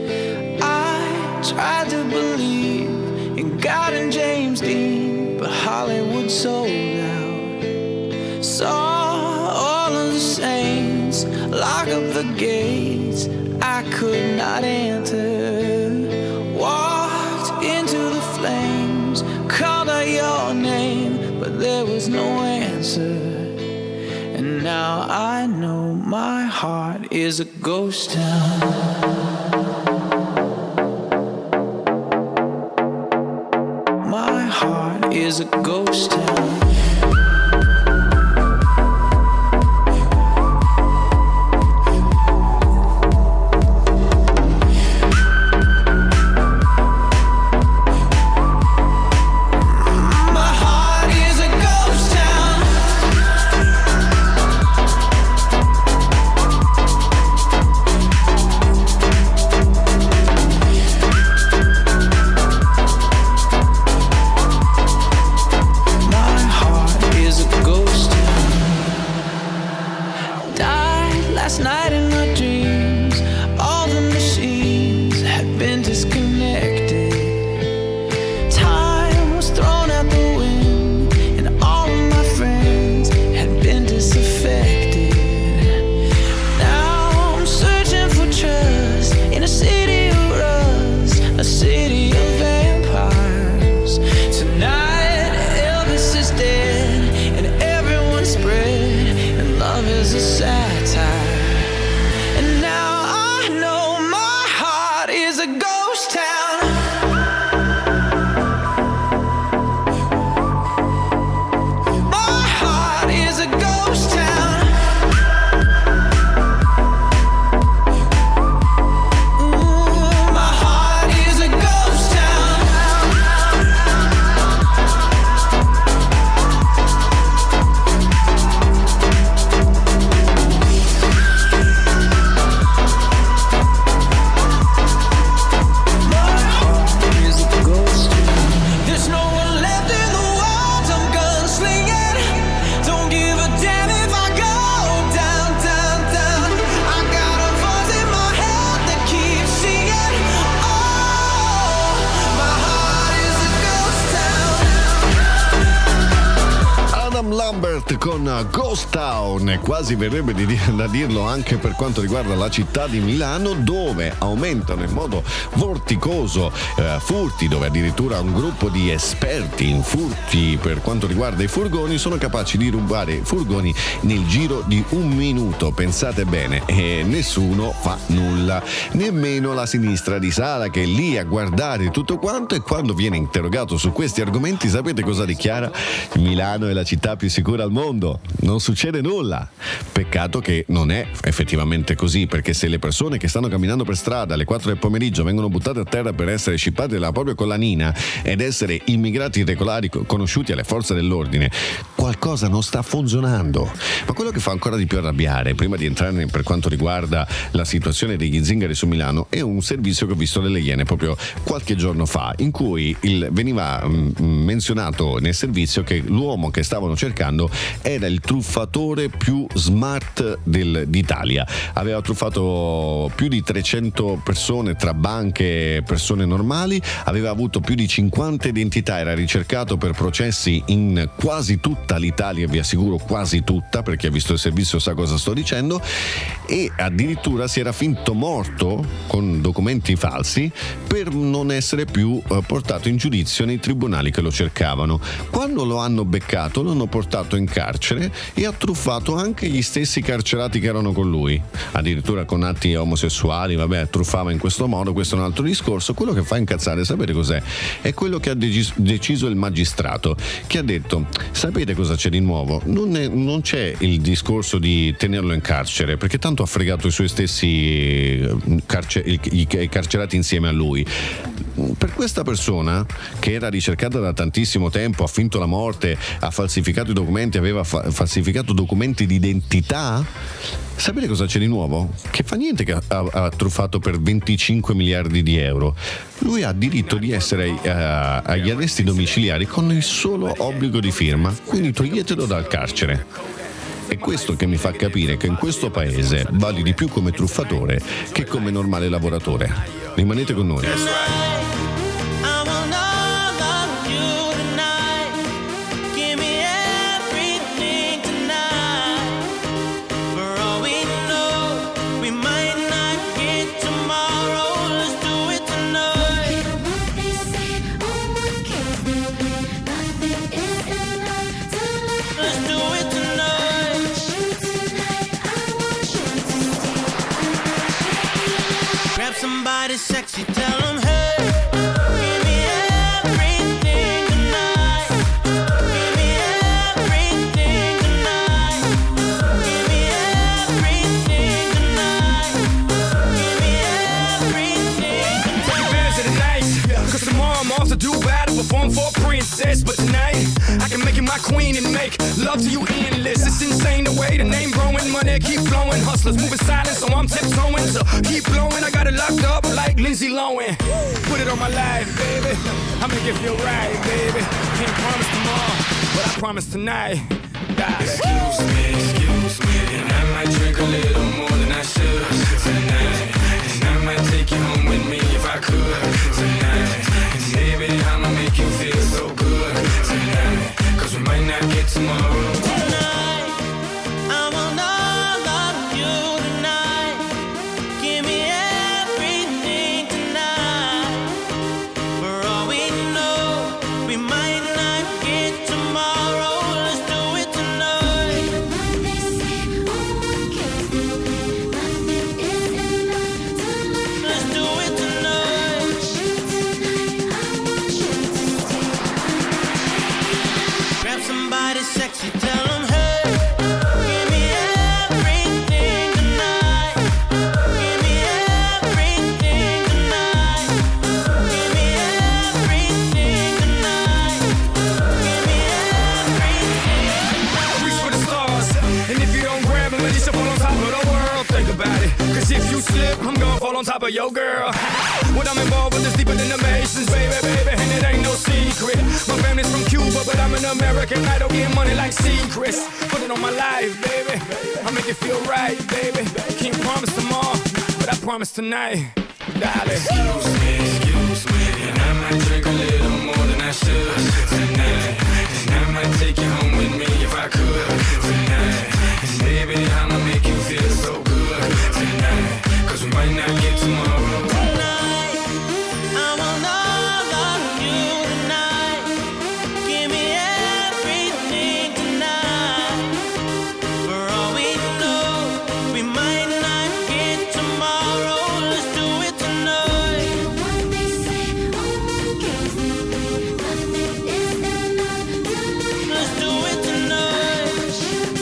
I tried to believe in God and James Dean, but Hollywood sold out. Saw all of the saints lock up the gates I could not enter. Walked into the flames, called out your name, but there was no answer. And now I know my heart is a ghost town. My heart is a ghost town. My heart Smart con Ghost Town, e quasi verrebbe di dire, da dirlo anche per quanto riguarda la città di Milano, dove aumentano in modo vorticoso eh, furti, dove addirittura un gruppo di esperti in furti per quanto riguarda i furgoni sono capaci di rubare furgoni nel giro di un minuto, pensate bene, e nessuno fa nulla, nemmeno la sinistra di sala che è lì a guardare tutto quanto. E quando viene interrogato su questi argomenti, sapete cosa dichiara? Milano è la città più sicura al mondo, non succede nulla. Peccato che non è effettivamente così, perché se le persone che stanno camminando per strada alle quattro del pomeriggio vengono buttate a terra per essere scippate dalla propria collanina ed essere immigrati irregolari conosciuti alle forze dell'ordine, qualcosa non sta funzionando. Ma quello che fa ancora di più arrabbiare, prima di entrare per quanto riguarda la situazione degli zingari su Milano, è un servizio che ho visto delle Iene proprio qualche giorno fa, in cui il, veniva mh, menzionato nel servizio che l'uomo che stavano cercando era il truffatore più smart del, d'Italia. Aveva truffato più di trecento persone tra banche e persone normali, aveva avuto più di cinquanta identità, era ricercato per processi in quasi tutta l'Italia, vi assicuro quasi tutta, perché ha visto il servizio sa cosa sto dicendo, e addirittura si era finto morto con documenti falsi per non essere più eh, portato in giudizio nei tribunali che lo cercavano. Quando lo hanno beccato lo hanno portato in carcere e ha truffato anche gli stessi carcerati che erano con lui, addirittura con atti omosessuali. Vabbè, truffava in questo modo, questo è un altro discorso. Quello che fa incazzare, sapete cos'è? È quello che ha decis- deciso il magistrato, che ha detto: sapete cosa c'è di nuovo? Non, è, non c'è il discorso di tenerlo in carcere, perché tanto ha fregato i suoi stessi carcer- i, i, i carcerati insieme a lui. Per questa persona che era ricercata da tantissimo tempo, ha finto la morte, ha falsificato i documenti, aveva fa- falsificato documenti di identità, sapete cosa c'è di nuovo? Che fa niente che ha, ha, ha truffato per venticinque miliardi di euro. Lui ha diritto di essere uh, agli arresti domiciliari con il solo obbligo di firma, quindi toglietelo dal carcere. È questo che mi fa capire che in questo paese vali di più come truffatore che come normale lavoratore. Rimanete con noi. Somebody sexy, tell them, hey, give me everything tonight. Give me everything tonight. Give me everything tonight. Give me everything. Take advantage of the night, cause tomorrow I'm off to do battle, perform for a princess. But tonight, I can make you my queen and make love to you endless. It's insane the way the name growing, money keep flowing. Hustlers moving silent, so I'm tiptoeing. So keep blowing, I got it locked up like Lindsay Lohan. Put it on my life, baby. I'm gonna give you a ride, baby. Can't promise tomorrow, but I promise tonight. Die. Excuse me, excuse me, and I might drink a little more than I should tonight. And I might take you home with me if I could tonight. And baby, I'ma make you feel so good tonight. Cause we might not get tomorrow. Tonight, I want all of you tonight. Give me everything tonight. For all we know, we might not get tomorrow. Let's do it tonight. Let's do it tonight. Grab somebody sexy, tell them, hey, give me everything tonight. Give me everything tonight. Give me everything tonight. Give me everything. Reach for the stars, and if you don't grab them, at least you fall on top of the world. Think about it, cause if you slip, I'm gonna fall on top of your girl. What I'm involved with is deeper than the Masons, baby, baby, and it ain't no secret. My family's from Cuba, but I'm an American. I don't get money like secrets. Put it on my life, baby. I make it feel right, baby. Can't promise tomorrow, but I promise tonight, darling. Excuse me, excuse me, and I might drink a little more than I should tonight. And I might take you home with me if I could might not get tomorrow. Tonight, I want all of you tonight. Give me everything tonight. For all we know, we might not get tomorrow. Let's do it tonight. Let's do it tonight.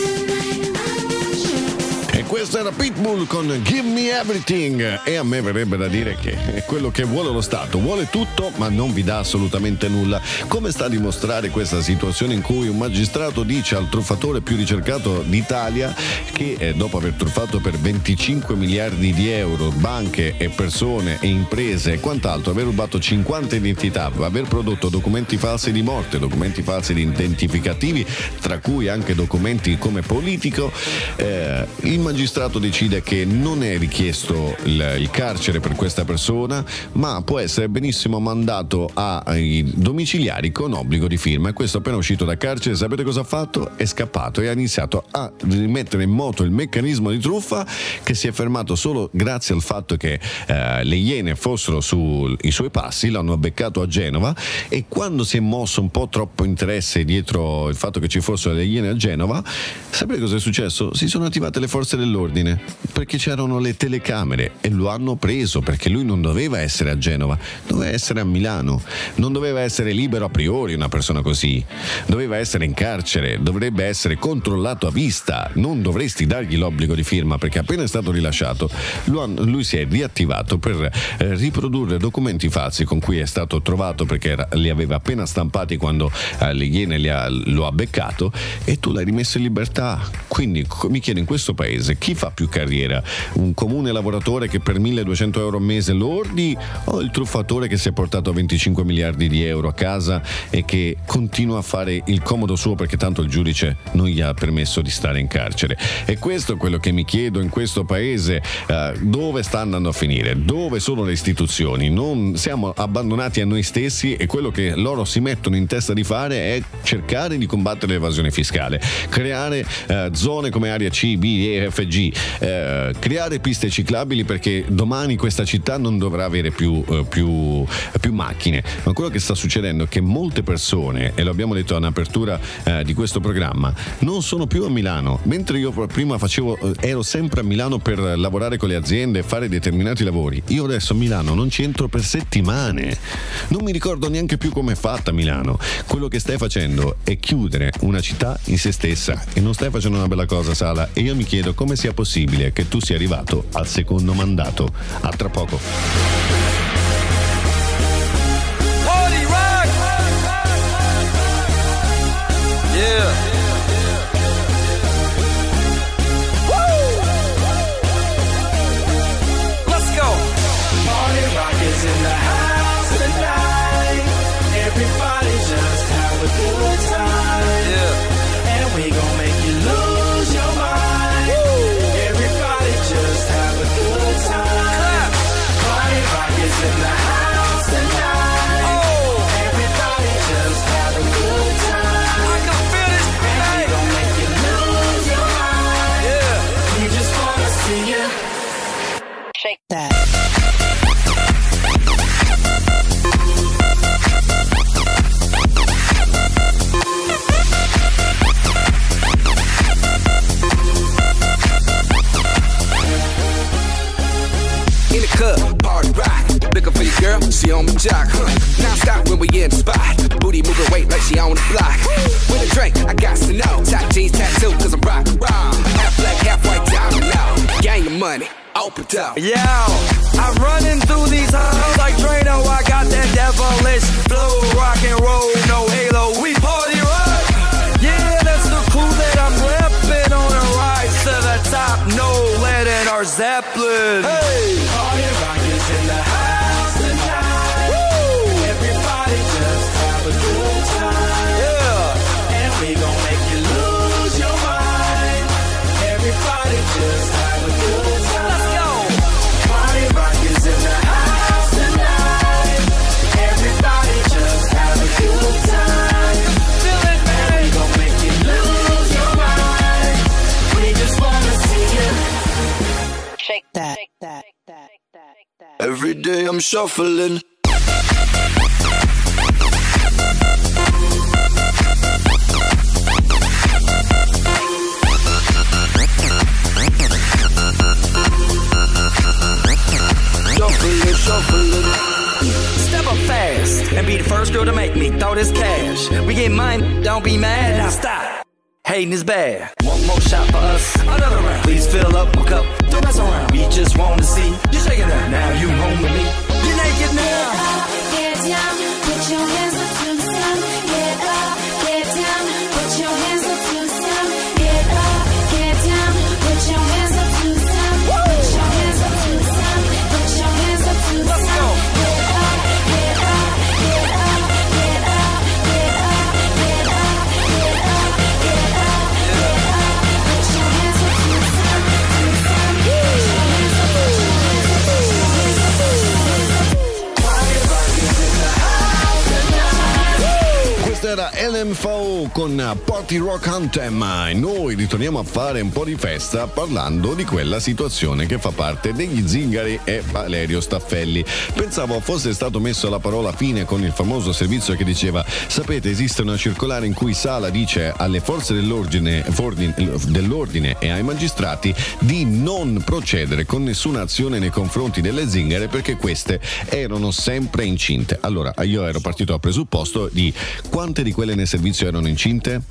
E questo era Pitbull con Give Me Everything, e a me verrebbe da dire che è quello che vuole lo Stato, vuole tutto ma non vi dà assolutamente nulla, come sta a dimostrare questa situazione in cui un magistrato dice al truffatore più ricercato d'Italia che eh, dopo aver truffato per venticinque miliardi di euro banche e persone e imprese e quant'altro, aver rubato cinquanta identità, aver prodotto documenti falsi di morte, documenti falsi di identificativi, tra cui anche documenti come politico, eh, il magistrato decide che non è richiesto il, il carcere per questa persona, ma può essere benissimo mandato ai domiciliari con obbligo di firma. E questo appena uscito da carcere, sapete cosa ha fatto? È scappato e ha iniziato a rimettere in moto il meccanismo di truffa, che si è fermato solo grazie al fatto che eh, le Iene fossero sui suoi passi. L'hanno beccato a Genova, e quando si è mosso un po' troppo interesse dietro il fatto che ci fossero le Iene a Genova, sapete cosa è successo? Si sono attivate le forze dell'ordine perché c'erano le telecamere e lo hanno preso, perché lui non doveva essere a Genova, doveva essere a Milano, non doveva essere libero a priori una persona così, doveva essere in carcere, dovrebbe essere controllato a vista, non dovresti dargli l'obbligo di firma, perché appena è stato rilasciato lui si è riattivato per eh, riprodurre documenti falsi con cui è stato trovato, perché era, li aveva appena stampati quando eh, le Iene li ha, lo ha beccato, e tu l'hai rimesso in libertà. Quindi mi chiedo, in questo paese chi fa più carriera? Un comune lavoratore che per milleduecento euro al mese lordi, o il truffatore che si è portato venticinque miliardi di euro a casa e che continua a fare il comodo suo perché tanto il giudice non gli ha permesso di stare in carcere? E questo è quello che mi chiedo in questo paese, eh, dove sta andando a finire? Dove sono le istituzioni? Non siamo abbandonati a noi stessi, e quello che loro si mettono in testa di fare è cercare di combattere l'evasione fiscale, creare eh, zone come area C, B, E, F, G, eh, creare piste ciclabili, perché domani questa città non dovrà avere più, eh, più, più macchine. Ma quello che sta succedendo è che molte persone, e lo abbiamo detto in apertura eh, di questo programma, non sono più a Milano, mentre io prima facevo, ero sempre a Milano per lavorare con le aziende e fare determinati lavori. Io adesso a Milano non ci entro per settimane, non mi ricordo neanche più com'è fatta Milano. Quello che stai facendo è chiudere una città in se stessa, e non stai facendo una bella cosa, Sala, e io mi chiedo come sia possibile che tu sia arrivato al secondo mandato. A tra poco. Party rock! Yeah. Woo! Let's go. Party rock is in the house tonight. Everybody just have a good time. Yeah. And we gon' make you lose your mind. Woo! Everybody just have a good time. Clap. Party rock is in the house tonight. Oh. Everybody just have a good time. I can feel this. And we gon' make you lose your mind. Yeah. We just wanna see you shake that. In the club, party rock. Looking for your girl, she on my jock, huh? Now stop when we in the spot. Booty moving weight like she on the block. With a drink, I got to know. Top jeans tattoo, cause I'm rock, rock. Half black, half white, diamond now. Gang your money, open up. Yo, I'm running through these halls like Drano. I got that devilish flow, rock and roll, no halo. We party rock. Yeah, that's the crew that I'm repping on a rise to the top. No lead in our Zeppelin. Hey, party rock is in the house tonight. Woo! Everybody just have a good time. Yeah, and we gon' make you lose your mind. Everybody just have a good time. Let's go. Party rock is in the house tonight. Everybody just have a good time. Feel it, man. And we gon' make you lose your mind. We just wanna see you shake that. Shake that, that, that, that. Every day I'm shuffling. Shuffling, shuffling. Step up fast and be the first girl to make me throw this cash. We get mine, don't be mad, now stop. Hating is bad. One more shot for us, another round. Please fill up my cup, don't mess around. We just wanna see you shaking that. Now you home with me. You're naked now. Get down, put your hands up to the sun. Get up, get down, put your hands up to the sun. Get up, get down, put your hands up to the sun. Put your hands up to the sun. Put your hands up to the sun. Get up, get up, get up, get up, get up, get up, get up, get up, get up. Put your hands up to the sun, to the sun. Put your hands up, put your hands up, put your hands up, put your hands up. Questa era L M F O con Party Rock Anthem e noi ritorniamo a fare un po' di festa parlando di quella situazione che fa parte degli Zingari e Valerio Staffelli. Pensavo fosse stato messo la parola fine con il famoso servizio che diceva: sapete, esiste una circolare in cui Sala dice alle forze dell'ordine, dell'ordine e ai magistrati di non procedere con nessuna azione nei confronti delle Zingare perché queste erano sempre incinte. Allora io ero partito dal presupposto di quante di quelle nel servizio erano incinte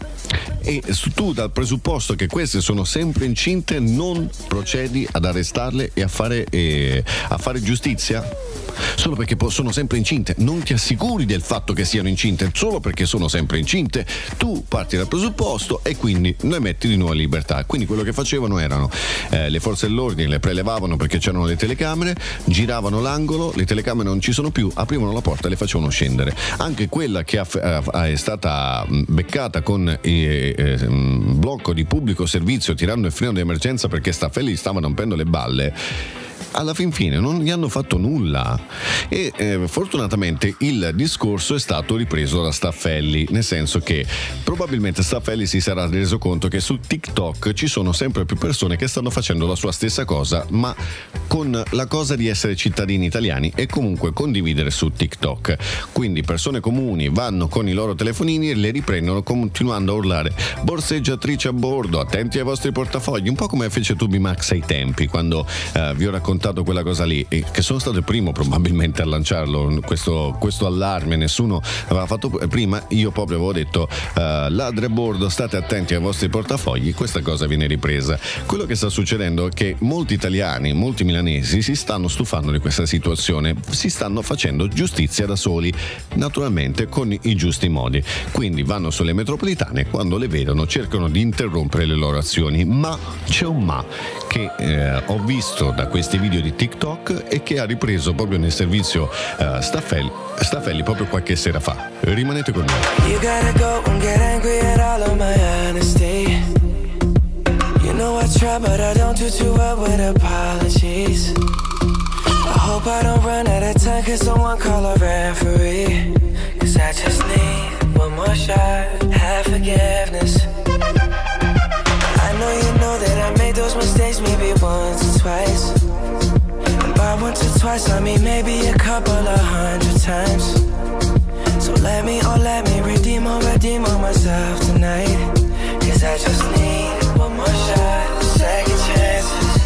e tu dal presupposto che queste sono sempre incinte non procedi ad arrestarle e a fare, eh, a fare giustizia? Solo perché sono sempre incinte, non ti assicuri del fatto che siano incinte, solo perché sono sempre incinte tu parti dal presupposto e quindi le metti di nuovo in libertà. Quindi quello che facevano erano eh, le forze dell'ordine le prelevavano perché c'erano le telecamere, giravano l'angolo, le telecamere non ci sono più, aprivano la porta e le facevano scendere. Anche quella che ha, ha, è stata beccata con eh, eh, blocco di pubblico servizio tirando il freno di emergenza perché Staffelli stava rompendo le balle, alla fin fine non gli hanno fatto nulla e eh, fortunatamente il discorso è stato ripreso da Staffelli, nel senso che probabilmente Staffelli si sarà reso conto che su TikTok ci sono sempre più persone che stanno facendo la sua stessa cosa, ma con la cosa di essere cittadini italiani e comunque condividere su TikTok. Quindi persone comuni vanno con i loro telefonini e le riprendono continuando a urlare: borseggiatrici a bordo, attenti ai vostri portafogli, un po' come fece Tubi Max ai tempi, quando eh, vi ho raccontato quella cosa lì, e che sono stato il primo probabilmente a lanciarlo questo, questo allarme, nessuno aveva fatto prima. Io proprio avevo detto uh, ladri a bordo, state attenti ai vostri portafogli. Questa cosa viene ripresa. Quello che sta succedendo è che molti italiani, molti milanesi si stanno stufando di questa situazione, si stanno facendo giustizia da soli, naturalmente con i giusti modi, quindi vanno sulle metropolitane, quando le vedono cercano di interrompere le loro azioni. Ma c'è un ma che eh, ho visto da questi video di TikTok e che ha ripreso proprio nel servizio uh, Staffelli, Staffelli proprio qualche sera fa. Rimanete con noi. You gotta go and get angry at all of my honesty. You know I try but I don't do too well with apologies. I hope I don't run out of time, cause someone call a referee. Cause I just need one more shot, have forgiveness. I know you know that I made those mistakes maybe once or twice. And by once or twice I mean maybe a couple of hundred times. So let me, oh let me redeem or redeem on myself tonight. Cause I just need one more shot, second chances.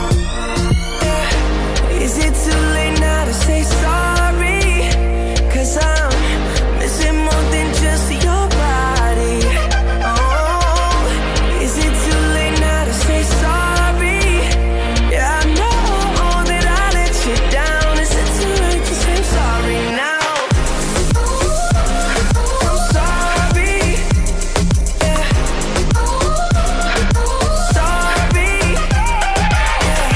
Yeah. Is it too late now to say sorry? Cause I'm missing more than just your body. Oh, is it too late now to say sorry? Yeah, I know that I let you down. Is it too late to say sorry now? I'm sorry. Yeah. Sorry. Yeah.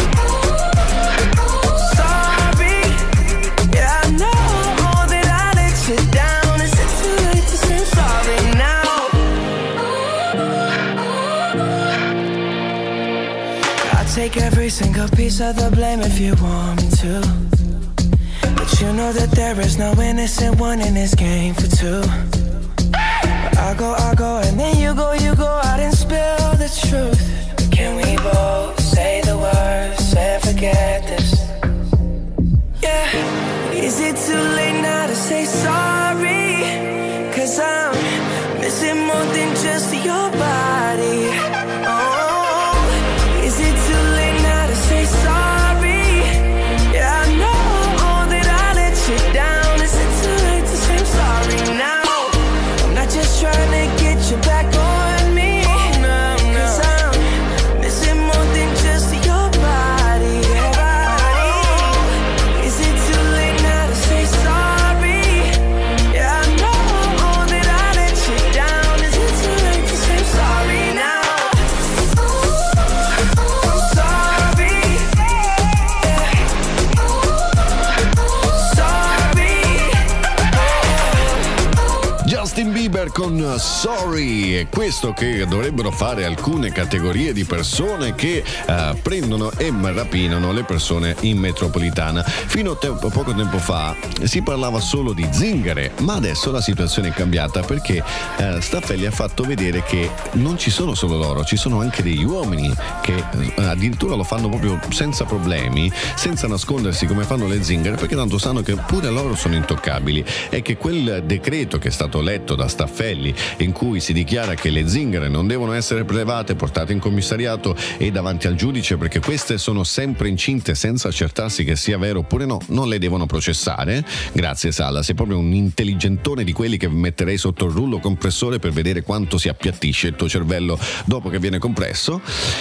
Sorry. Yeah, I know that I let you down. Is it too late to say sorry now? I'll take every single piece of the blame if you want me to. But you know that there is no innocent one in this game for two. But I go, I go, and then you go, you go out and spill the truth. Can we both say the words and forget? forget this. Yeah, is it too late now to say sorry? Cause I'm missing more than just your body. Oh, is it too late now to say sorry? Yeah, I know that I let you down. Is it too late to say I'm sorry now? I'm not just trying to get you back on me. No, no. Cause I'm missing more than just your body. Oh, is it too late now to say sorry? Yeah, I know that I let you down. Is it too late to say I'm sorry now? I'm sorry. Yeah. Sorry. Justin Bieber con Sorry, è questo che dovrebbero fare alcune categorie di persone che eh, prendono e rapinano le persone in metropolitana. Fino a te- poco tempo fa si parlava solo di zingare, ma adesso la situazione è cambiata perché eh, Staffelli ha fatto vedere che non ci sono solo loro, ci sono anche degli uomini che eh, addirittura lo fanno proprio senza problemi, senza nascondersi come fanno le zingare, perché tanto sanno che pure loro sono intoccabili e che quel decreto che è stato letto da Staffelli in cui si dichiara che le zingare non devono essere prelevate, portate in commissariato e davanti al giudice perché queste sono sempre incinte senza accertarsi che sia vero oppure no, non le devono processare. Grazie Sala, sei proprio un intelligentone di quelli che metterei sotto il rullo compressore per vedere quanto si appiattisce il tuo cervello dopo che viene compresso.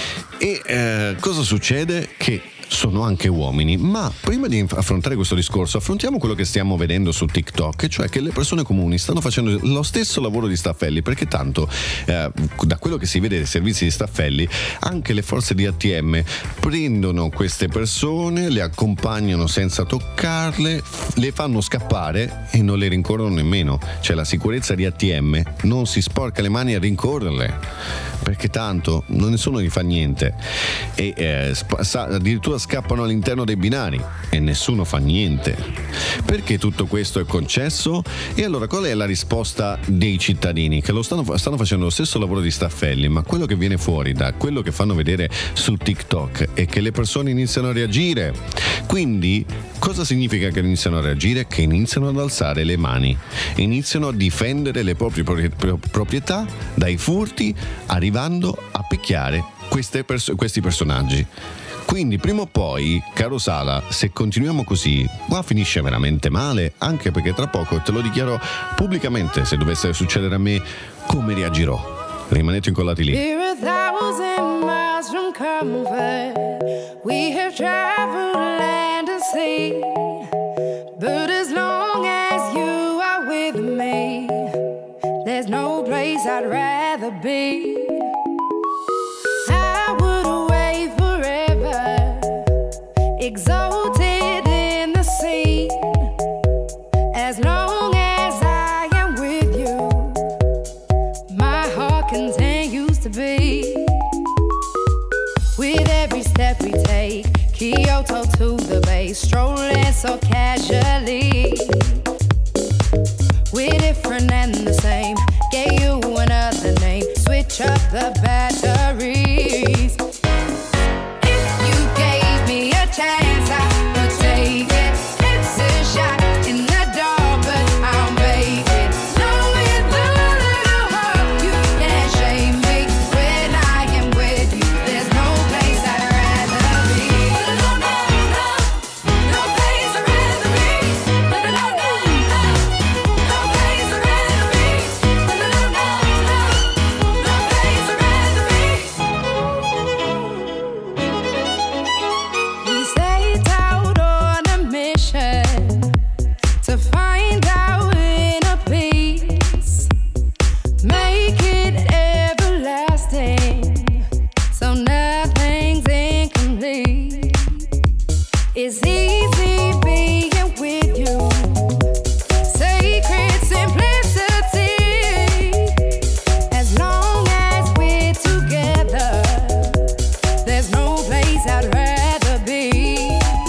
E eh, cosa succede? Che sono anche uomini, ma prima di affrontare questo discorso affrontiamo quello che stiamo vedendo su TikTok, cioè che le persone comuni stanno facendo lo stesso lavoro di Staffelli, perché tanto eh, da quello che si vede dei servizi di Staffelli anche le forze di A T M prendono queste persone, le accompagnano senza toccarle, le fanno scappare e non le rincorrono nemmeno. Cioè la sicurezza di A T M non si sporca le mani a rincorrerle, perché tanto non nessuno gli fa niente e eh, sp- sa- addirittura scappano all'interno dei binari e nessuno fa niente. Perché tutto questo è concesso? E allora qual è la risposta dei cittadini che lo stanno, stanno facendo lo stesso lavoro di Staffelli, ma quello che viene fuori da quello che fanno vedere su TikTok è che le persone iniziano a reagire. Quindi cosa significa che iniziano a reagire? Che iniziano ad alzare le mani, iniziano a difendere le proprie proprietà dai furti, arrivando a picchiare queste pers- questi personaggi. Quindi prima o poi, caro Sala, se continuiamo così, qua finisce veramente male, anche perché tra poco te lo dichiaro pubblicamente, se dovesse succedere a me, come reagirò. Rimanete incollati lì. We're a thousand miles from comfort. We have traveled land and sea. But as long as you are with me, there's no place I'd rather be. I would away forever, exalted in the sea. As long as I am with you, my heart continues to beat. With every step we take, Kyoto to the bay, strolling so casually. We're different and the same, gave you another name, switch up the batteries. If you gave me a chance, I would take it. It's a shot in the dark, but I'll make it. Knowing the little heart, you can't shame me. When I am with you, there's no place I'd rather be. No, no, no, no place I'd rather be. No, no, no, no, no place I'd rather be. No, no, no, no, no place I'd rather be. We set out on a mission to find our inner peace, make it everlasting, so nothing's incomplete. It's easy being with you, sacred simplicity. As long as we're together, there's no place I'd rather be.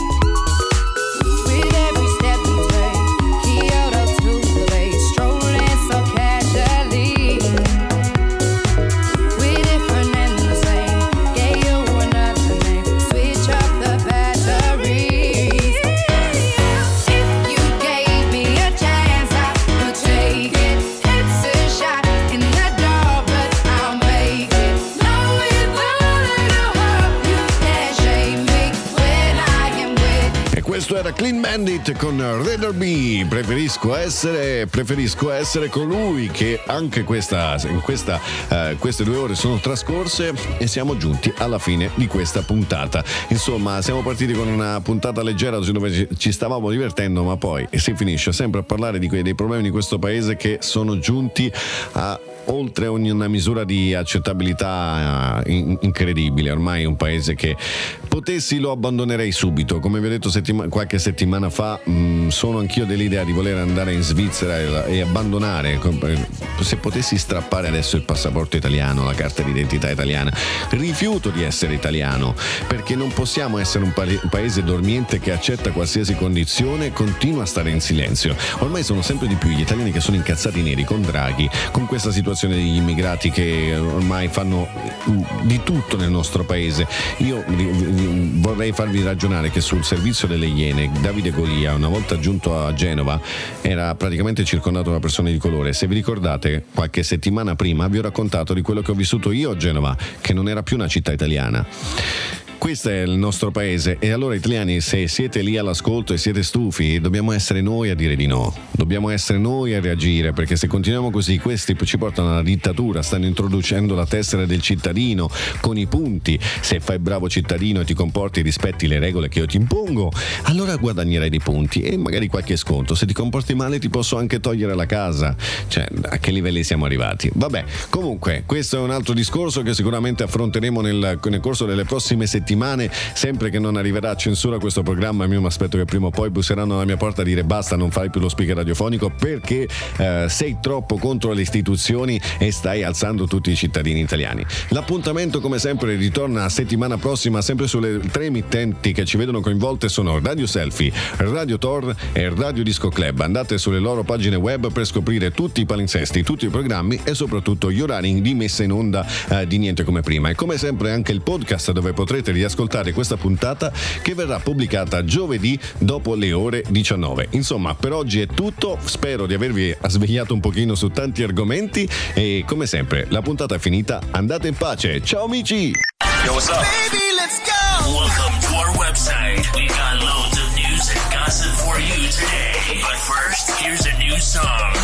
With every step we take, Kyoto to the bay, strolling so casually. We're different and the same, gave you another name, switch up the batteries. Questo era Clean Bandit con Rather Be. Preferisco essere, preferisco essere colui che anche questa, in questa, uh, queste due ore sono trascorse e siamo giunti alla fine di questa puntata. Insomma, siamo partiti con una puntata leggera dove ci stavamo divertendo, ma poi si finisce sempre a parlare di quei, dei problemi di questo paese che sono giunti a oltre ogni una misura di accettabilità uh, incredibile. Ormai è un paese che potessi lo abbandonerei subito. Come vi ho detto settima- qualche settimana fa, mh, sono anch'io dell'idea di voler andare in Svizzera e, e abbandonare, se potessi strappare adesso il passaporto italiano, la carta d'identità italiana. Rifiuto di essere italiano, perché non possiamo essere un, pa- un paese dormiente che accetta qualsiasi condizione e continua a stare in silenzio. Ormai sono sempre di più gli italiani che sono incazzati neri con Draghi, con questa situazione degli immigrati che ormai fanno di tutto nel nostro paese. Io vorrei farvi ragionare che sul servizio delle Iene Davide Golia, una volta giunto a Genova, era praticamente circondato da persone di colore. Se vi ricordate, qualche settimana prima vi ho raccontato di quello che ho vissuto io a Genova, che non era più una città italiana. Questo è il nostro paese, e allora italiani, se siete lì all'ascolto e siete stufi, dobbiamo essere noi a dire di no, dobbiamo essere noi a reagire, perché se continuiamo così questi ci portano alla dittatura. Stanno introducendo la tessera del cittadino con i punti: se fai bravo cittadino e ti comporti e rispetti le regole che io ti impongo, allora guadagnerai dei punti e magari qualche sconto. Se ti comporti male ti posso anche togliere la casa. Cioè, a che livelli siamo arrivati? Vabbè, comunque questo è un altro discorso che sicuramente affronteremo nel, nel corso delle prossime settimane. Sempre che non arriverà censura a questo programma, io mi aspetto che prima o poi busseranno alla mia porta a dire basta, non fai più lo speaker radiofonico perché eh, sei troppo contro le istituzioni e stai alzando tutti i cittadini italiani. L'appuntamento come sempre ritorna settimana prossima, sempre sulle tre emittenti che ci vedono coinvolte sono Radio Selfie, Radio Tor e Radio Disco Club. Andate sulle loro pagine web per scoprire tutti i palinsesti, tutti i programmi e soprattutto gli orari di messa in onda eh, di Niente Come Prima. E come sempre anche il podcast dove potrete riascoltare questa puntata, che verrà pubblicata giovedì dopo le ore diciannove. Insomma, per oggi è tutto, spero di avervi svegliato un pochino su tanti argomenti e come sempre la puntata è finita, andate in pace, ciao amici! Yo, what's up? Baby, let's go! Welcome to our website. We got loads of news and gossip for you today. But first, here's a new song.